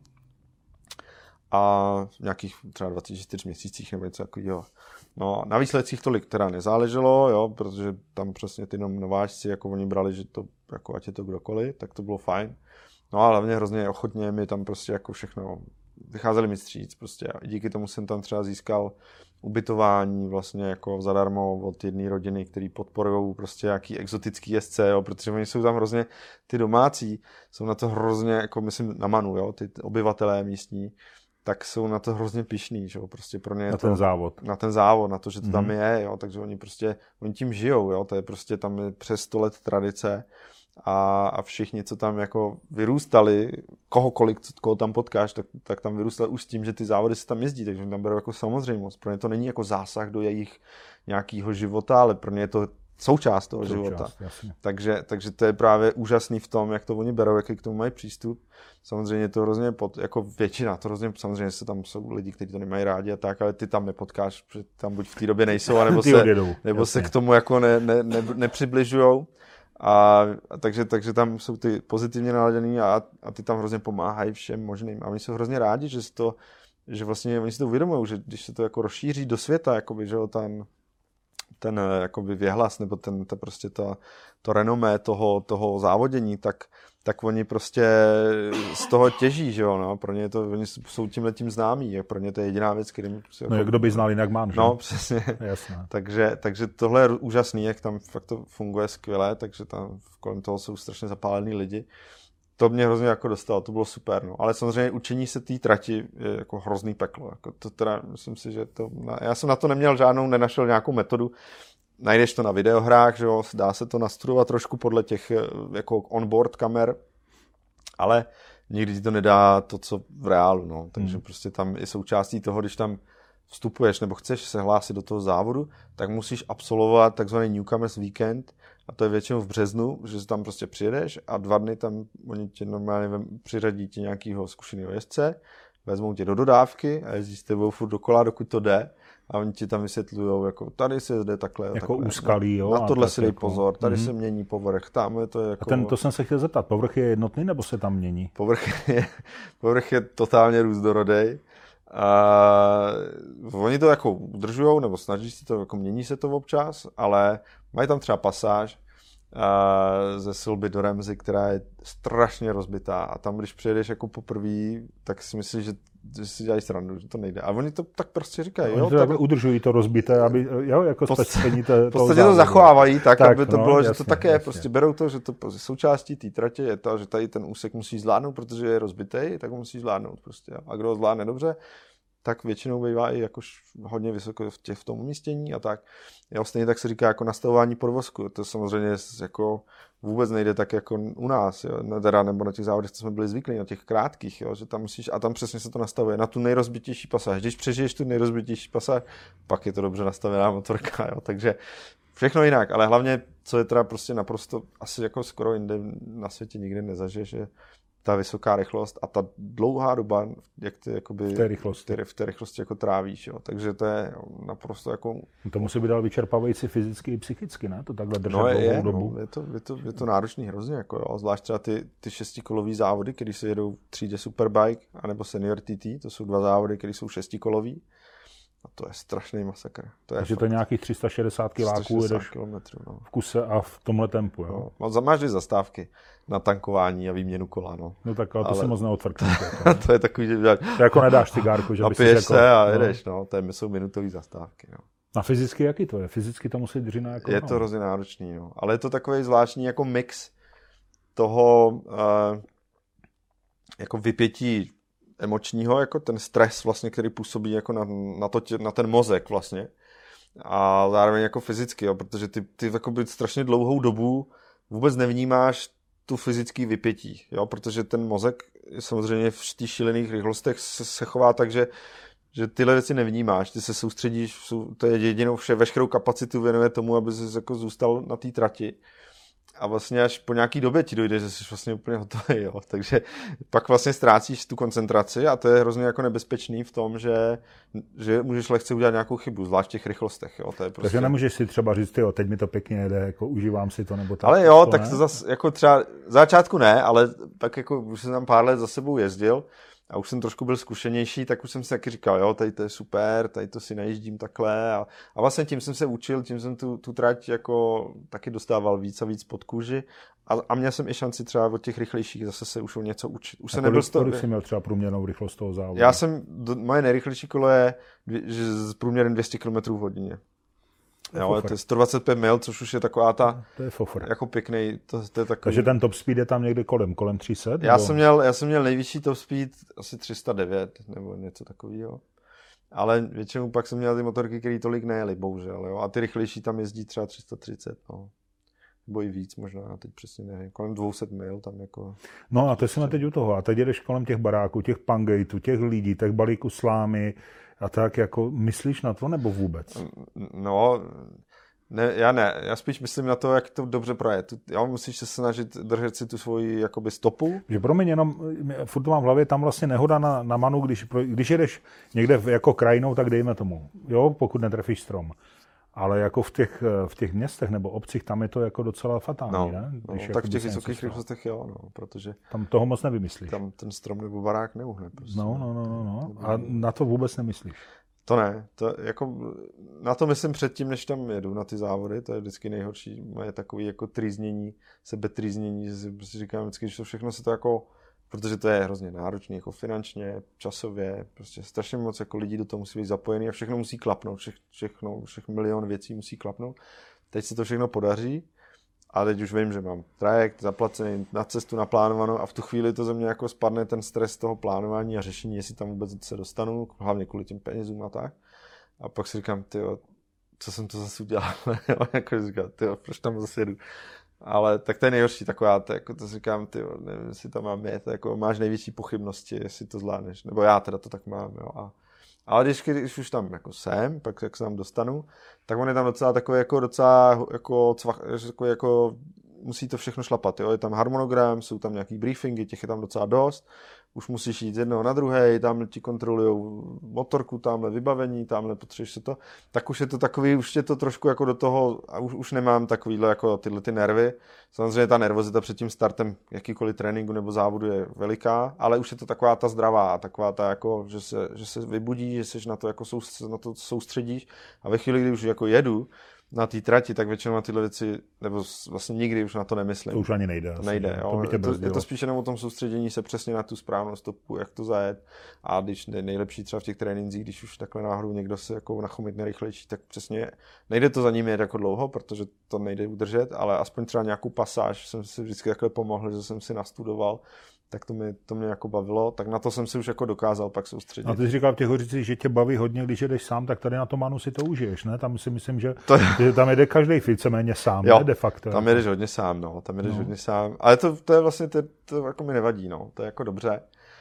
[SPEAKER 1] a v nějakých třeba dvaceti čtyřech měsících nebo něco takového. No na výsledcích tolik teda nezáleželo, jo, protože tam přesně ty nováčci, jako oni brali, že to, jako ať je to kdokoliv, tak to bylo fajn. No a hlavně hrozně ochotně mi tam prostě jako všechno vycházeli mi stříc prostě a díky tomu jsem tam třeba získal ubytování vlastně jako zadarmo od jedné rodiny, který podporují prostě nějaký exotický jezdce, jo, protože oni jsou tam hrozně, ty domácí jsou na to hrozně, jako myslím na Manu, jo, ty obyvatelé místní, tak jsou na to hrozně pyšný, že jo, prostě pro ně je
[SPEAKER 2] na
[SPEAKER 1] to,
[SPEAKER 2] ten závod.
[SPEAKER 1] Na ten závod, na to, že to mm-hmm. tam je, jo, takže oni prostě, oni tím žijou, jo, to je prostě tam je přes sto let tradice. A, a všichni, co tam jako vyrůstali, kohokoliv, koho tam potkáš, tak, tak tam vyrůstali už s tím, že ty závody se tam jezdí, takže tam berou jako samozřejmost. Pro ně to není jako zásah do jejich nějakého života, ale pro ně je to součást toho součást, života. Takže, takže to je právě úžasný v tom, jak to oni berou, jaký k tomu mají přístup. Samozřejmě to hrozně, pod, jako většina, to hrozně, samozřejmě se tam jsou lidi, kteří to nemají rádi a tak, ale ty tam nepotkáš, protože tam buď v té době nejsou, anebo se, nebo se k tomu jako ne, ne, ne, nepřibližujou. A, a takže, takže tam jsou ty pozitivně naladěný a, a ty tam hrozně pomáhají všem možným. A oni jsou hrozně rádi, že, to, že vlastně oni si to uvědomují, že když se to jako rozšíří do světa, jakoby, že ten, ten jakoby věhlas nebo ten, to, prostě to, to renomé toho, toho závodění, tak, tak oni prostě z toho těží, že jo, no. Pro ně to, oni jsou tímhletím známí, pro ně to je jediná věc, kterým... Prostě
[SPEAKER 2] no
[SPEAKER 1] jako,
[SPEAKER 2] kdo by znal jinak mám, že?
[SPEAKER 1] No, přesně.
[SPEAKER 2] Jasné.
[SPEAKER 1] takže, takže tohle je úžasný, jak tam fakt to funguje skvěle, takže tam kolem toho jsou strašně zapálení lidi. To mě hrozně jako dostalo, to bylo super, no. Ale samozřejmě učení se té trati je jako hrozný peklo. Jako to teda, myslím si, že to... Já jsem na to neměl žádnou, nenašel nějakou metodu. Najdeš to na videohrách, že jo, dá se to nastudovat trošku podle těch jako onboard kamer, ale nikdy ti to nedá to, co v reálu, no. Takže hmm. prostě tam je součástí toho, když tam vstupuješ nebo chceš se hlásit do toho závodu, tak musíš absolvovat takzvaný Newcomers Weekend, a to je většinou v březnu, že tam prostě přijedeš a dva dny tam oni tě normálně přiřadí tě nějakýho zkušeného jezdce, vezmou tě do dodávky a jezdí s tebou furt dokola, dokud to jde. A oni ti tam vysvětlujou, jako tady se jde takhle.
[SPEAKER 2] Jako
[SPEAKER 1] takhle,
[SPEAKER 2] úskalí, jo.
[SPEAKER 1] Na tohle si dej
[SPEAKER 2] jako...
[SPEAKER 1] pozor, tady
[SPEAKER 2] mm-hmm.
[SPEAKER 1] se mění povrch, tam je to jako...
[SPEAKER 2] A ten, to jsem se chtěl zeptat, povrch je jednotný, nebo se tam mění?
[SPEAKER 1] Povrch je, povrch je totálně různorodej. A oni to jako udržujou, nebo snaží se to, jako mění se to občas, ale mají tam třeba pasáž a ze Silby do Ramsey, která je strašně rozbitá a tam, když přijedeš jako poprvé, tak si myslíš, že, že si dělají srandu, že to nejde. A oni to tak prostě říkají.
[SPEAKER 2] Jo, tak udržují to rozbité, aby, jo, jako speciální to.
[SPEAKER 1] V podstatě to zachovávají tak, tak aby to
[SPEAKER 2] no,
[SPEAKER 1] bylo,
[SPEAKER 2] jasně,
[SPEAKER 1] že to také
[SPEAKER 2] jasně.
[SPEAKER 1] prostě berou to, že to součástí té tratě je to, že tady ten úsek musí zvládnout, protože je rozbitý, tak ho musí zvládnout prostě. A kdo ho zvládne dobře, tak většinou bývá i jako hodně vysoko v, tě, v tom umístění a tak. Jo, stejně tak se říká jako nastavování podvozku. To samozřejmě jako vůbec nejde tak jako u nás, jo, teda, nebo na těch závodech, co jsme byli zvyklí, na těch krátkých, jo, že tam musíš, a tam přesně se to nastavuje na tu nejrozbitější pasáž. Když přežiješ tu nejrozbitější pasáž, pak je to dobře nastavená motorka, jo, takže všechno jinak, ale hlavně, co je teda prostě naprosto, asi jako skoro jinde na světě nikdy nezažiješ, že ta vysoká rychlost a ta dlouhá doba, jak ty jakoby,
[SPEAKER 2] v té rychlosti,
[SPEAKER 1] v té rychlosti jako trávíš, jo. Takže to je naprosto jako...
[SPEAKER 2] To musí být ale vyčerpávající fyzicky i psychicky, ne? To takhle držet
[SPEAKER 1] no,
[SPEAKER 2] dlouhou
[SPEAKER 1] je,
[SPEAKER 2] dobu.
[SPEAKER 1] No, je to, je to, je to náročný hrozně, jako jo. Zvlášť třeba ty, ty šestikolový závody, které se jedou v třídě Superbike, anebo Senior T T, to jsou dva závody, které jsou šestikolový. A to je strašný masakr. To je
[SPEAKER 2] Takže to je nějakých tři sta šedesát kiláků jedeš
[SPEAKER 1] no.
[SPEAKER 2] v kuse a v tomhle tempu, jo?
[SPEAKER 1] No, máš dvě zastávky na tankování a výměnu kola, no.
[SPEAKER 2] No tak ale to ale... se moc neodfrkne.
[SPEAKER 1] To je takový, že...
[SPEAKER 2] To jako nedáš cigárku, že by si
[SPEAKER 1] jako...
[SPEAKER 2] se
[SPEAKER 1] a jedeš, no. no. To jsou minutový zastávky, no.
[SPEAKER 2] A fyzicky jaký to je? Fyzicky to musí dřina jako...
[SPEAKER 1] Je to hrozně náročný, no. Ale je to takový zvláštní jako mix toho uh, jako vypětí emočního, jako ten stres vlastně, který působí jako na, na, to, na ten mozek vlastně. A zároveň jako fyzicky, jo, protože ty, ty jakoby strašně dlouhou dobu vůbec nevnímáš tu fyzický vypětí, jo, protože ten mozek samozřejmě v těch šílených rychlostech se, se chová tak, že, že tyhle věci nevnímáš, ty se soustředíš, to je jedinou vše, veškerou kapacitu věnuje tomu, aby jsi jako zůstal na té trati. A vlastně až po nějaký době ti dojde, že jsi vlastně úplně hotový, jo. Takže pak vlastně ztrácíš tu koncentraci a to je hrozně jako nebezpečný v tom, že, že můžeš lehce udělat nějakou chybu, zvlášť v těch rychlostech, jo. To je prostě...
[SPEAKER 2] Takže nemůžeš si třeba říct, jo, teď mi to pěkně jede, jako užívám si to, nebo tak.
[SPEAKER 1] Ale jo,
[SPEAKER 2] to
[SPEAKER 1] tak
[SPEAKER 2] ne?
[SPEAKER 1] to zase jako třeba, v začátku ne, ale tak jako už jsem tam pár let za sebou jezdil a už jsem trošku byl zkušenější, tak už jsem si taky říkal, jo, tady to je super, tady to si najíždím takhle a, a vlastně tím jsem se učil, tím jsem tu, tu trať jako taky dostával víc a víc pod kůži a, a měl jsem i šanci třeba od těch rychlejších zase se už o něco učit. Už
[SPEAKER 2] a
[SPEAKER 1] se nebyl
[SPEAKER 2] kolik, kolik jsi měl třeba průměrnou rychlost toho závodu?
[SPEAKER 1] Já jsem, do, moje nejrychlejší kolo je že s průměrem dvě stě kilometrů v hodině. Jo, to je sto dvacet pět mil, což už je taková ta,
[SPEAKER 2] to je fofr.
[SPEAKER 1] Jako pěkný, to, to je takový.
[SPEAKER 2] Takže ten top speed je tam někde kolem, kolem tři sta?
[SPEAKER 1] Já jsem měl, já jsem měl nejvyšší top speed asi tři sta devět, nebo něco takového. Ale většinou pak jsem měl ty motorky, které tolik nejeli, bohužel, jo. A ty rychlejší tam jezdí třeba tři sta třicet, no. Nebo i víc možná, já teď přesně nevím, kolem dvě stě mil tam jako.
[SPEAKER 2] No a to jsme teď u toho, a teď jedeš kolem těch baráků, těch pangejtů, těch lidí, těch balíků slámy, a tak jako myslíš na to, nebo vůbec?
[SPEAKER 1] No, ne, já ne, já spíš myslím na to, jak to dobře projet. Já musíš se snažit držet si tu svoji jakoby stopu.
[SPEAKER 2] Že promiň, jenom furt to mám v hlavě, tam vlastně nehoda na, na manu, když, když jedeš někde jako krajinou, tak dejme tomu, jo, pokud netrefíš strom. Ale jako v těch, v těch městech nebo obcích, tam je to jako docela fatální,
[SPEAKER 1] no,
[SPEAKER 2] ne?
[SPEAKER 1] Když no, tak v těch vysokých rychlostech jo, no, protože...
[SPEAKER 2] Tam toho moc nevymyslíš.
[SPEAKER 1] Tam ten strom nebo barák neuhne. Prostě.
[SPEAKER 2] No, no, no, no, no. A na to vůbec nemyslíš? To
[SPEAKER 1] ne. To jako, na to myslím předtím, než tam jedu na ty závody, to je vždycky nejhorší. Moje takový jako trýznění, sebetrýznění, že si prostě říkám vždycky, že to všechno se to jako... Protože to je hrozně náročné, jako finančně, časově, prostě strašně moc jako lidí do toho musí být zapojený a všechno musí klapnout, vše, všechno, všech milion věcí musí klapnout. Teď se to všechno podaří a teď už vím, že mám trajekt zaplacený, na cestu naplánovanou a v tu chvíli to ze mě jako spadne ten stres toho plánování a řešení, jestli tam vůbec se dostanu, hlavně kvůli těm penězům a tak. A pak si říkám, tyjo, co jsem to zase udělal, jako říkám, tyjo, proč tam zase jedu. Ale tak to je nejhorší taková, to, jako to říkám, ty, nevím, jestli tam mám jet, jako máš největší pochybnosti, jestli to zvládneš, nebo já teda to tak mám, jo. A, ale když, když už tam jako jsem, pak jak se tam dostanu, tak on je tam docela takový jako docela jako, cvach, jako, jako musí to všechno šlapat, jo. Je tam harmonogram, jsou tam nějaký briefingy, těch je tam docela dost, už musíš jít z jednoho na druhé, tamhle ti kontrolujou motorku, tamhle vybavení, tamhle potřebuješ se to, tak už je to takový, už je to trošku jako do toho, a už, už nemám takovýhle jako tyhle ty nervy. Samozřejmě ta nervozita před tím startem jakýkoliv tréninku nebo závodu je veliká, ale už je to taková ta zdravá, taková ta jako, že se, že se vybudí, že seš na to jako sou, na to soustředíš a ve chvíli, kdy už jako jedu na té trati, tak většinou na tyhle věci, nebo vlastně nikdy už na to nemyslím.
[SPEAKER 2] To už ani nejde.
[SPEAKER 1] To nejde, jo.
[SPEAKER 2] To by
[SPEAKER 1] to, je to spíš jenom o tom soustředění se přesně na tu správnou stopu, jak to zajet. A když nejlepší třeba v těch trénincích, když už takhle náhodou někdo se jako nachomit nejrychlejší, tak přesně nejde to za ním jet jako dlouho, protože to nejde udržet, ale aspoň třeba nějakou pasáž jsem si vždycky takhle pomohl, že jsem si nastudoval tak to, mi, to mě jako bavilo, tak na to jsem si už jako dokázal pak soustředit.
[SPEAKER 2] A ty jsi říkal v těch Hořicích, že tě baví hodně, když jedeš sám, tak tady na tom Manu si to užiješ, ne? Tam si myslím, že,
[SPEAKER 1] to...
[SPEAKER 2] že tam jede každý víceméně sám,
[SPEAKER 1] jo,
[SPEAKER 2] ne? De facto.
[SPEAKER 1] Tam jedeš hodně sám, no, tam jedeš
[SPEAKER 2] no.
[SPEAKER 1] hodně sám, ale to, to je vlastně, to, to jako mi nevadí, no, to je jako dobře.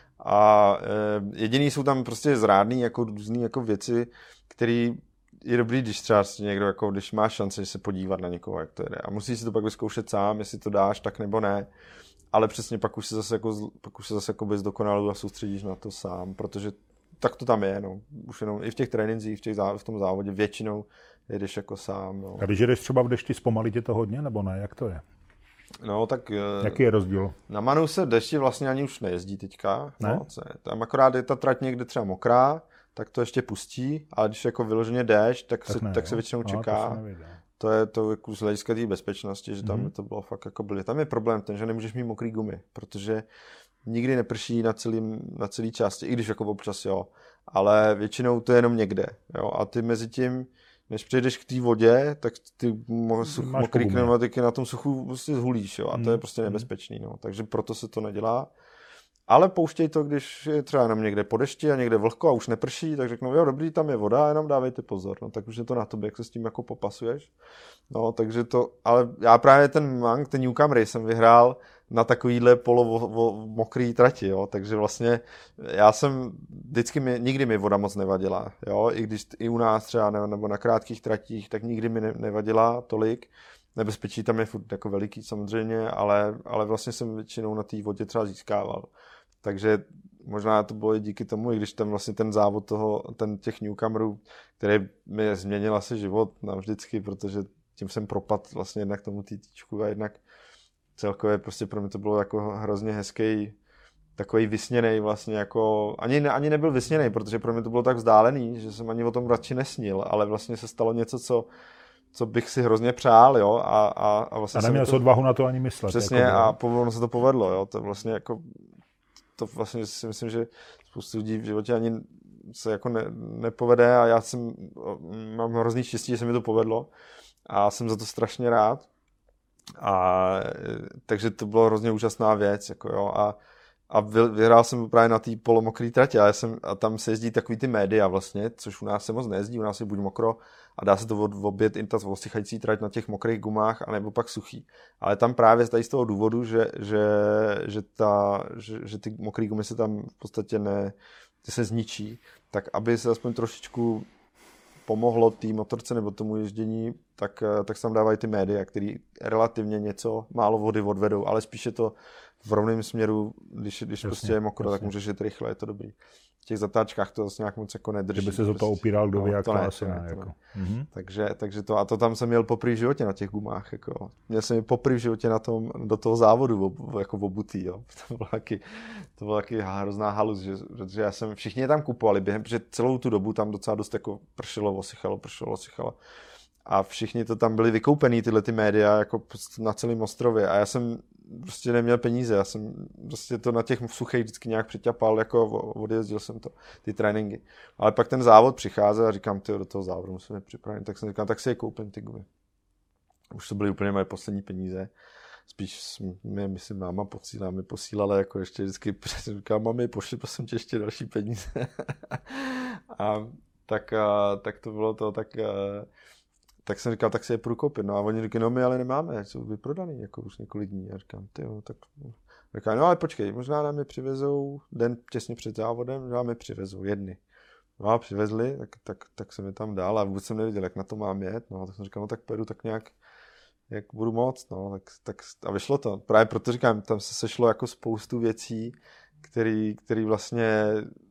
[SPEAKER 1] A e, jediný jsou tam prostě zrádný jako různý jako věci, které je dobrý, když třeba někdo, jako, když máš šanci se podívat na někoho, jak to jede. A musíš si to pak vyzkoušet sám, jestli to dáš, tak nebo ne. Ale přesně pak už se zase, jako, pak už se zase jako bez dokonalu a soustředíš na to sám, protože tak to tam je, no. Už jenom i v těch trénincích, v, těch zá, v tom závodě většinou jedeš jako sám, no.
[SPEAKER 2] A když jedeš třeba v dešti, zpomalí tě to hodně, nebo ne? Jak to je?
[SPEAKER 1] No, tak...
[SPEAKER 2] Jaký je rozdíl?
[SPEAKER 1] Na Manu se dešti vlastně ani už nejezdí teďka.
[SPEAKER 2] Ne?
[SPEAKER 1] No, tam akorát je ta trať někde třeba mokrá, tak to ještě pustí, ale když jako vyloženě déšť, tak, tak, se, ne, tak se většinou čeká. No, to, to je to jako z hlediska té bezpečnosti, že tam mm-hmm. to bylo fakt jako blbě. Tam je problém ten, že nemůžeš mít mokrý gumy, protože nikdy neprší na celý, na celý části, i když jako občas jo, ale většinou to je jenom někde. Jo, a ty mezi tím, než přejdeš k té vodě, tak ty mo- such, mokrý pneumatiky na tom suchu prostě zhulíš, jo, a to je prostě nebezpečný, no, takže proto se to nedělá. Ale pouštěj to, když je třeba jenom někde po dešti a někde vlhko a už neprší, tak řeknou, jo, dobrý, tam je voda, jenom dávejte pozor. No, tak už je to na tobě, jak se s tím jako popasuješ. No, takže to, ale já právě ten Mank, ten New Camry jsem vyhrál na takovýhle polo mokrý trati, jo, takže vlastně já jsem, vždycky mi, nikdy mi voda moc nevadila, jo, i když i u nás třeba nebo na krátkých tratích, tak nikdy mi nevadila tolik. Nebezpečí tam je furt jako veliký samozřejmě, ale, ale vlastně jsem většinou na té vodě třeba získával. Takže možná to bylo i díky tomu, i když tam vlastně ten závod toho, ten těch Newcomerů, který mi změnil asi život navždycky, protože tím jsem propadl vlastně jednak tomu týtíčku a jednak celkově prostě pro mě to bylo jako hrozně hezký, takový vysněnej vlastně jako, ani, ani nebyl vysněnej, protože pro mě to bylo tak vzdálený, že jsem ani o tom radši nesnil, ale vlastně se stalo něco, co co bych si hrozně přál, jo, a, a, a vlastně...
[SPEAKER 2] A neměl jsi odvahu na to ani myslet.
[SPEAKER 1] Přesně, jako a povolno se to povedlo, jo, to vlastně jako, to vlastně si myslím, že spoustu lidí v životě ani se jako ne, nepovede a já jsem, mám hrozný štěstí, že se mi to povedlo a jsem za to strašně rád a takže to bylo hrozně úžasná věc, jako jo, a A vyhrál jsem právě na té polomokré tratě a, jsem, a tam se jezdí takový ty média vlastně, což u nás se moc nejezdí, u nás je buď mokro a dá se to obět i ta osychající trať na těch mokrých gumách, anebo pak suchý. Ale tam právě tady z toho důvodu, že, že, že, ta, že, že ty mokré gumy se tam v podstatě ne, ty se zničí, tak aby se aspoň trošičku pomohlo té motorce nebo tomu ježdění, tak, tak se tam dávají ty média, které relativně něco málo vody odvedou, ale spíše to v rovném směru, když, když jasně, prostě je mokro, jasně. Tak můžeš jít rychle, je to dobrý. V těch zatáčkách to vlastně nějak moc jako nedrží.
[SPEAKER 2] Kdyby se za to opíral, kdo ví, jak to, to asi ne. Jako.
[SPEAKER 1] Mm-hmm. Takže, takže to, a to tam jsem měl poprvé v životě na těch gumách. Jako. Měl jsem je poprvé v životě na tom, do toho závodu ob, jako obutý. Jo. To bylo taky, to bylo taky hrozná halus, že, že já jsem, všichni je tam kupovali během, protože celou tu dobu tam docela dost jako pršelo, osychalo, pršelo, osychalo. A všichni to tam byli vykoupený, tyhle ty média, jako na celém ostrově. A já jsem prostě neměl peníze. Já jsem prostě to na těch suchých vždycky nějak přiťapal, jako odjezdil jsem to, ty tréninky. Ale pak ten závod přicházel a říkám, tyjo, do toho závodu musíme připravit. Tak jsem říkal, tak si je koupím ty gumy. Už to byly úplně moje poslední peníze. Spíš mě, myslím, máma posílala, mi posílala jako ještě vždycky, říkám, mami, pošli prosím tě ještě další peníze. a tak, a, tak to bylo to, tak... A, tak jsem říkal, tak si je půjdu koupit. No a oni říkají, no my ale nemáme, jsou vyprodaný jako už několik dní. A říkám, tyjo, tak... Říkám, no ale počkej, možná nám je přivezou den těsně před závodem, možná nám je přivezou jedny. No a přivezli, tak, tak, tak jsem je tam dal a vůbec jsem nevěděl, jak na to mám jet. No tak jsem říkal, no tak pojedu tak nějak, jak budu moc, no tak, tak a vyšlo to. Právě proto říkám, tam se sešlo jako spoustu věcí, který, který vlastně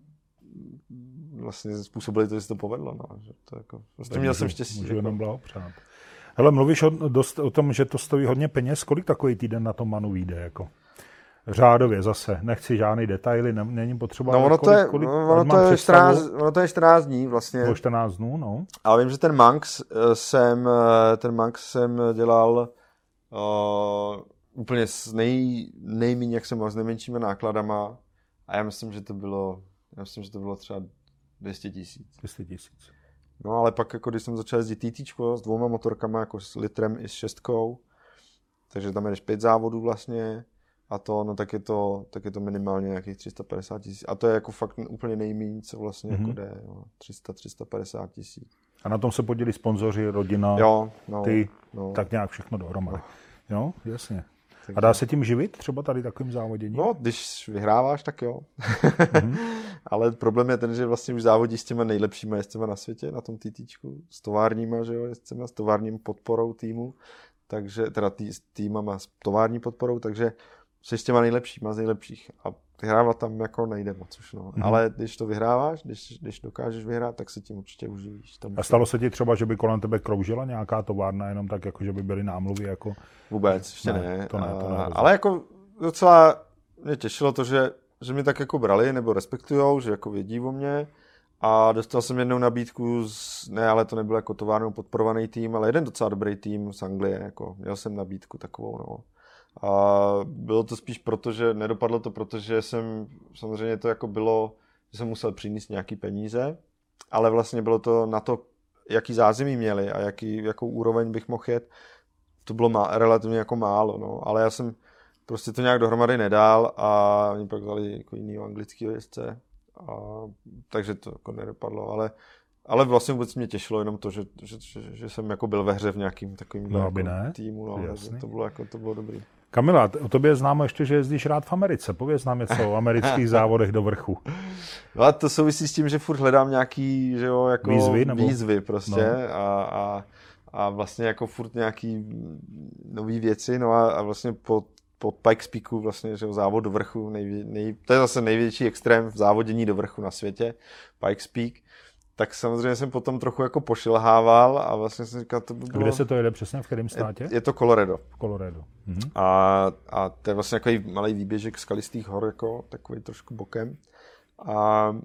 [SPEAKER 1] vlastně způsobili to, že se to povedlo. No. Že to jako, vlastně měl
[SPEAKER 2] můžu,
[SPEAKER 1] jsem štěstí.
[SPEAKER 2] Můžu
[SPEAKER 1] jako.
[SPEAKER 2] jenom blahopřát. Hele, mluvíš o, dost, o tom, že to stojí hodně peněz. Kolik takový týden na tom Manu vyjde? Jako? Řádově zase. Nechci žádný detaily, ne, není potřeba.
[SPEAKER 1] No ono,
[SPEAKER 2] kolik,
[SPEAKER 1] to je,
[SPEAKER 2] kolik,
[SPEAKER 1] ono, to je čtrnáct, ono to je čtrnáct dní vlastně.
[SPEAKER 2] Bylo čtrnáct dnů, no.
[SPEAKER 1] Ale vím, že ten Manx jsem, ten Manx jsem dělal uh, úplně s nej, nejméně, jak jsem mohl, s nejmenšími nákladama. A já myslím, že to bylo, já myslím, že to bylo třeba dvě stě tisíc.
[SPEAKER 2] dvě stě tisíc.
[SPEAKER 1] No ale pak, jako když jsem začal jezdit TTčko s dvouma motorkama, jako s litrem i s šestkou, takže tam jdeš pět závodů vlastně, a to, no tak je to, tak je to minimálně nějakých tři sta padesát tisíc. A to je jako fakt úplně nejméně, co vlastně mm-hmm. jako jde, jo. tři sta až tři sta padesát tisíc.
[SPEAKER 2] A na tom se podělí sponzoři, rodina,
[SPEAKER 1] jo, no,
[SPEAKER 2] ty,
[SPEAKER 1] no.
[SPEAKER 2] tak nějak všechno dohromady. No. Jo, jasně. A dá se tím živit třeba tady takovým závoděním?
[SPEAKER 1] No, když vyhráváš, tak jo. Mm-hmm. Ale problém je ten, že vlastně už závodí s těma nejlepšíma jezdcema na světě, na tom TTčku, s továrníma, že jo, jezdcema, s továrním podporou týmu, takže, teda tý, s týmama s tovární podporou, takže jsi s těma nejlepšíma z nejlepších. A vyhrávat tam jako nejde moc už, no. Mm-hmm. Ale když to vyhráváš, když, když dokážeš vyhrát, tak se tím určitě uživíš. Tam
[SPEAKER 2] a stalo se ti třeba, že by kolem tebe kroužila nějaká továrna, jenom tak, jako že by byly námluvy? Jako...
[SPEAKER 1] Vůbec, ještě ne. ne.
[SPEAKER 2] To ne, to ne
[SPEAKER 1] ale jako docela mě těšilo to, že, že mě tak jako brali nebo respektujou, že jako vědí o mě. A dostal jsem jednou nabídku, z, ne, ale to nebyl jako továrnou podporovaný tým, ale jeden docela dobrý tým z Anglie. Jako, měl jsem nabídku takovou, no. A bylo to spíš proto, že nedopadlo to, protože jsem, samozřejmě to jako bylo, že jsem musel přinést nějaký peníze, ale vlastně bylo to na to, jaký zázemí měli a jaký, jakou úroveň bych mohl jet, to bylo má, relativně jako málo, no. Ale já jsem prostě to nějak dohromady nedal a oni pak dali jako jinýho anglického jezdce, a, takže to jako nedopadlo, ale Ale vlastně vůbec mě těšilo jenom to, že, že, že, že jsem jako byl ve hře v nějakým takovým
[SPEAKER 2] no,
[SPEAKER 1] jako
[SPEAKER 2] ne.
[SPEAKER 1] týmu, no, to bylo jako to bylo dobrý.
[SPEAKER 2] Kamila, o tobě známo ještě, že jezdíš rád v Americe. Pověz nám něco o amerických závodech do vrchu.
[SPEAKER 1] No a to souvisí s tím, že furt hledám nějaký, že jo, jako
[SPEAKER 2] výzvy, nebo...
[SPEAKER 1] výzvy prostě no. a, a, a vlastně jako furt nějaký nový věci, no a, a vlastně po po Pikes Peaku vlastně, že jo, závod do vrchu, nejvě, nej, to je zase největší extrém v závodění do vrchu na světě, Pikes Peak. Tak samozřejmě jsem potom trochu jako pošilhával a vlastně jsem říkal, to by bylo...
[SPEAKER 2] A kde se to jede přesně, v kterém státě?
[SPEAKER 1] Je, je to Colorado.
[SPEAKER 2] Colorado. Mhm.
[SPEAKER 1] A, a to je vlastně takový malý výběžek skalistých hor, jako takový trošku bokem. A, a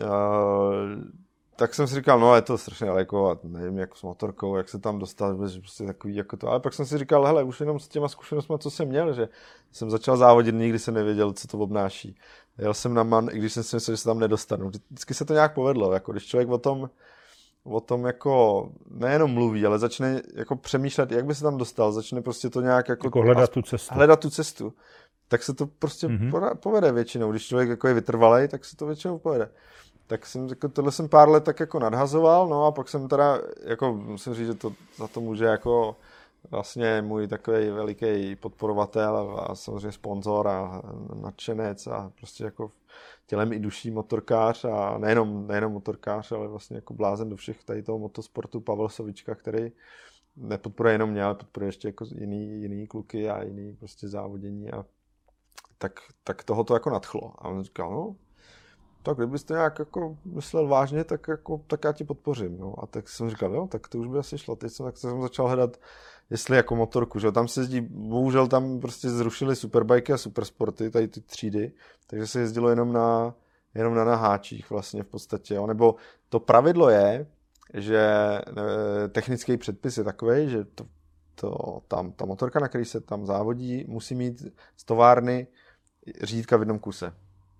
[SPEAKER 1] tak jsem si říkal, no je to strašně daleko a nevím, jak s motorkou, jak se tam dostat, že prostě takový jako to. Ale pak jsem si říkal, hele, už jenom s těma zkušenostmi, co jsem měl, že jsem začal závodit, nikdy jsem nevěděl, co to obnáší. Jel jsem na Man, i když jsem si myslel, že se tam nedostanu. Vždycky se to nějak povedlo, jako když člověk o tom, o tom jako nejenom mluví, ale začne jako přemýšlet, jak by se tam dostal, začne prostě to nějak jako,
[SPEAKER 2] jako hledat tu cestu.
[SPEAKER 1] Hledat tu cestu. Tak se to prostě mm-hmm. povede většinou. Když člověk jako je vytrvalej, tak se to většinou povede. Tak jsem jako, tohle jsem pár let tak jako nadhazoval, no a pak jsem teda, jako musím říct, že to za to může jako vlastně můj takový veliký podporovatel a samozřejmě sponzor a nadšenec a prostě jako tělem i duší motorkář a nejenom, nejenom motorkář, ale vlastně jako blázen do všech tady toho motosportu Pavel Sovička, který nepodporuje jenom mě, ale podporuje ještě jako jiný, jiný kluky a jiný prostě závodění a tak, tak toho to jako nadchlo. A on říkal, no, tak kdybyste nějak jako myslel vážně, tak, jako, tak já ti podpořím. No. A tak jsem říkal, jo, tak to už by asi šlo. Teď jsem, tak jsem začal hledat, jestli jako motorku, že tam se jezdí, bohužel tam prostě zrušili superbajky a supersporty, tady ty třídy, takže se jezdilo jenom na, jenom na naháčích vlastně v podstatě. Jo. Nebo to pravidlo je, že e, technický předpis je takový, že to, to, tam, ta motorka, na který se tam závodí, musí mít z továrny řídka v jednom kuse.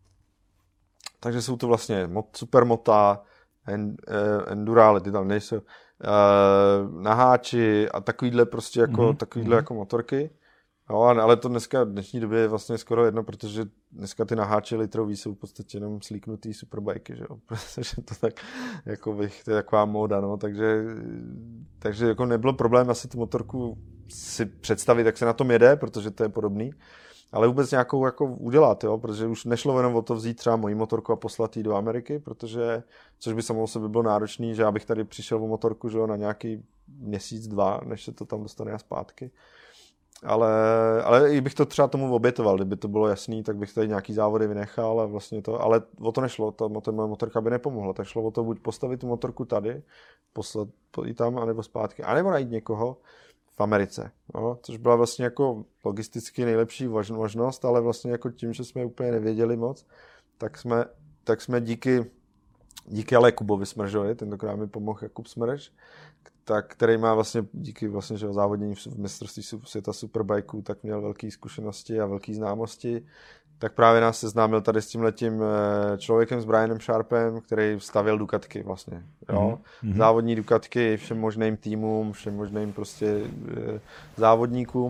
[SPEAKER 1] Takže jsou to vlastně supermota, endurále, ty tam nejsou, uh, naháči a takovýhle prostě jako, mm-hmm. takovýhle jako motorky. Jo, ale to dneska, v dnešní době je vlastně skoro jedno, protože dneska ty naháče litrový jsou v podstatě jenom slíknutý superbajky, že jo, protože to tak, jako bych, to je taková móda, no, takže, takže jako nebylo problém asi tu motorku si představit, jak se na tom jede, protože to je podobný. Ale vůbec nějakou jako udělat, jo, protože už nešlo jenom o to vzít třeba moji motorku a poslat ji do Ameriky, protože, což by samo sebe bylo náročný, že já bych tady přišel o motorku, že jo, na nějaký měsíc, dva, než se to tam dostane a zpátky. Ale, ale i bych to třeba tomu obětoval, kdyby to bylo jasný, tak bych tady nějaký závody vynechal a vlastně to, ale o to nešlo, ta moje motorka by nepomohla, tak šlo o to buď postavit tu motorku tady, poslat ji tam, anebo zpátky, anebo najít někoho v Americe, no, což byla vlastně jako logisticky nejlepší možnost, ale vlastně jako tím, že jsme úplně nevěděli moc, tak jsme, tak jsme díky, díky ale Kubovi Smržovi, tentokrát mi pomohl Jakub Smrž, tak, který má vlastně díky vlastně, že závodění v mistrovství světa superbikeů, tak měl velké zkušenosti a velké známosti, tak právě nás seznámil tady s tímhletím člověkem, s Brianem Sharpem, který stavěl Ducatky vlastně, jo? Mm-hmm. Závodní Ducatky všem možným týmům, všem možným prostě závodníkům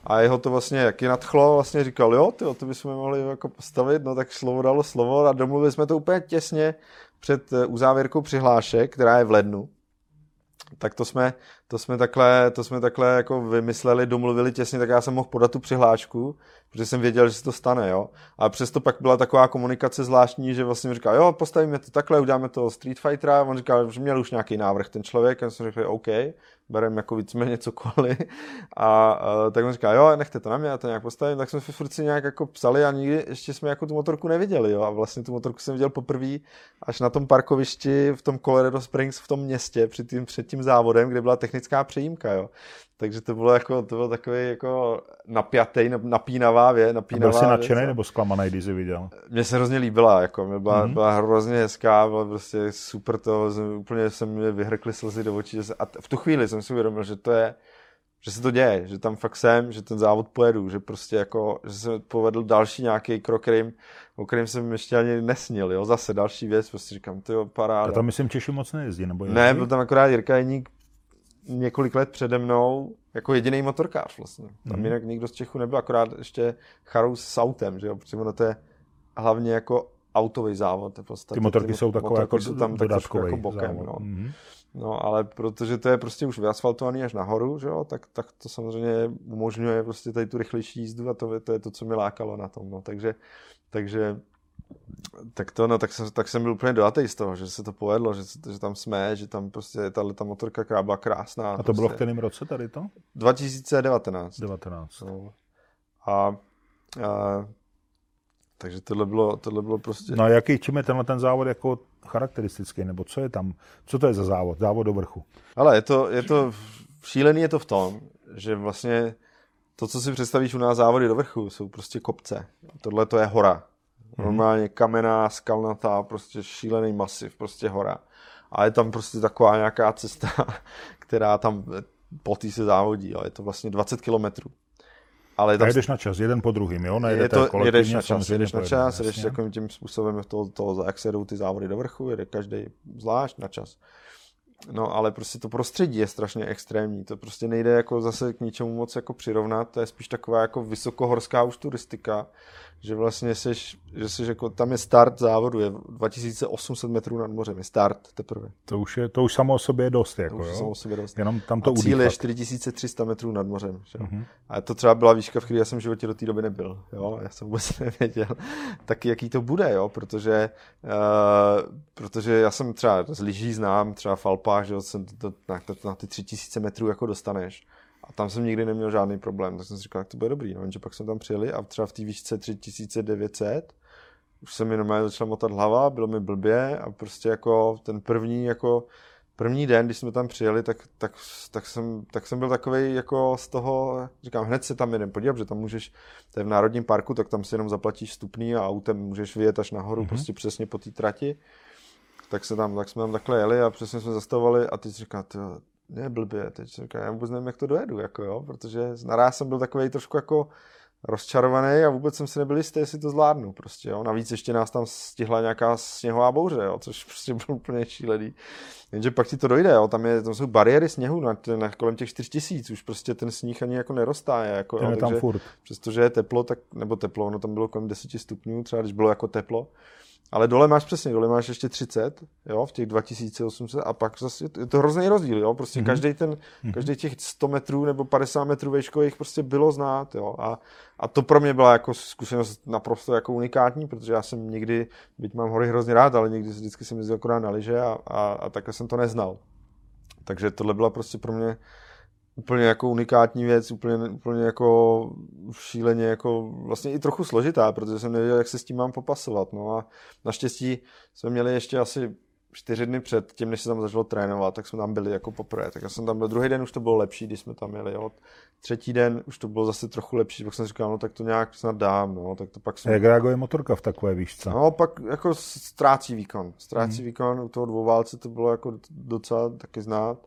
[SPEAKER 1] a jeho to vlastně jaký nadchlo, vlastně říkal, jo, tyjo, to bychom mohli jako postavit, no tak slovo dalo slovo a domluvili jsme to úplně těsně před uzávěrkou přihlášek, která je v lednu. Tak to jsme, to jsme takhle, to jsme takhle jako vymysleli, domluvili těsně, tak já jsem mohl podat tu přihlášku, protože jsem věděl, že se to stane, jo. A přesto pak byla taková komunikace zvláštní, že vlastně mi říkal, jo, postavíme to takhle, uděláme to Street Fightera, on říkal, že měl už nějaký návrh ten člověk, a já jsem řekl, OK, bereme jako víceméně cokoliv. A, a tak on říkal, jo, nechte to na mě, já to nějak postavím, tak jsme se furt si nějak jako psali a nikdy ještě jsme jako tu motorku neviděli, jo. A vlastně tu motorku jsem viděl poprvé až na tom parkovišti v tom Colorado Springs v tom městě před tím, před tím závodem, kde byla technická přejímka, jo. Takže to bylo jako, to bylo takový jako napjatý, napínavá věc, napínavá.
[SPEAKER 2] A byl jsi nadšený nebo zklamaný, když jsi viděl?
[SPEAKER 1] Mně se hrozně líbila, jako, mě byla, mm-hmm. byla hrozně hezká, byla prostě super to, úplně se mě vyhrkly slzy do očí, že se, a v tu chvíli jsem si uvědomil, že to je, že se to děje, že tam fakt jsem, že ten závod pojedu, že prostě jako, že jsem povedl další nějaký krok, kterým, o kterým jsem ještě ani nesnil, jo, zase další věc, prostě říkám, tyjo, paráda.
[SPEAKER 2] A tam myslím Češi moc nejezdí, nebo jezdí?
[SPEAKER 1] Ne, byl tam akorát Jirka Jeník několik let přede mnou, jako jediný motorkář vlastně. Tam mm. jinak nikdo z Čechů nebyl, akorát ještě Charous s autem, že jo, protože ono to je hlavně jako autový závod.
[SPEAKER 2] Ty motorky ty jsou takové jako
[SPEAKER 1] jsou tam tak jako bokem,
[SPEAKER 2] závod.
[SPEAKER 1] no.
[SPEAKER 2] Mm.
[SPEAKER 1] No, ale protože to je prostě už vyasfaltovaný až nahoru, že jo, tak, tak to samozřejmě umožňuje prostě tady tu rychlejší jízdu a to, to je to, co mě lákalo na tom, no. Takže, takže tak to, no, tak jsem, tak jsem byl úplně dojatý z toho, že se to povedlo, že, že tam jsme, že tam prostě tato motorka, která byla krásná.
[SPEAKER 2] A to
[SPEAKER 1] prostě.
[SPEAKER 2] bylo v kterém roce tady to?
[SPEAKER 1] dva tisíce devatenáct.
[SPEAKER 2] devatenáct.
[SPEAKER 1] No. A, a takže tohle bylo, tohle bylo prostě...
[SPEAKER 2] No a jaký, čím je tenhle ten závod jako charakteristický, nebo co je tam, co to je za závod, závod do vrchu? Ale
[SPEAKER 1] je to, je to, šílený je to v tom, že vlastně to, co si představíš u nás závody do vrchu, jsou prostě kopce. Tohle to je hora. Normálně kamenná, skalnatá, prostě šílený masiv, prostě hora. A je tam prostě taková nějaká cesta, která tam po té se závodí. Jo. Je to vlastně dvacet kilometrů. Ale tam...
[SPEAKER 2] A jedeš na čas, jeden po druhým, jo?
[SPEAKER 1] Je to, jedeš na čas, jedeš na čas, jedeš takovým tím způsobem toho, toho, jak se jdou ty závody do vrchu, jede každý zvlášť na čas. No, ale prostě to prostředí je strašně extrémní. To prostě nejde jako zase k ničemu moc jako přirovnat. To je spíš taková jako vysokohorská už turistika, že vlastně seš, že seš jako, tam je start závodu, je dva tisíce osm set metrů nad mořem, je start teprve.
[SPEAKER 2] To už, je, to už samo o sobě je dost, jako,
[SPEAKER 1] to už
[SPEAKER 2] jo?
[SPEAKER 1] Samo o sobě dost.
[SPEAKER 2] Jenom tam to
[SPEAKER 1] udýchat. A cíl je čtyři tisíce tři sta metrů nad mořem. Uh-huh. A to třeba byla výška, v které já jsem v životě do té doby nebyl. Jo? Já jsem vůbec nevěděl taky, jaký to bude, jo? Protože, uh, protože já jsem třeba z lyží znám, třeba v Alpách, že jsem to, to, na, to, na ty tři tisíce metrů jako dostaneš. A tam jsem nikdy neměl žádný problém, tak jsem si říkal, jak to bude dobrý. No, jenže pak jsme tam přijeli a třeba v té výšce tři tisíce devět set už se mi normálně začala motat hlava, bylo mi blbě a prostě jako ten první, jako první den, když jsme tam přijeli, tak, tak, tak, jsem, tak jsem byl takovej jako z toho, říkám, hned se tam jdem podívat, že tam můžeš, to je v Národním parku, tak tam si jenom zaplatíš vstupný a autem můžeš vyjet až nahoru, mm-hmm. prostě přesně po té trati. Tak, se tam, tak jsme tam takhle jeli a přesně jsme zastavovali a teď říkám, ne, blbě, teď říkám, já vůbec nevím, jak to dojedu, jako jo, protože naraz jsem byl takovej trošku jako rozčarovaný a vůbec jsem si nebyl jistý, jestli to zvládnu prostě, jo. Navíc ještě nás tam stihla nějaká sněhová bouře, jo, což prostě bylo úplně šílený. Jenže pak ti to dojde, jo, tam, je, tam jsou bariéry sněhu na, na kolem těch čtyři tisíc, už prostě ten sníh ani jako nerostáje, jako, jo,
[SPEAKER 2] je tam
[SPEAKER 1] takže
[SPEAKER 2] furt.
[SPEAKER 1] Přestože je teplo, tak, nebo teplo, ono tam bylo kolem deset stupňů, třeba když bylo jako teplo, ale dole máš přesně, dole máš ještě třicet, jo, v těch dva tisíce osm set a pak zase je to hrozný rozdíl, jo, prostě mm-hmm. každý ten, mm-hmm. každý těch sto metrů nebo padesát metrů vejškových prostě bylo znát, jo, a, a to pro mě byla jako zkušenost naprosto jako unikátní, protože já jsem nikdy, byť mám hory hrozně rád, ale nikdy vždycky jsem jezdil akorát na lyže a, a, a takhle jsem to neznal. Takže tohle byla prostě pro mě úplně jako unikátní věc, úplně, úplně jako šíleně jako vlastně i trochu složitá, protože jsem nevěděl, jak se s tím mám popasovat. No a naštěstí jsme měli ještě asi čtyři dny před tím, než se tam začalo trénovat, tak jsme tam byli jako poprvé. Tak já jsem tam byl, druhý den už to bylo lepší, když jsme tam jeli, jo. Třetí den už to bylo zase trochu lepší, pak jsem říkal, no tak to nějak snad dám, no, tak to pak jsem...
[SPEAKER 2] Jak reaguje motorka v takové výšce?
[SPEAKER 1] No, pak jako ztrácí výkon, ztrácí hmm. výkon, u toho dvouválce to bylo jako docela taky znát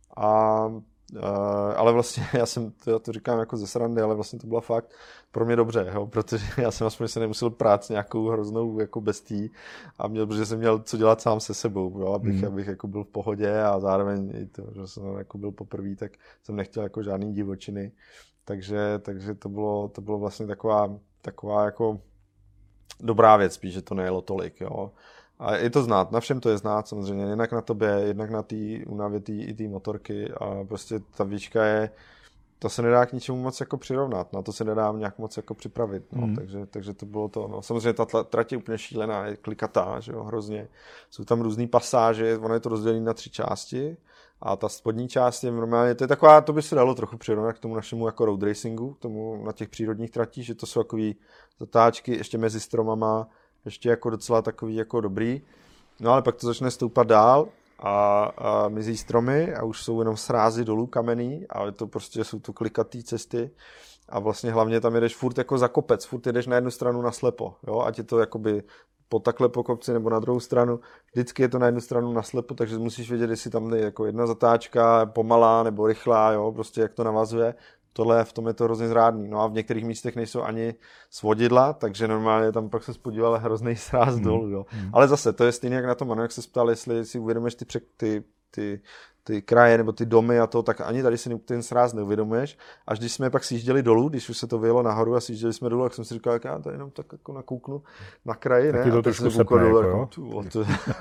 [SPEAKER 1] a Uh, ale vlastně já jsem, to, já to říkám jako ze srandy, ale vlastně to bylo fakt pro mě dobře, jo, protože já jsem aspoň se nemusel prát s nějakou hroznou jako bestí a měl, protože jsem měl co dělat sám se sebou, jo, abych, mm. abych jako byl v pohodě a zároveň i to, že jsem jako byl poprvý, tak jsem nechtěl jako žádný divočiny. takže, takže to bylo, to bylo vlastně taková, taková jako dobrá věc, spíš, že to nejelo tolik, jo. A je to znát, na všem to je znát samozřejmě, jednak na tobě, jednak na té únavě i té motorky a prostě ta výška je, to se nedá k ničemu moc jako přirovnat, na to se nedá nějak moc jako připravit, no, mm. takže, takže to bylo to, no. Samozřejmě ta trať je úplně šílená, je klikatá, že jo, hrozně, jsou tam různý pasáže, ono je to rozdělené na tři části a ta spodní část je normálně, to je taková, to by se dalo trochu přirovnat k tomu našemu jako road racingu, k tomu na těch přírodních tratích, že to jsou takový zatáčky ještě mezi stromama, ještě jako docela takový jako dobrý, no ale pak to začne stoupat dál a, a mizí stromy a už jsou jenom srázy dolů kamenný a to prostě jsou to klikatý cesty a vlastně hlavně tam jedeš furt jako za kopec, furt jedeš na jednu stranu naslepo, jo, ať je to jakoby po takhle po kopci nebo na druhou stranu, vždycky je to na jednu stranu naslepo, takže musíš vědět, jestli tam je jako jedna zatáčka pomalá nebo rychlá, jo, prostě jak to navazuje. Tohle v tom je to hrozně zrádný. No a v některých místech nejsou ani svodidla, takže normálně tam pak se spodíval hrozný sráz mm. dolů. Jo. Mm. Ale zase, to je stejně jak na tom, ano, jak se ptal, jestli si uvědomíš ty, ty, ty, ty kraje nebo ty domy a to, tak ani tady si ten sráz neuvědomuješ. Až když jsme pak sjížděli dolů, když už se to vyjelo nahoru a sjížděli jsme dolů, tak jsem si říkal, jak já to jenom tak jako nakouknu na kraji, ne?
[SPEAKER 2] Taky to trošku sepne, jako, jo?
[SPEAKER 1] To...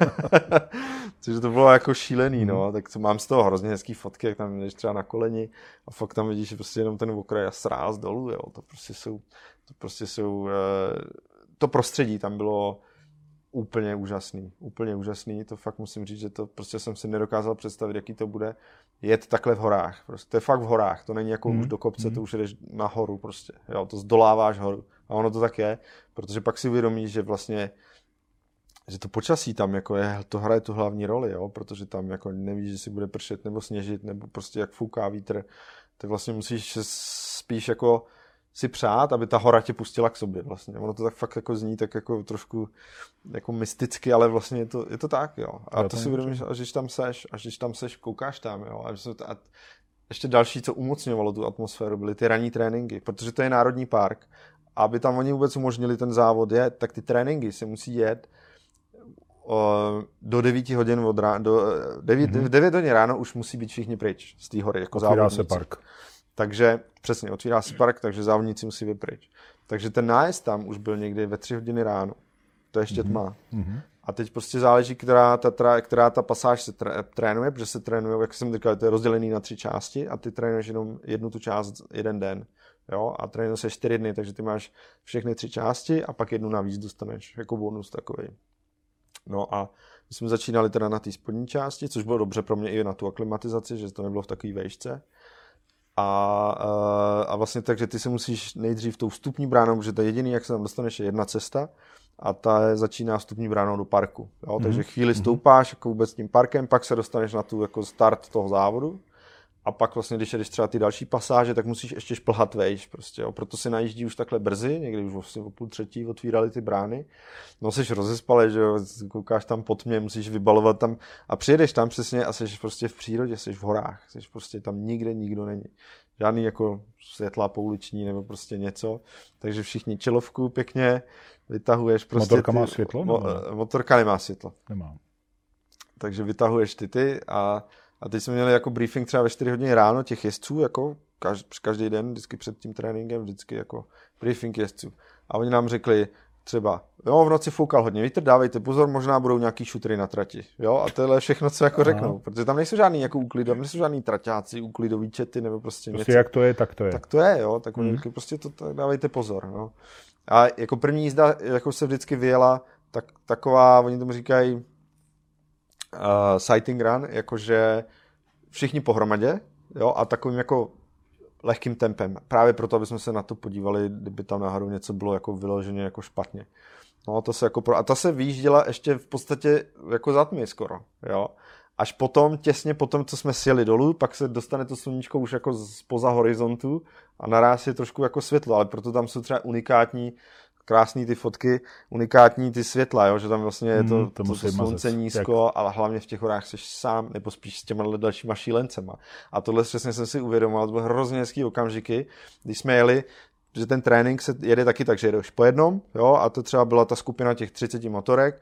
[SPEAKER 1] Což to bylo jako šílený, mm. no. Tak to mám z toho hrozně hezký fotky, jak tam jdeš třeba na koleni a fakt tam vidíš prostě jenom ten okraj a sráz dolů, jo. To prostě jsou, to prostě jsou, to prostředí tam bylo úplně úžasný, úplně úžasný, to fakt musím říct, že to prostě jsem si nedokázal představit, jaký to bude jet takhle v horách, prostě to je fakt v horách, to není jako mm. už do kopce, mm. to už jedeš nahoru prostě, jo, to zdoláváš horu a ono to tak je, protože pak si uvědomíš, že vlastně, že to počasí tam jako je, to hraje tu hlavní roli, jo, protože tam jako nevíš, že si bude pršet nebo sněžit, nebo prostě jak fouká vítr, tak vlastně musíš spíš jako si přát, aby ta hora tě pustila k sobě vlastně. Ono to tak fakt jako zní tak jako trošku jako mysticky, ale vlastně je to, je to tak, jo. A to, to si uvědomíš, až když tam seš, až když tam seš, koukáš tam, jo. A, a ještě další, co umocňovalo tu atmosféru, byly ty ranní tréninky, protože to je národní park. A aby tam oni vůbec umožnili ten závod jet, tak ty tréninky se musí jet o, do devíti hodin od rána, do devět, mm-hmm. devět hodin ráno už musí být všichni pryč z té hory, jako závodníci.
[SPEAKER 2] Se park.
[SPEAKER 1] Takže přesně, otvírá se park, takže závodníci musí být pryč. Takže ten nájezd tam už byl někdy ve tři hodiny ráno. To je ještě mm-hmm. tma. Mm-hmm. A teď prostě záleží, která ta, která ta pasáž se trénuje, protože se trénuje, jak jsem říkal, to je rozdělený na tři části a ty trénuješ jenom jednu tu část jeden den. Jo? A trénuje se čtyři dny, takže ty máš všechny tři části a pak jednu navíc dostaneš, jako bonus takový. No a my jsme začínali teda na té spodní části, což bylo dobře pro mě i na tu aklimatizaci, že to nebylo v takové vejšce. A, a vlastně takže ty se musíš nejdřív tou vstupní bránou, protože to je jediný, jak se tam dostaneš, je jedna cesta a ta začíná vstupní bránou do parku. Jo? Takže chvíli stoupáš jako vůbec tím parkem, pak se dostaneš na tu jako start toho závodu a pak vlastně, když jdeš třeba ty další pasáže, tak musíš ještě šplhat vejš. Prostě, jo? Proto se najíždí už takhle brzy, někdy už vlastně o půl třetí otvírali ty brány. No jsi rozespalej, že jo, koukáš tam po tmě, musíš vybalovat tam a přijedeš tam přesně a jsi prostě v přírodě, jsi v horách, jsi prostě tam nikde nikdo není. Žádný jako světla pouliční nebo prostě něco. Takže všichni čelovku pěkně vytahuješ. Prostě
[SPEAKER 2] motorka
[SPEAKER 1] ty,
[SPEAKER 2] má světlo?
[SPEAKER 1] Mo, motorka nemá světlo.
[SPEAKER 2] Nemá.
[SPEAKER 1] Takže vytahuješ ty ty a A teď jsme měli jako briefing třeba ve čtyři hodiny ráno těch jezdců, jako každý, každý den, vždycky před tím tréninkem, vždycky jako briefing jezdců. A oni nám řekli třeba, jo, v noci foukal hodně vítr, dávejte pozor, možná budou nějaký šutry na trati. Jo, a tohle je všechno, co jako řeknou, protože tam nejsou žádný jako úklid, tam nejsou žádný traťáci, úklidový čety nebo prostě,
[SPEAKER 2] prostě
[SPEAKER 1] něco.
[SPEAKER 2] Jak to je, tak to je.
[SPEAKER 1] Tak to je, jo, tak oni mm. řekli, prostě to, tak dávejte pozor, jo. A jako první jízda, jako se vždycky vyjela, tak taková, oni tomu říkají uh, sighting run, jakože všichni pohromadě, jo, a takovým jako lehkým tempem. Právě proto, aby jsme se na to podívali, kdyby tam náhodou něco bylo jako vyloženě jako špatně. No, to se jako pro... A ta se vyjížděla ještě v podstatě jako za tmy skoro, jo. Až potom, těsně potom, co jsme sjeli dolů, pak se dostane to sluníčko už jako spoza horizontu a naráz je trošku jako světlo, ale proto tam jsou třeba unikátní, krásný ty fotky, unikátní ty světla, jo, že tam vlastně je to, mm, to, to slunce nízko, jak... ale hlavně v těch horách jsi sám, nebo spíš s těma dalšíma šílencema. A tohle přesně jsem si uvědomil, to byly hrozně hezký okamžiky, když jsme jeli, že ten trénink se jede taky tak, že jedeš po jednom, jo, a to třeba byla ta skupina těch třicet motorek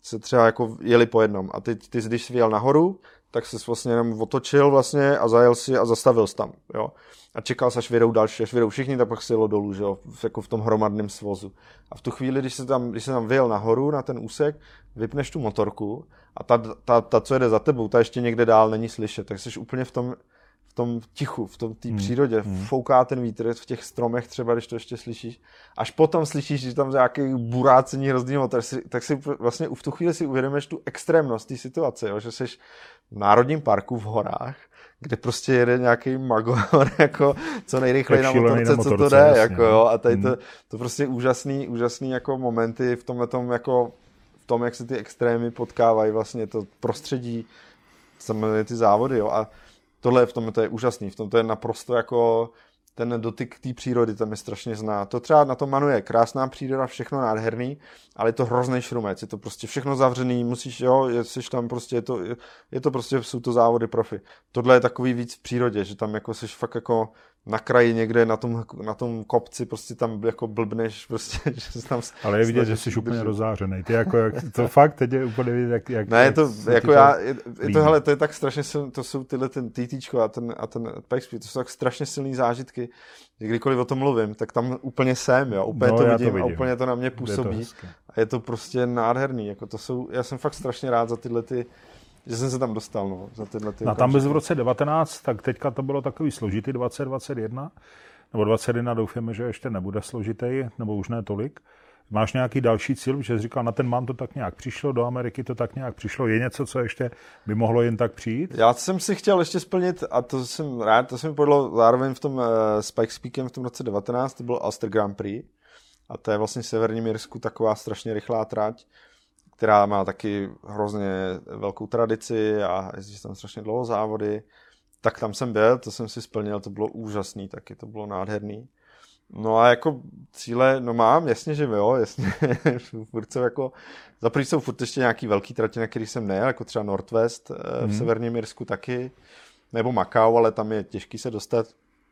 [SPEAKER 1] se třeba jako jeli po jednom. A ty, ty když jsi vyjel nahoru, tak jsi vlastně jenom otočil vlastně a zajel si a zastavil jsi tam, jo. A čekal jsi, až vyjedou další, až vyjedou všichni, tak pak se jelo dolů, že jo, jako v tom hromadném svozu. A v tu chvíli, když se tam, když se tam vyjel nahoru na ten úsek, vypneš tu motorku a ta, ta, ta, co jede za tebou, ta ještě někde dál není slyšet, tak jsi úplně v tom, v tom tichu, v tom té hmm. přírodě, hmm. fouká ten vítr v těch stromech třeba, když to ještě slyšíš. Až potom slyšíš, že tam nějaký burácení hrozný motor, tak si vlastně v tu chvíli si uvědomíš tu extrémnost té situace, jo? Že jsi v národním parku v horách, kde prostě jede nějaký magor, jako co nejrychleji na motorce, na motorce, co to jde, jasně, jako jo, a tady hmm. to, to prostě úžasný, úžasný jako momenty v tomhle tom, jako v tom, jak se ty extrémy potkávají vlastně to prostředí, samozřejmě ty závody, jo, a tohle je v tom, to je úžasný, v tom to je naprosto jako ten dotyk té přírody, tam je strašně zná. To třeba na tom Manu je krásná příroda, všechno nádherný, ale je to hrozný šrumec, je to prostě všechno zavřený, musíš, jo, jsi tam prostě, je to, je, je to prostě, jsou to závody profi. Tohle je takový víc v přírodě, že tam jako jsi fakt jako na kraji někde, na tom, na tom kopci, prostě tam jako blbneš, prostě, že jsi tam...
[SPEAKER 2] Ale je vidět, že jsi úplně rozářený. Ty jako, jak, to fakt teď je úplně vidět, jak... jak
[SPEAKER 1] ne, je to, jako já, je, je to, hele, to je tak strašně silný, to jsou tyhle ten TTčko a ten, a ten Pexpeed, to jsou tak strašně silný zážitky, že kdykoliv o tom mluvím, tak tam úplně jsem, jo, úplně no, to, vidím, to vidím a úplně to na mě působí. Je a je to prostě nádherný, jako to jsou, já jsem fakt strašně rád za tyhle ty, že jsem se tam dostal, no, za tyhle ty...
[SPEAKER 2] No tam bez v roce devatenáct, tak teďka to bylo takový složitý dvacet dvacet jedna, nebo dvacet jedna doufáme, že ještě nebude složitý, nebo už ne tolik. Máš nějaký další cíl, že jsi říkal, na ten Man to tak nějak přišlo, do Ameriky to tak nějak přišlo, je něco, co ještě by mohlo jen tak přijít?
[SPEAKER 1] Já jsem si chtěl ještě splnit, a to jsem rád, to se mi povedlo zároveň v tom uh, Spike Peakem v tom roce devatenáct, to byl Ulster Grand Prix, a to je vlastně v Severním Irsku taková strašně rychlá trať, která má taky hrozně velkou tradici a jezdí tam strašně dlouho závody. Tak tam jsem byl, to jsem si splnil, to bylo úžasný taky, to bylo nádherný. No a jako cíle, no mám, jasně, že jo, jasně, furt jsou jako, zaprvé jsou furt ještě nějaký velký tratě, na který jsem nejel, jako třeba Northwest v hmm. Severním Irsku taky, nebo Macau, ale tam je těžký se dostat,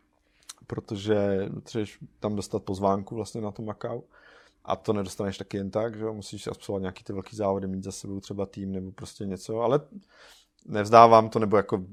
[SPEAKER 1] protože potřebuješ tam dostat pozvánku vlastně na to Macau. A to nedostaneš taky jen tak, že jo? Musíš absolvovat nějaký ty velký závody, mít za sebou třeba tým nebo prostě něco, ale nevzdávám to, nebo jako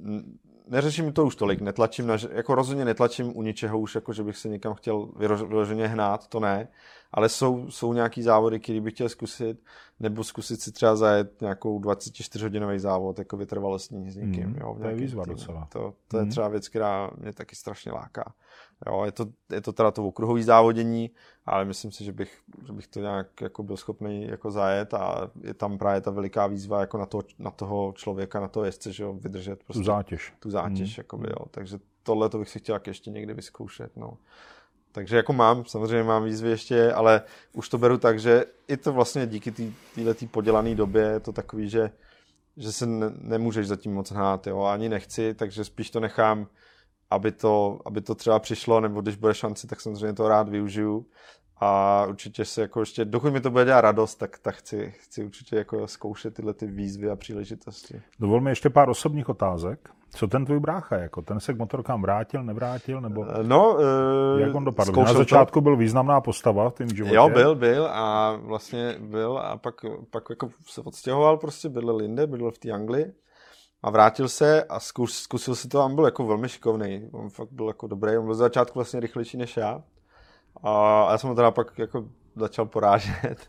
[SPEAKER 1] neřeším to už tolik, netlačím, na, jako rozhodně netlačím u ničeho už, jako že bych se někam chtěl vyloženě hnát, to ne, ale jsou, jsou nějaký závody, který bych chtěl zkusit, nebo zkusit si třeba zajet nějakou dvacetičtyřhodinový závod, jako vytrvalostní s někým. Mm, jo,
[SPEAKER 2] to je výzva docela.
[SPEAKER 1] To, to je mm. třeba věc, která mě taky strašně láká. Jo, je to, je to teda to okruhové závodění, ale myslím si, že bych, že bych to nějak jako byl schopný jako zajet a je tam právě ta veliká výzva jako na, to, na toho člověka, na toho jezdce, že jo, vydržet prostě
[SPEAKER 2] tu zátěž.
[SPEAKER 1] Tu zátěž, mm. jakoby, jo. Takže tohle to bych si chtěl ještě někdy vyzkoušet, no. Takže jako mám, samozřejmě mám výzvy ještě, ale už to beru tak, že i to vlastně díky této podělané době je to takový, že, že se ne, nemůžeš zatím moc hnát, jo, ani nechci, takže spíš to nechám, aby to, aby to třeba přišlo, nebo když bude šance, tak samozřejmě to rád využiju a určitě se jako ještě, dokud mi to bude dělat radost, tak, tak chci, chci určitě jako zkoušet tyhle ty výzvy a příležitosti.
[SPEAKER 2] Dovol mi ještě pár osobních otázek. Co ten tvůj brácha, jako ten se k motorkám vrátil, nevrátil, nebo
[SPEAKER 1] no,
[SPEAKER 2] jak on dopadl? Na začátku to byl významná postava v tom životě.
[SPEAKER 1] Jo, byl, byl a vlastně byl a pak, pak jako se odstěhoval, prostě bydlel jinde, bydlel v té Anglii a vrátil se a zkus, zkusil si to a on byl jako velmi šikovný, on fakt byl jako dobrý, on byl za začátku vlastně rychlejší než já a já jsem ho teda pak jako začal porážet,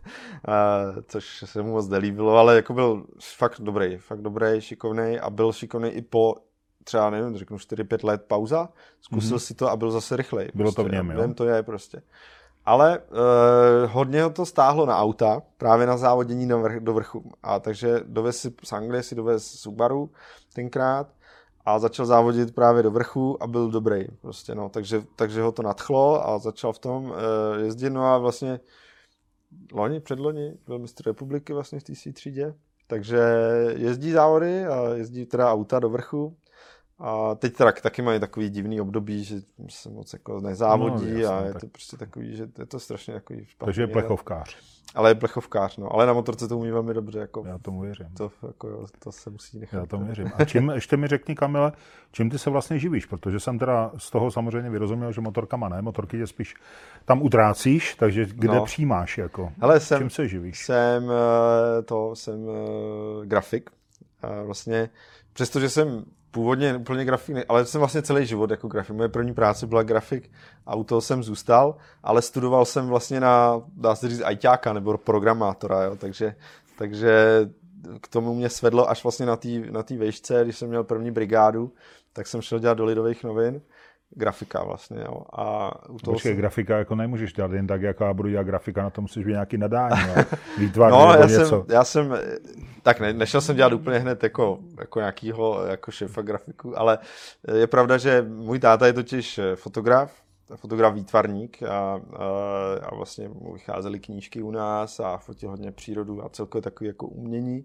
[SPEAKER 1] což se mu moc nelíbilo, ale jako byl fakt dobrý, fakt dobrý, šikovný a byl šikovný i po třeba, nevím, řeknu čtyři pět let pauza, zkusil mm-hmm. si to a byl zase rychlej.
[SPEAKER 2] Bylo
[SPEAKER 1] prostě,
[SPEAKER 2] to v něm, jo?
[SPEAKER 1] Vím, to je prostě. Ale eh, hodně ho to stáhlo na auta, právě na závodění do, vrch, do vrchu. A takže dovez si z Anglie, si dovez Subaru tenkrát a začal závodit právě do vrchu a byl dobrý. Prostě, no. takže, takže ho to nadchlo a začal v tom eh, jezdit. No a vlastně loni, předloni byl mistr republiky vlastně v té své třídě. Takže jezdí závody a jezdí teda auta do vrchu. A teď teda taky mají takový divný období, že se moc jako nezávodí no, jasný, a je tak. to prostě takový, že je to strašně takový špatný.
[SPEAKER 2] Takže je plechovkář.
[SPEAKER 1] Ale je plechovkář, no. Ale na motorce to umí velmi dobře. Jako,
[SPEAKER 2] Já tomu věřím.
[SPEAKER 1] To, jako, to se musí nechat.
[SPEAKER 2] Já tomu věřím. A čím, ještě mi řekni, Kamile, čím ty se vlastně živíš? Protože jsem teda z toho samozřejmě vyrozuměl, že motorkama ne, motorky tě spíš tam utrácíš, takže kde no. přijímáš? Jako?
[SPEAKER 1] Hele, jsem,
[SPEAKER 2] čím se živíš?
[SPEAKER 1] Jsem, to, jsem grafik. Vlastně, přestože jsem původně úplně grafik, ale jsem vlastně celý život jako grafik. Moje první práce byla grafik a u toho jsem zůstal, ale studoval jsem vlastně na, dá se říct, ajťáka nebo programátora, jo, takže, takže k tomu mě svedlo až vlastně na té na té vejšce, když jsem měl první brigádu, tak jsem šel dělat do Lidových novin, grafika vlastně, jo. A u toho
[SPEAKER 2] Počkej,
[SPEAKER 1] jsem...
[SPEAKER 2] grafika jako nemůžeš dělat jen tak, jako já budu dělat grafika, na to musíš být nějaký nadání, no. Výtvar
[SPEAKER 1] no,
[SPEAKER 2] nebo
[SPEAKER 1] já
[SPEAKER 2] něco.
[SPEAKER 1] Jsem, já jsem, tak ne, nešel jsem dělat úplně hned jako, jako nějakýho jako šéfa grafiku, ale je pravda, že můj táta je totiž fotograf, fotograf výtvarník a, a, a vlastně mu vycházely knížky u nás a fotil hodně přírodu a celkově takový jako umění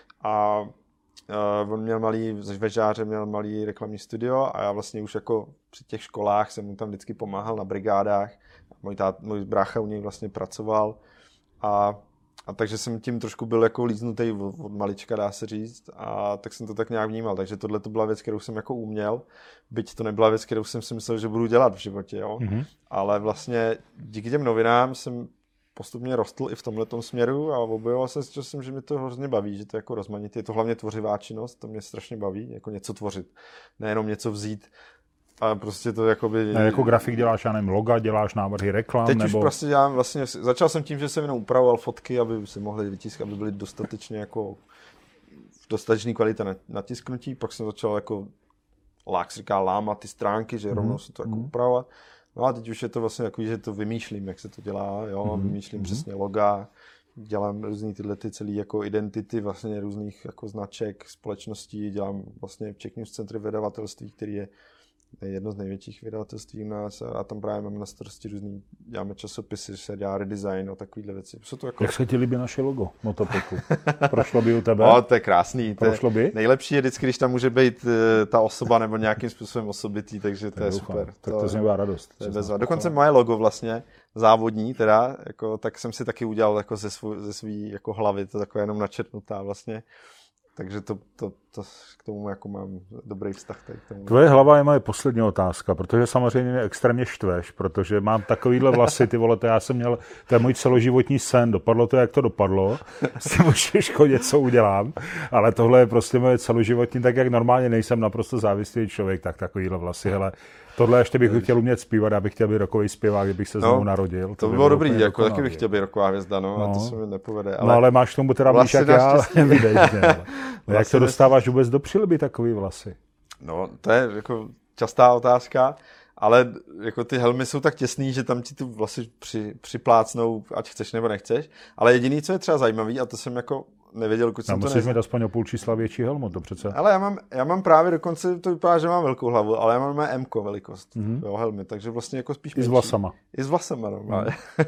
[SPEAKER 1] a Uh, on měl malý, ze Žvežáře měl malý reklamní studio a já vlastně už jako při těch školách jsem mu tam vždycky pomáhal na brigádách. Můj, tát, můj brácha u něj vlastně pracoval a, a takže jsem tím trošku byl jako líznutý od, od malička, dá se říct, a tak jsem to tak nějak vnímal. Takže tohle to byla věc, kterou jsem jako uměl, byť to nebyla věc, kterou jsem si myslel, že budu dělat v životě, jo. Mm-hmm. Ale vlastně díky těm novinám jsem postupně rostl i v tomhletom směru a objevoval jsem si, že, jsem, že mě to hrozně baví, že to je jako rozmanitý. Je to hlavně tvořivá činnost, to mě strašně baví, jako něco tvořit, nejenom něco vzít a prostě to jakoby...
[SPEAKER 2] Ne, jako grafik děláš, já nevím, loga, děláš návrhy reklam,
[SPEAKER 1] teď
[SPEAKER 2] nebo...
[SPEAKER 1] Teď už prostě dělám vlastně, začal jsem tím, že jsem jenom upravoval fotky, aby se mohly vytiskat, aby byly dostatečně jako dostatečný kvalita natisknutí, pak jsem začal jako, lák říká, lámat ty stránky, že rovnou se to jako mm. upravovat. No a teď už je to vlastně takový, že to vymýšlím, jak se to dělá, jo, mm-hmm. vymýšlím mm-hmm. přesně loga, dělám různý tyhle ty celý jako identity vlastně různých jako značek společností, dělám vlastně Czech News Centry vydavatelství, který je jedno z největších vydavatelství u nás a tam právě máme na starosti různý, děláme časopisy, se dělá redesign a takovýhle věci. To jako...
[SPEAKER 2] Jak se ti líbí naše logo Motopeku? Prošlo by u tebe?
[SPEAKER 1] No, to je krásný.
[SPEAKER 2] Prošlo by?
[SPEAKER 1] Nejlepší je vždycky, když tam může být ta osoba nebo nějakým způsobem osobitý, takže to, to je doufám. Super.
[SPEAKER 2] Tak to, to zní radost.
[SPEAKER 1] To je bezva. Dokonce moje logo vlastně, závodní teda, jako, tak jsem si taky udělal jako ze, svů, ze svý jako hlavy, to takové jenom načetnutá vlastně. Takže to, to, to k tomu jako mám dobrý vztah. Tady k tomu.
[SPEAKER 2] Tvoje hlava je moje poslední otázka, protože samozřejmě mě extrémně štveš, protože mám takovýhle vlasy, ty vole, to já jsem měl, to je můj celoživotní sen, dopadlo to, jak to dopadlo, si můžeš chodit, co udělám, ale tohle je prostě moje celoživotní, tak jak normálně nejsem naprosto závislý člověk, tak takovýhle vlasy, hele. Tohle ještě bych chtěl umět zpívat, abych chtěl být rokový zpěvák, kdybych se znovu no, narodil.
[SPEAKER 1] To, to by bylo dobrý, jako taky bych chtěl být roková hvězda, no, no. A to se mi nepovede. Ale
[SPEAKER 2] no ale máš k tomu teda blíž jak já, evidentně. Jak to dostáváš vůbec do přilby takový vlasy?
[SPEAKER 1] No, to je jako častá otázka, ale jako ty helmy jsou tak těsný, že tam ti ty vlasy při, připlácnou, ať chceš nebo nechceš. Ale jediný, co je třeba zajímavý, a to jsem jako nevěděl, dokud jsem to neznal.
[SPEAKER 2] Musíš mít aspoň o půl čísla větší helmu, to přece.
[SPEAKER 1] Ale já mám, já mám právě dokonce, to vypadá, že mám velkou hlavu, ale já mám mé M-ko velikost, mm-hmm. jo, helmy, takže vlastně jako spíš
[SPEAKER 2] I menší. S vlasama.
[SPEAKER 1] I s vlasama, no. Mm.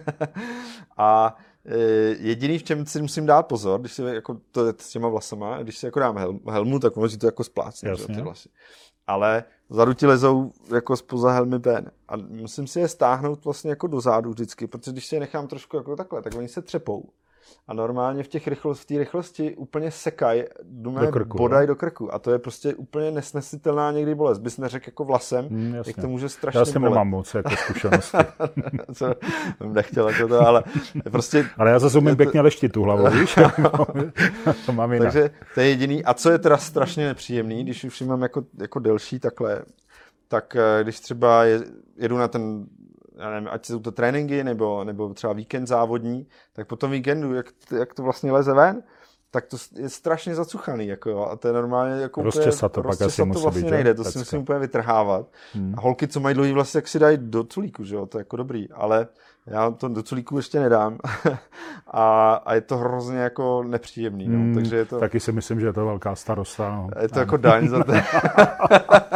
[SPEAKER 1] A e, jediný, v čem si musím dát pozor, když si jako to s těma vlasama, když si jako dám hel, helmu, tak možná to jako splácne, že, ty vlasy. Ale vzadu ti lezou jako spoza helmy ven. A musím si je stáhnout vlastně jako do zádu vždycky, protože když si je nechám trošku jako takhle, tak oni se třepou. A normálně v těch rychlost, v té rychlosti úplně sekají, bodají do krku. A to je prostě úplně nesnesitelná někdy bolest. Bys neřekl jako vlasem, mm, jak to může strašně
[SPEAKER 2] bolet. Já s tím
[SPEAKER 1] bolet.
[SPEAKER 2] nemám moc jako zkušenosti.
[SPEAKER 1] Co, nechtěl jako to, ale prostě...
[SPEAKER 2] Ale já zase umím to... pěkně leštit tu hlavu, víš? To mám jinak.
[SPEAKER 1] Takže to je jediný. A co je teda strašně nepříjemný, když už mám jako, jako delší takhle, tak když třeba je, jedu na ten... Já nevím, ať jsou to tréninky, nebo, nebo třeba víkend závodní, tak po tom víkendu, jak, jak to vlastně leze ven, tak to je strašně zacuchaný, jako jo, a to je normálně jako
[SPEAKER 2] rozčesat to, pak asi musí
[SPEAKER 1] vlastně
[SPEAKER 2] být,
[SPEAKER 1] nejde, to si musím úplně vytrhávat. Hmm. A holky, co mají dlouhý vlasy, jak si dají do culíku, že jo, to je jako dobrý, ale já to do culíku ještě nedám a, a je to hrozně jako nepříjemný, no,
[SPEAKER 2] hmm,
[SPEAKER 1] takže je to...
[SPEAKER 2] Taky si myslím, že je to velká starost. No.
[SPEAKER 1] Je to jako daň za to.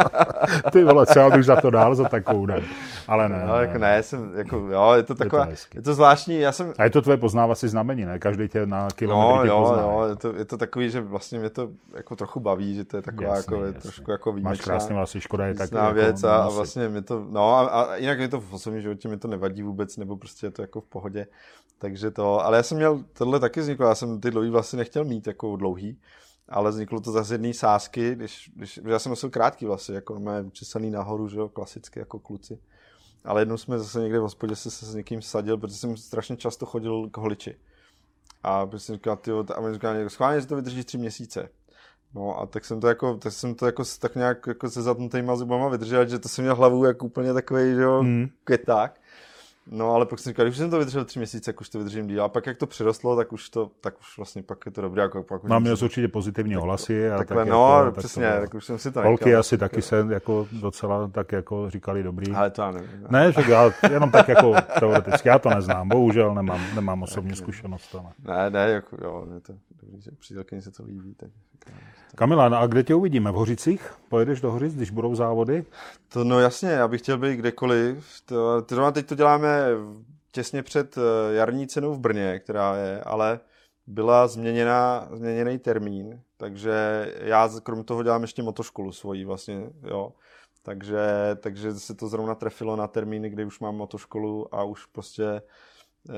[SPEAKER 2] Ty vole, třeba bych za to dál za takovou den. Ale ne.
[SPEAKER 1] No, jako ne, jsem, jako, jo, je to taková, je to, je to zvláštní, já jsem...
[SPEAKER 2] A je to tvoje poznávací znamení, ne? Každý tě na kilometr
[SPEAKER 1] no,
[SPEAKER 2] tě
[SPEAKER 1] jo,
[SPEAKER 2] pozná.
[SPEAKER 1] Jo, je to, je to takový, že vlastně mě to jako trochu baví, že to je taková
[SPEAKER 2] jasný,
[SPEAKER 1] jako, je
[SPEAKER 2] jasný.
[SPEAKER 1] trošku jako výjimečná.
[SPEAKER 2] Máš krásně vlastně, Škoda je taky
[SPEAKER 1] jako věc a, a
[SPEAKER 2] asi.
[SPEAKER 1] vlastně mi to, no a, a jinak mi to v osobním životě mi to nevadí vůbec, nebo prostě je to jako v pohodě. Takže to, ale já jsem měl, tohle taky vzniklo, já jsem ty dlouhý vlasy nechtěl mít jako dlouhý, ale vzniklo to zase jedný sázky, když, když, já jsem nosil krátký vlasy, jako normálně učesaný nahoru, že jo, klasicky jako kluci. Ale jednou jsme zase někde v hospodě se, se s někým sadil, protože jsem strašně často chodil k holiči. A prostě jsem říkal, tyjo, a on říkal někdo, schválně, že to vydrží tři měsíce. No a tak jsem to jako, tak jsem to jako tak nějak jako se zatnutýma zubama vydržel, že to jsem měl hlavu jako úplně takovej, že jo, mm. květák. No ale pak jsem říkal, když jsem to vydržel tři měsíce, jak už to vydržím díl. A pak jak to přirostlo, tak už to, tak už vlastně pak je to dobré. Jako, pak
[SPEAKER 2] Mám měl určitě pozitivní ohlasy. A
[SPEAKER 1] takhle,
[SPEAKER 2] tak
[SPEAKER 1] no,
[SPEAKER 2] jako,
[SPEAKER 1] přesně,
[SPEAKER 2] tak, to,
[SPEAKER 1] tak už jsem si to
[SPEAKER 2] holky
[SPEAKER 1] nechal.
[SPEAKER 2] asi taky se jako docela tak jako říkali dobrý.
[SPEAKER 1] Ale to já nevím. Ne,
[SPEAKER 2] ne že já jenom tak jako teoreticky, já to neznám, bohužel nemám, nemám osobní zkušenost. Ale.
[SPEAKER 1] Ne, ne, jako jo, je to dobrý, že přítelkyni se to líbí. Tak,
[SPEAKER 2] Kamila, a kde tě uvidíme? V Hořicích? Pojedeš do Hořic, když budou závody?
[SPEAKER 1] To no jasně, já bych chtěl být kdekoliv. To, to, teď to děláme těsně před jarní cenou v Brně, která je, ale byla změněna, změněný termín, takže já krom toho dělám ještě motoškolu svoji vlastně, jo. Takže, takže se to zrovna trefilo na termíny, kdy už mám motoškolu a už prostě uh,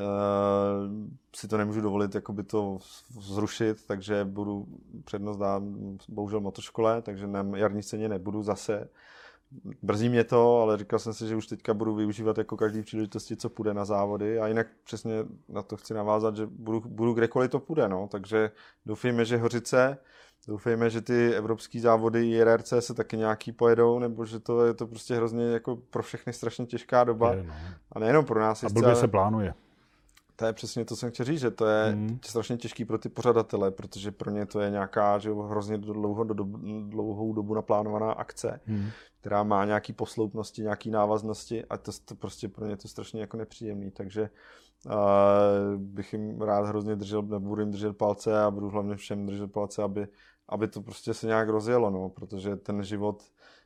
[SPEAKER 1] si to nemůžu dovolit jakoby to zrušit, takže budu přednost dám bohužel motoškole, takže na jarní ceně nebudu zase. Brzí mě to, ale říkal jsem si, že už teďka budu využívat jako každý příležitosti, co půjde na závody a jinak přesně na to chci navázat, že budu, budu kdekoliv to půjde, no. Takže doufejme, že Hořice, doufejme, že ty evropský závody I R R C se taky nějaký pojedou, nebo že to je to prostě hrozně jako pro všechny strašně těžká doba je, no. A nejenom pro nás.
[SPEAKER 2] A blbě se plánuje.
[SPEAKER 1] To je přesně to, co jsem chtěl říct, že to je mm. strašně těžký pro ty pořadatele, protože pro ně to je nějaká že hrozně dlouho, do, dlouhou dobu naplánovaná akce, mm. která má nějaký posloupnosti, nějaký návaznosti a to, to prostě pro ně to strašně jako nepříjemný, takže uh, bych jim rád hrozně držel, nebo budu jim držet palce a budu hlavně všem držet palce, aby, aby to prostě se nějak rozjelo, no, protože ten život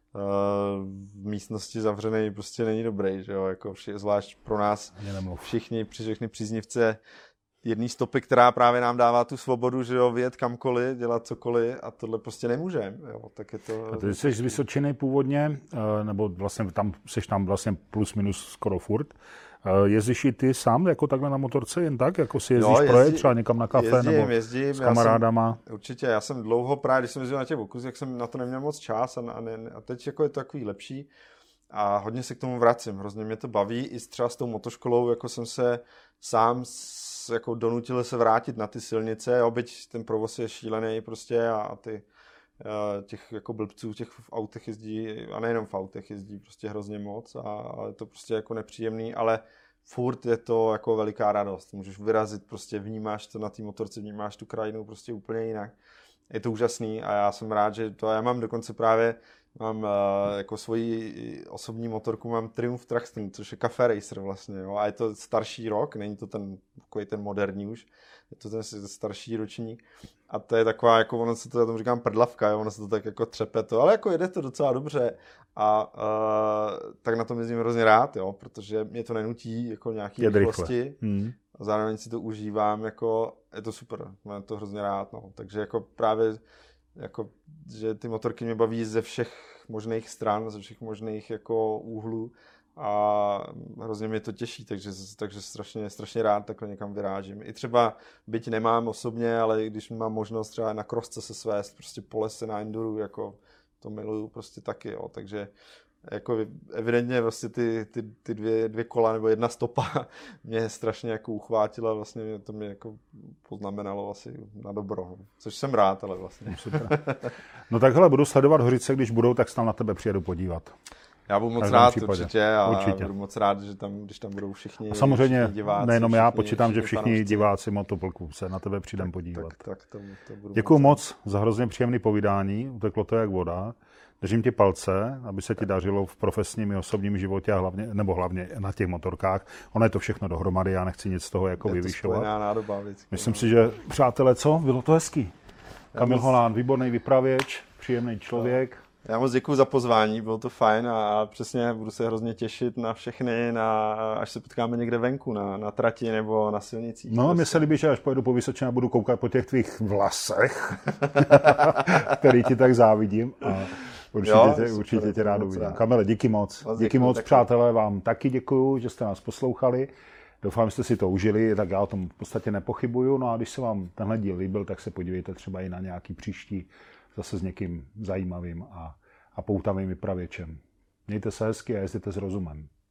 [SPEAKER 1] v místnosti zavřený prostě není dobrý, že jo, jako vši, zvlášť pro nás všichni, všechny příznivce jedné stopy, která právě nám dává tu svobodu, že jo, vyjet kamkoliv, dělat cokoliv a tohle prostě nemůžeme, jo, tak je to...
[SPEAKER 2] A ty jsi z Vysočiny původně, nebo vlastně tam, seš tam vlastně plus minus skoro furt, jezdíš i ty sám jako takhle na motorce jen tak, jako si jezdíš jo, projet třeba někam na kafe
[SPEAKER 1] jezdím,
[SPEAKER 2] nebo
[SPEAKER 1] jezdím,
[SPEAKER 2] s kamarádama?
[SPEAKER 1] Já jsem, určitě, já jsem dlouho právě, když jsem jezdil na těch okuzích, jak jsem na to neměl moc čas a, a, ne, a teď jako je to takový lepší a hodně se k tomu vracím, hrozně mě to baví i třeba s tou motoškolou, jako jsem se sám s, jako donutil se vrátit na ty silnice, jo, byť ten provoz je šílený prostě a, a ty těch jako blbců těch v autech jezdí, a nejenom v autech jezdí prostě hrozně moc a, a je to prostě jako nepříjemný, ale furt je to jako veliká radost. Můžeš vyrazit, prostě vnímáš to na té motorce, vnímáš tu krajinu prostě úplně jinak. Je to úžasný a já jsem rád, že to já mám dokonce právě, mám uh, jako svoji osobní motorku, mám Triumph Truxton, což je Cafe Racer vlastně, jo, a je to starší rok, není to ten, takový ten moderní už, je to ten starší ročník a to je taková, jako ono se to, já tomu říkám prdlavka, jo, ono se to tak jako třepe to, ale jako jede to docela dobře a uh, tak na tom jezdím hrozně rád, jo, protože mě to nenutí jako nějaký rychlosti hmm. a zároveň si to užívám, jako je to super, mám to hrozně rád, no, takže jako právě jako, že ty motorky mě baví ze všech možných stran, ze všech možných jako úhlů a hrozně mě to těší, takže, takže strašně, strašně rád takhle někam vyrážím. I třeba, byť nemám osobně, ale když mám možnost třeba na krosce se svést, prostě po lese na enduru, jako to miluju prostě taky, jo, takže jako evidentně vlastně ty, ty, ty dvě, dvě kola nebo jedna stopa mě strašně jako uchvátila, vlastně to mě jako poznamenalo asi na dobro, což jsem rád, ale vlastně.
[SPEAKER 2] Super. No tak hele, budu sledovat Hořice, když budou, tak se tam na tebe přijedu podívat.
[SPEAKER 1] Já budu moc rád případě. určitě a určitě. budu moc rád, že tam, když tam budou všichni, a samozřejmě všichni diváci.
[SPEAKER 2] Nejenom
[SPEAKER 1] všichni,
[SPEAKER 2] já, počítám, všichni že všichni
[SPEAKER 1] fanoušci.
[SPEAKER 2] diváci Motoplku se na tebe přijdem
[SPEAKER 1] tak,
[SPEAKER 2] podívat.
[SPEAKER 1] Tak, tak, to, to budu
[SPEAKER 2] Děkuju moc za hrozně příjemný povídání, uteklo to jak voda. Držím ti palce, aby se ti dařilo v profesním i osobním životě a hlavně, nebo hlavně na těch motorkách. Ono je to všechno dohromady, já nechci nic z toho jako
[SPEAKER 1] je
[SPEAKER 2] vyvyšovat.
[SPEAKER 1] To nádoba, vždycky,
[SPEAKER 2] Myslím
[SPEAKER 1] no.
[SPEAKER 2] si, že přátelé, co? Bylo to hezký. Kamil Holán, výborný vypravěč, příjemný člověk.
[SPEAKER 1] Já moc děkuji za pozvání, bylo to fajn a přesně budu se hrozně těšit na všechny, na, až se potkáme někde venku, na, na trati nebo na silnicích.
[SPEAKER 2] No, prostě. Mně se líbí, že až pojedu po Vysočině a budu koukat po těch tvých vlasech, který ti tak závidím. A určitě, jo, tě, určitě tě rád uvidím. Kamile, díky moc. Díky děkuju, moc, taky. Přátelé, vám taky děkuju, že jste nás poslouchali. Doufám, že jste si to užili, tak já o tom v podstatě nepochybuju. No a když se vám tenhle díl líbil, tak se podívejte třeba i na nějaký příští, zase s někým zajímavým a, a poutavým vypravěčem. Mějte se hezky a jezděte s rozumem.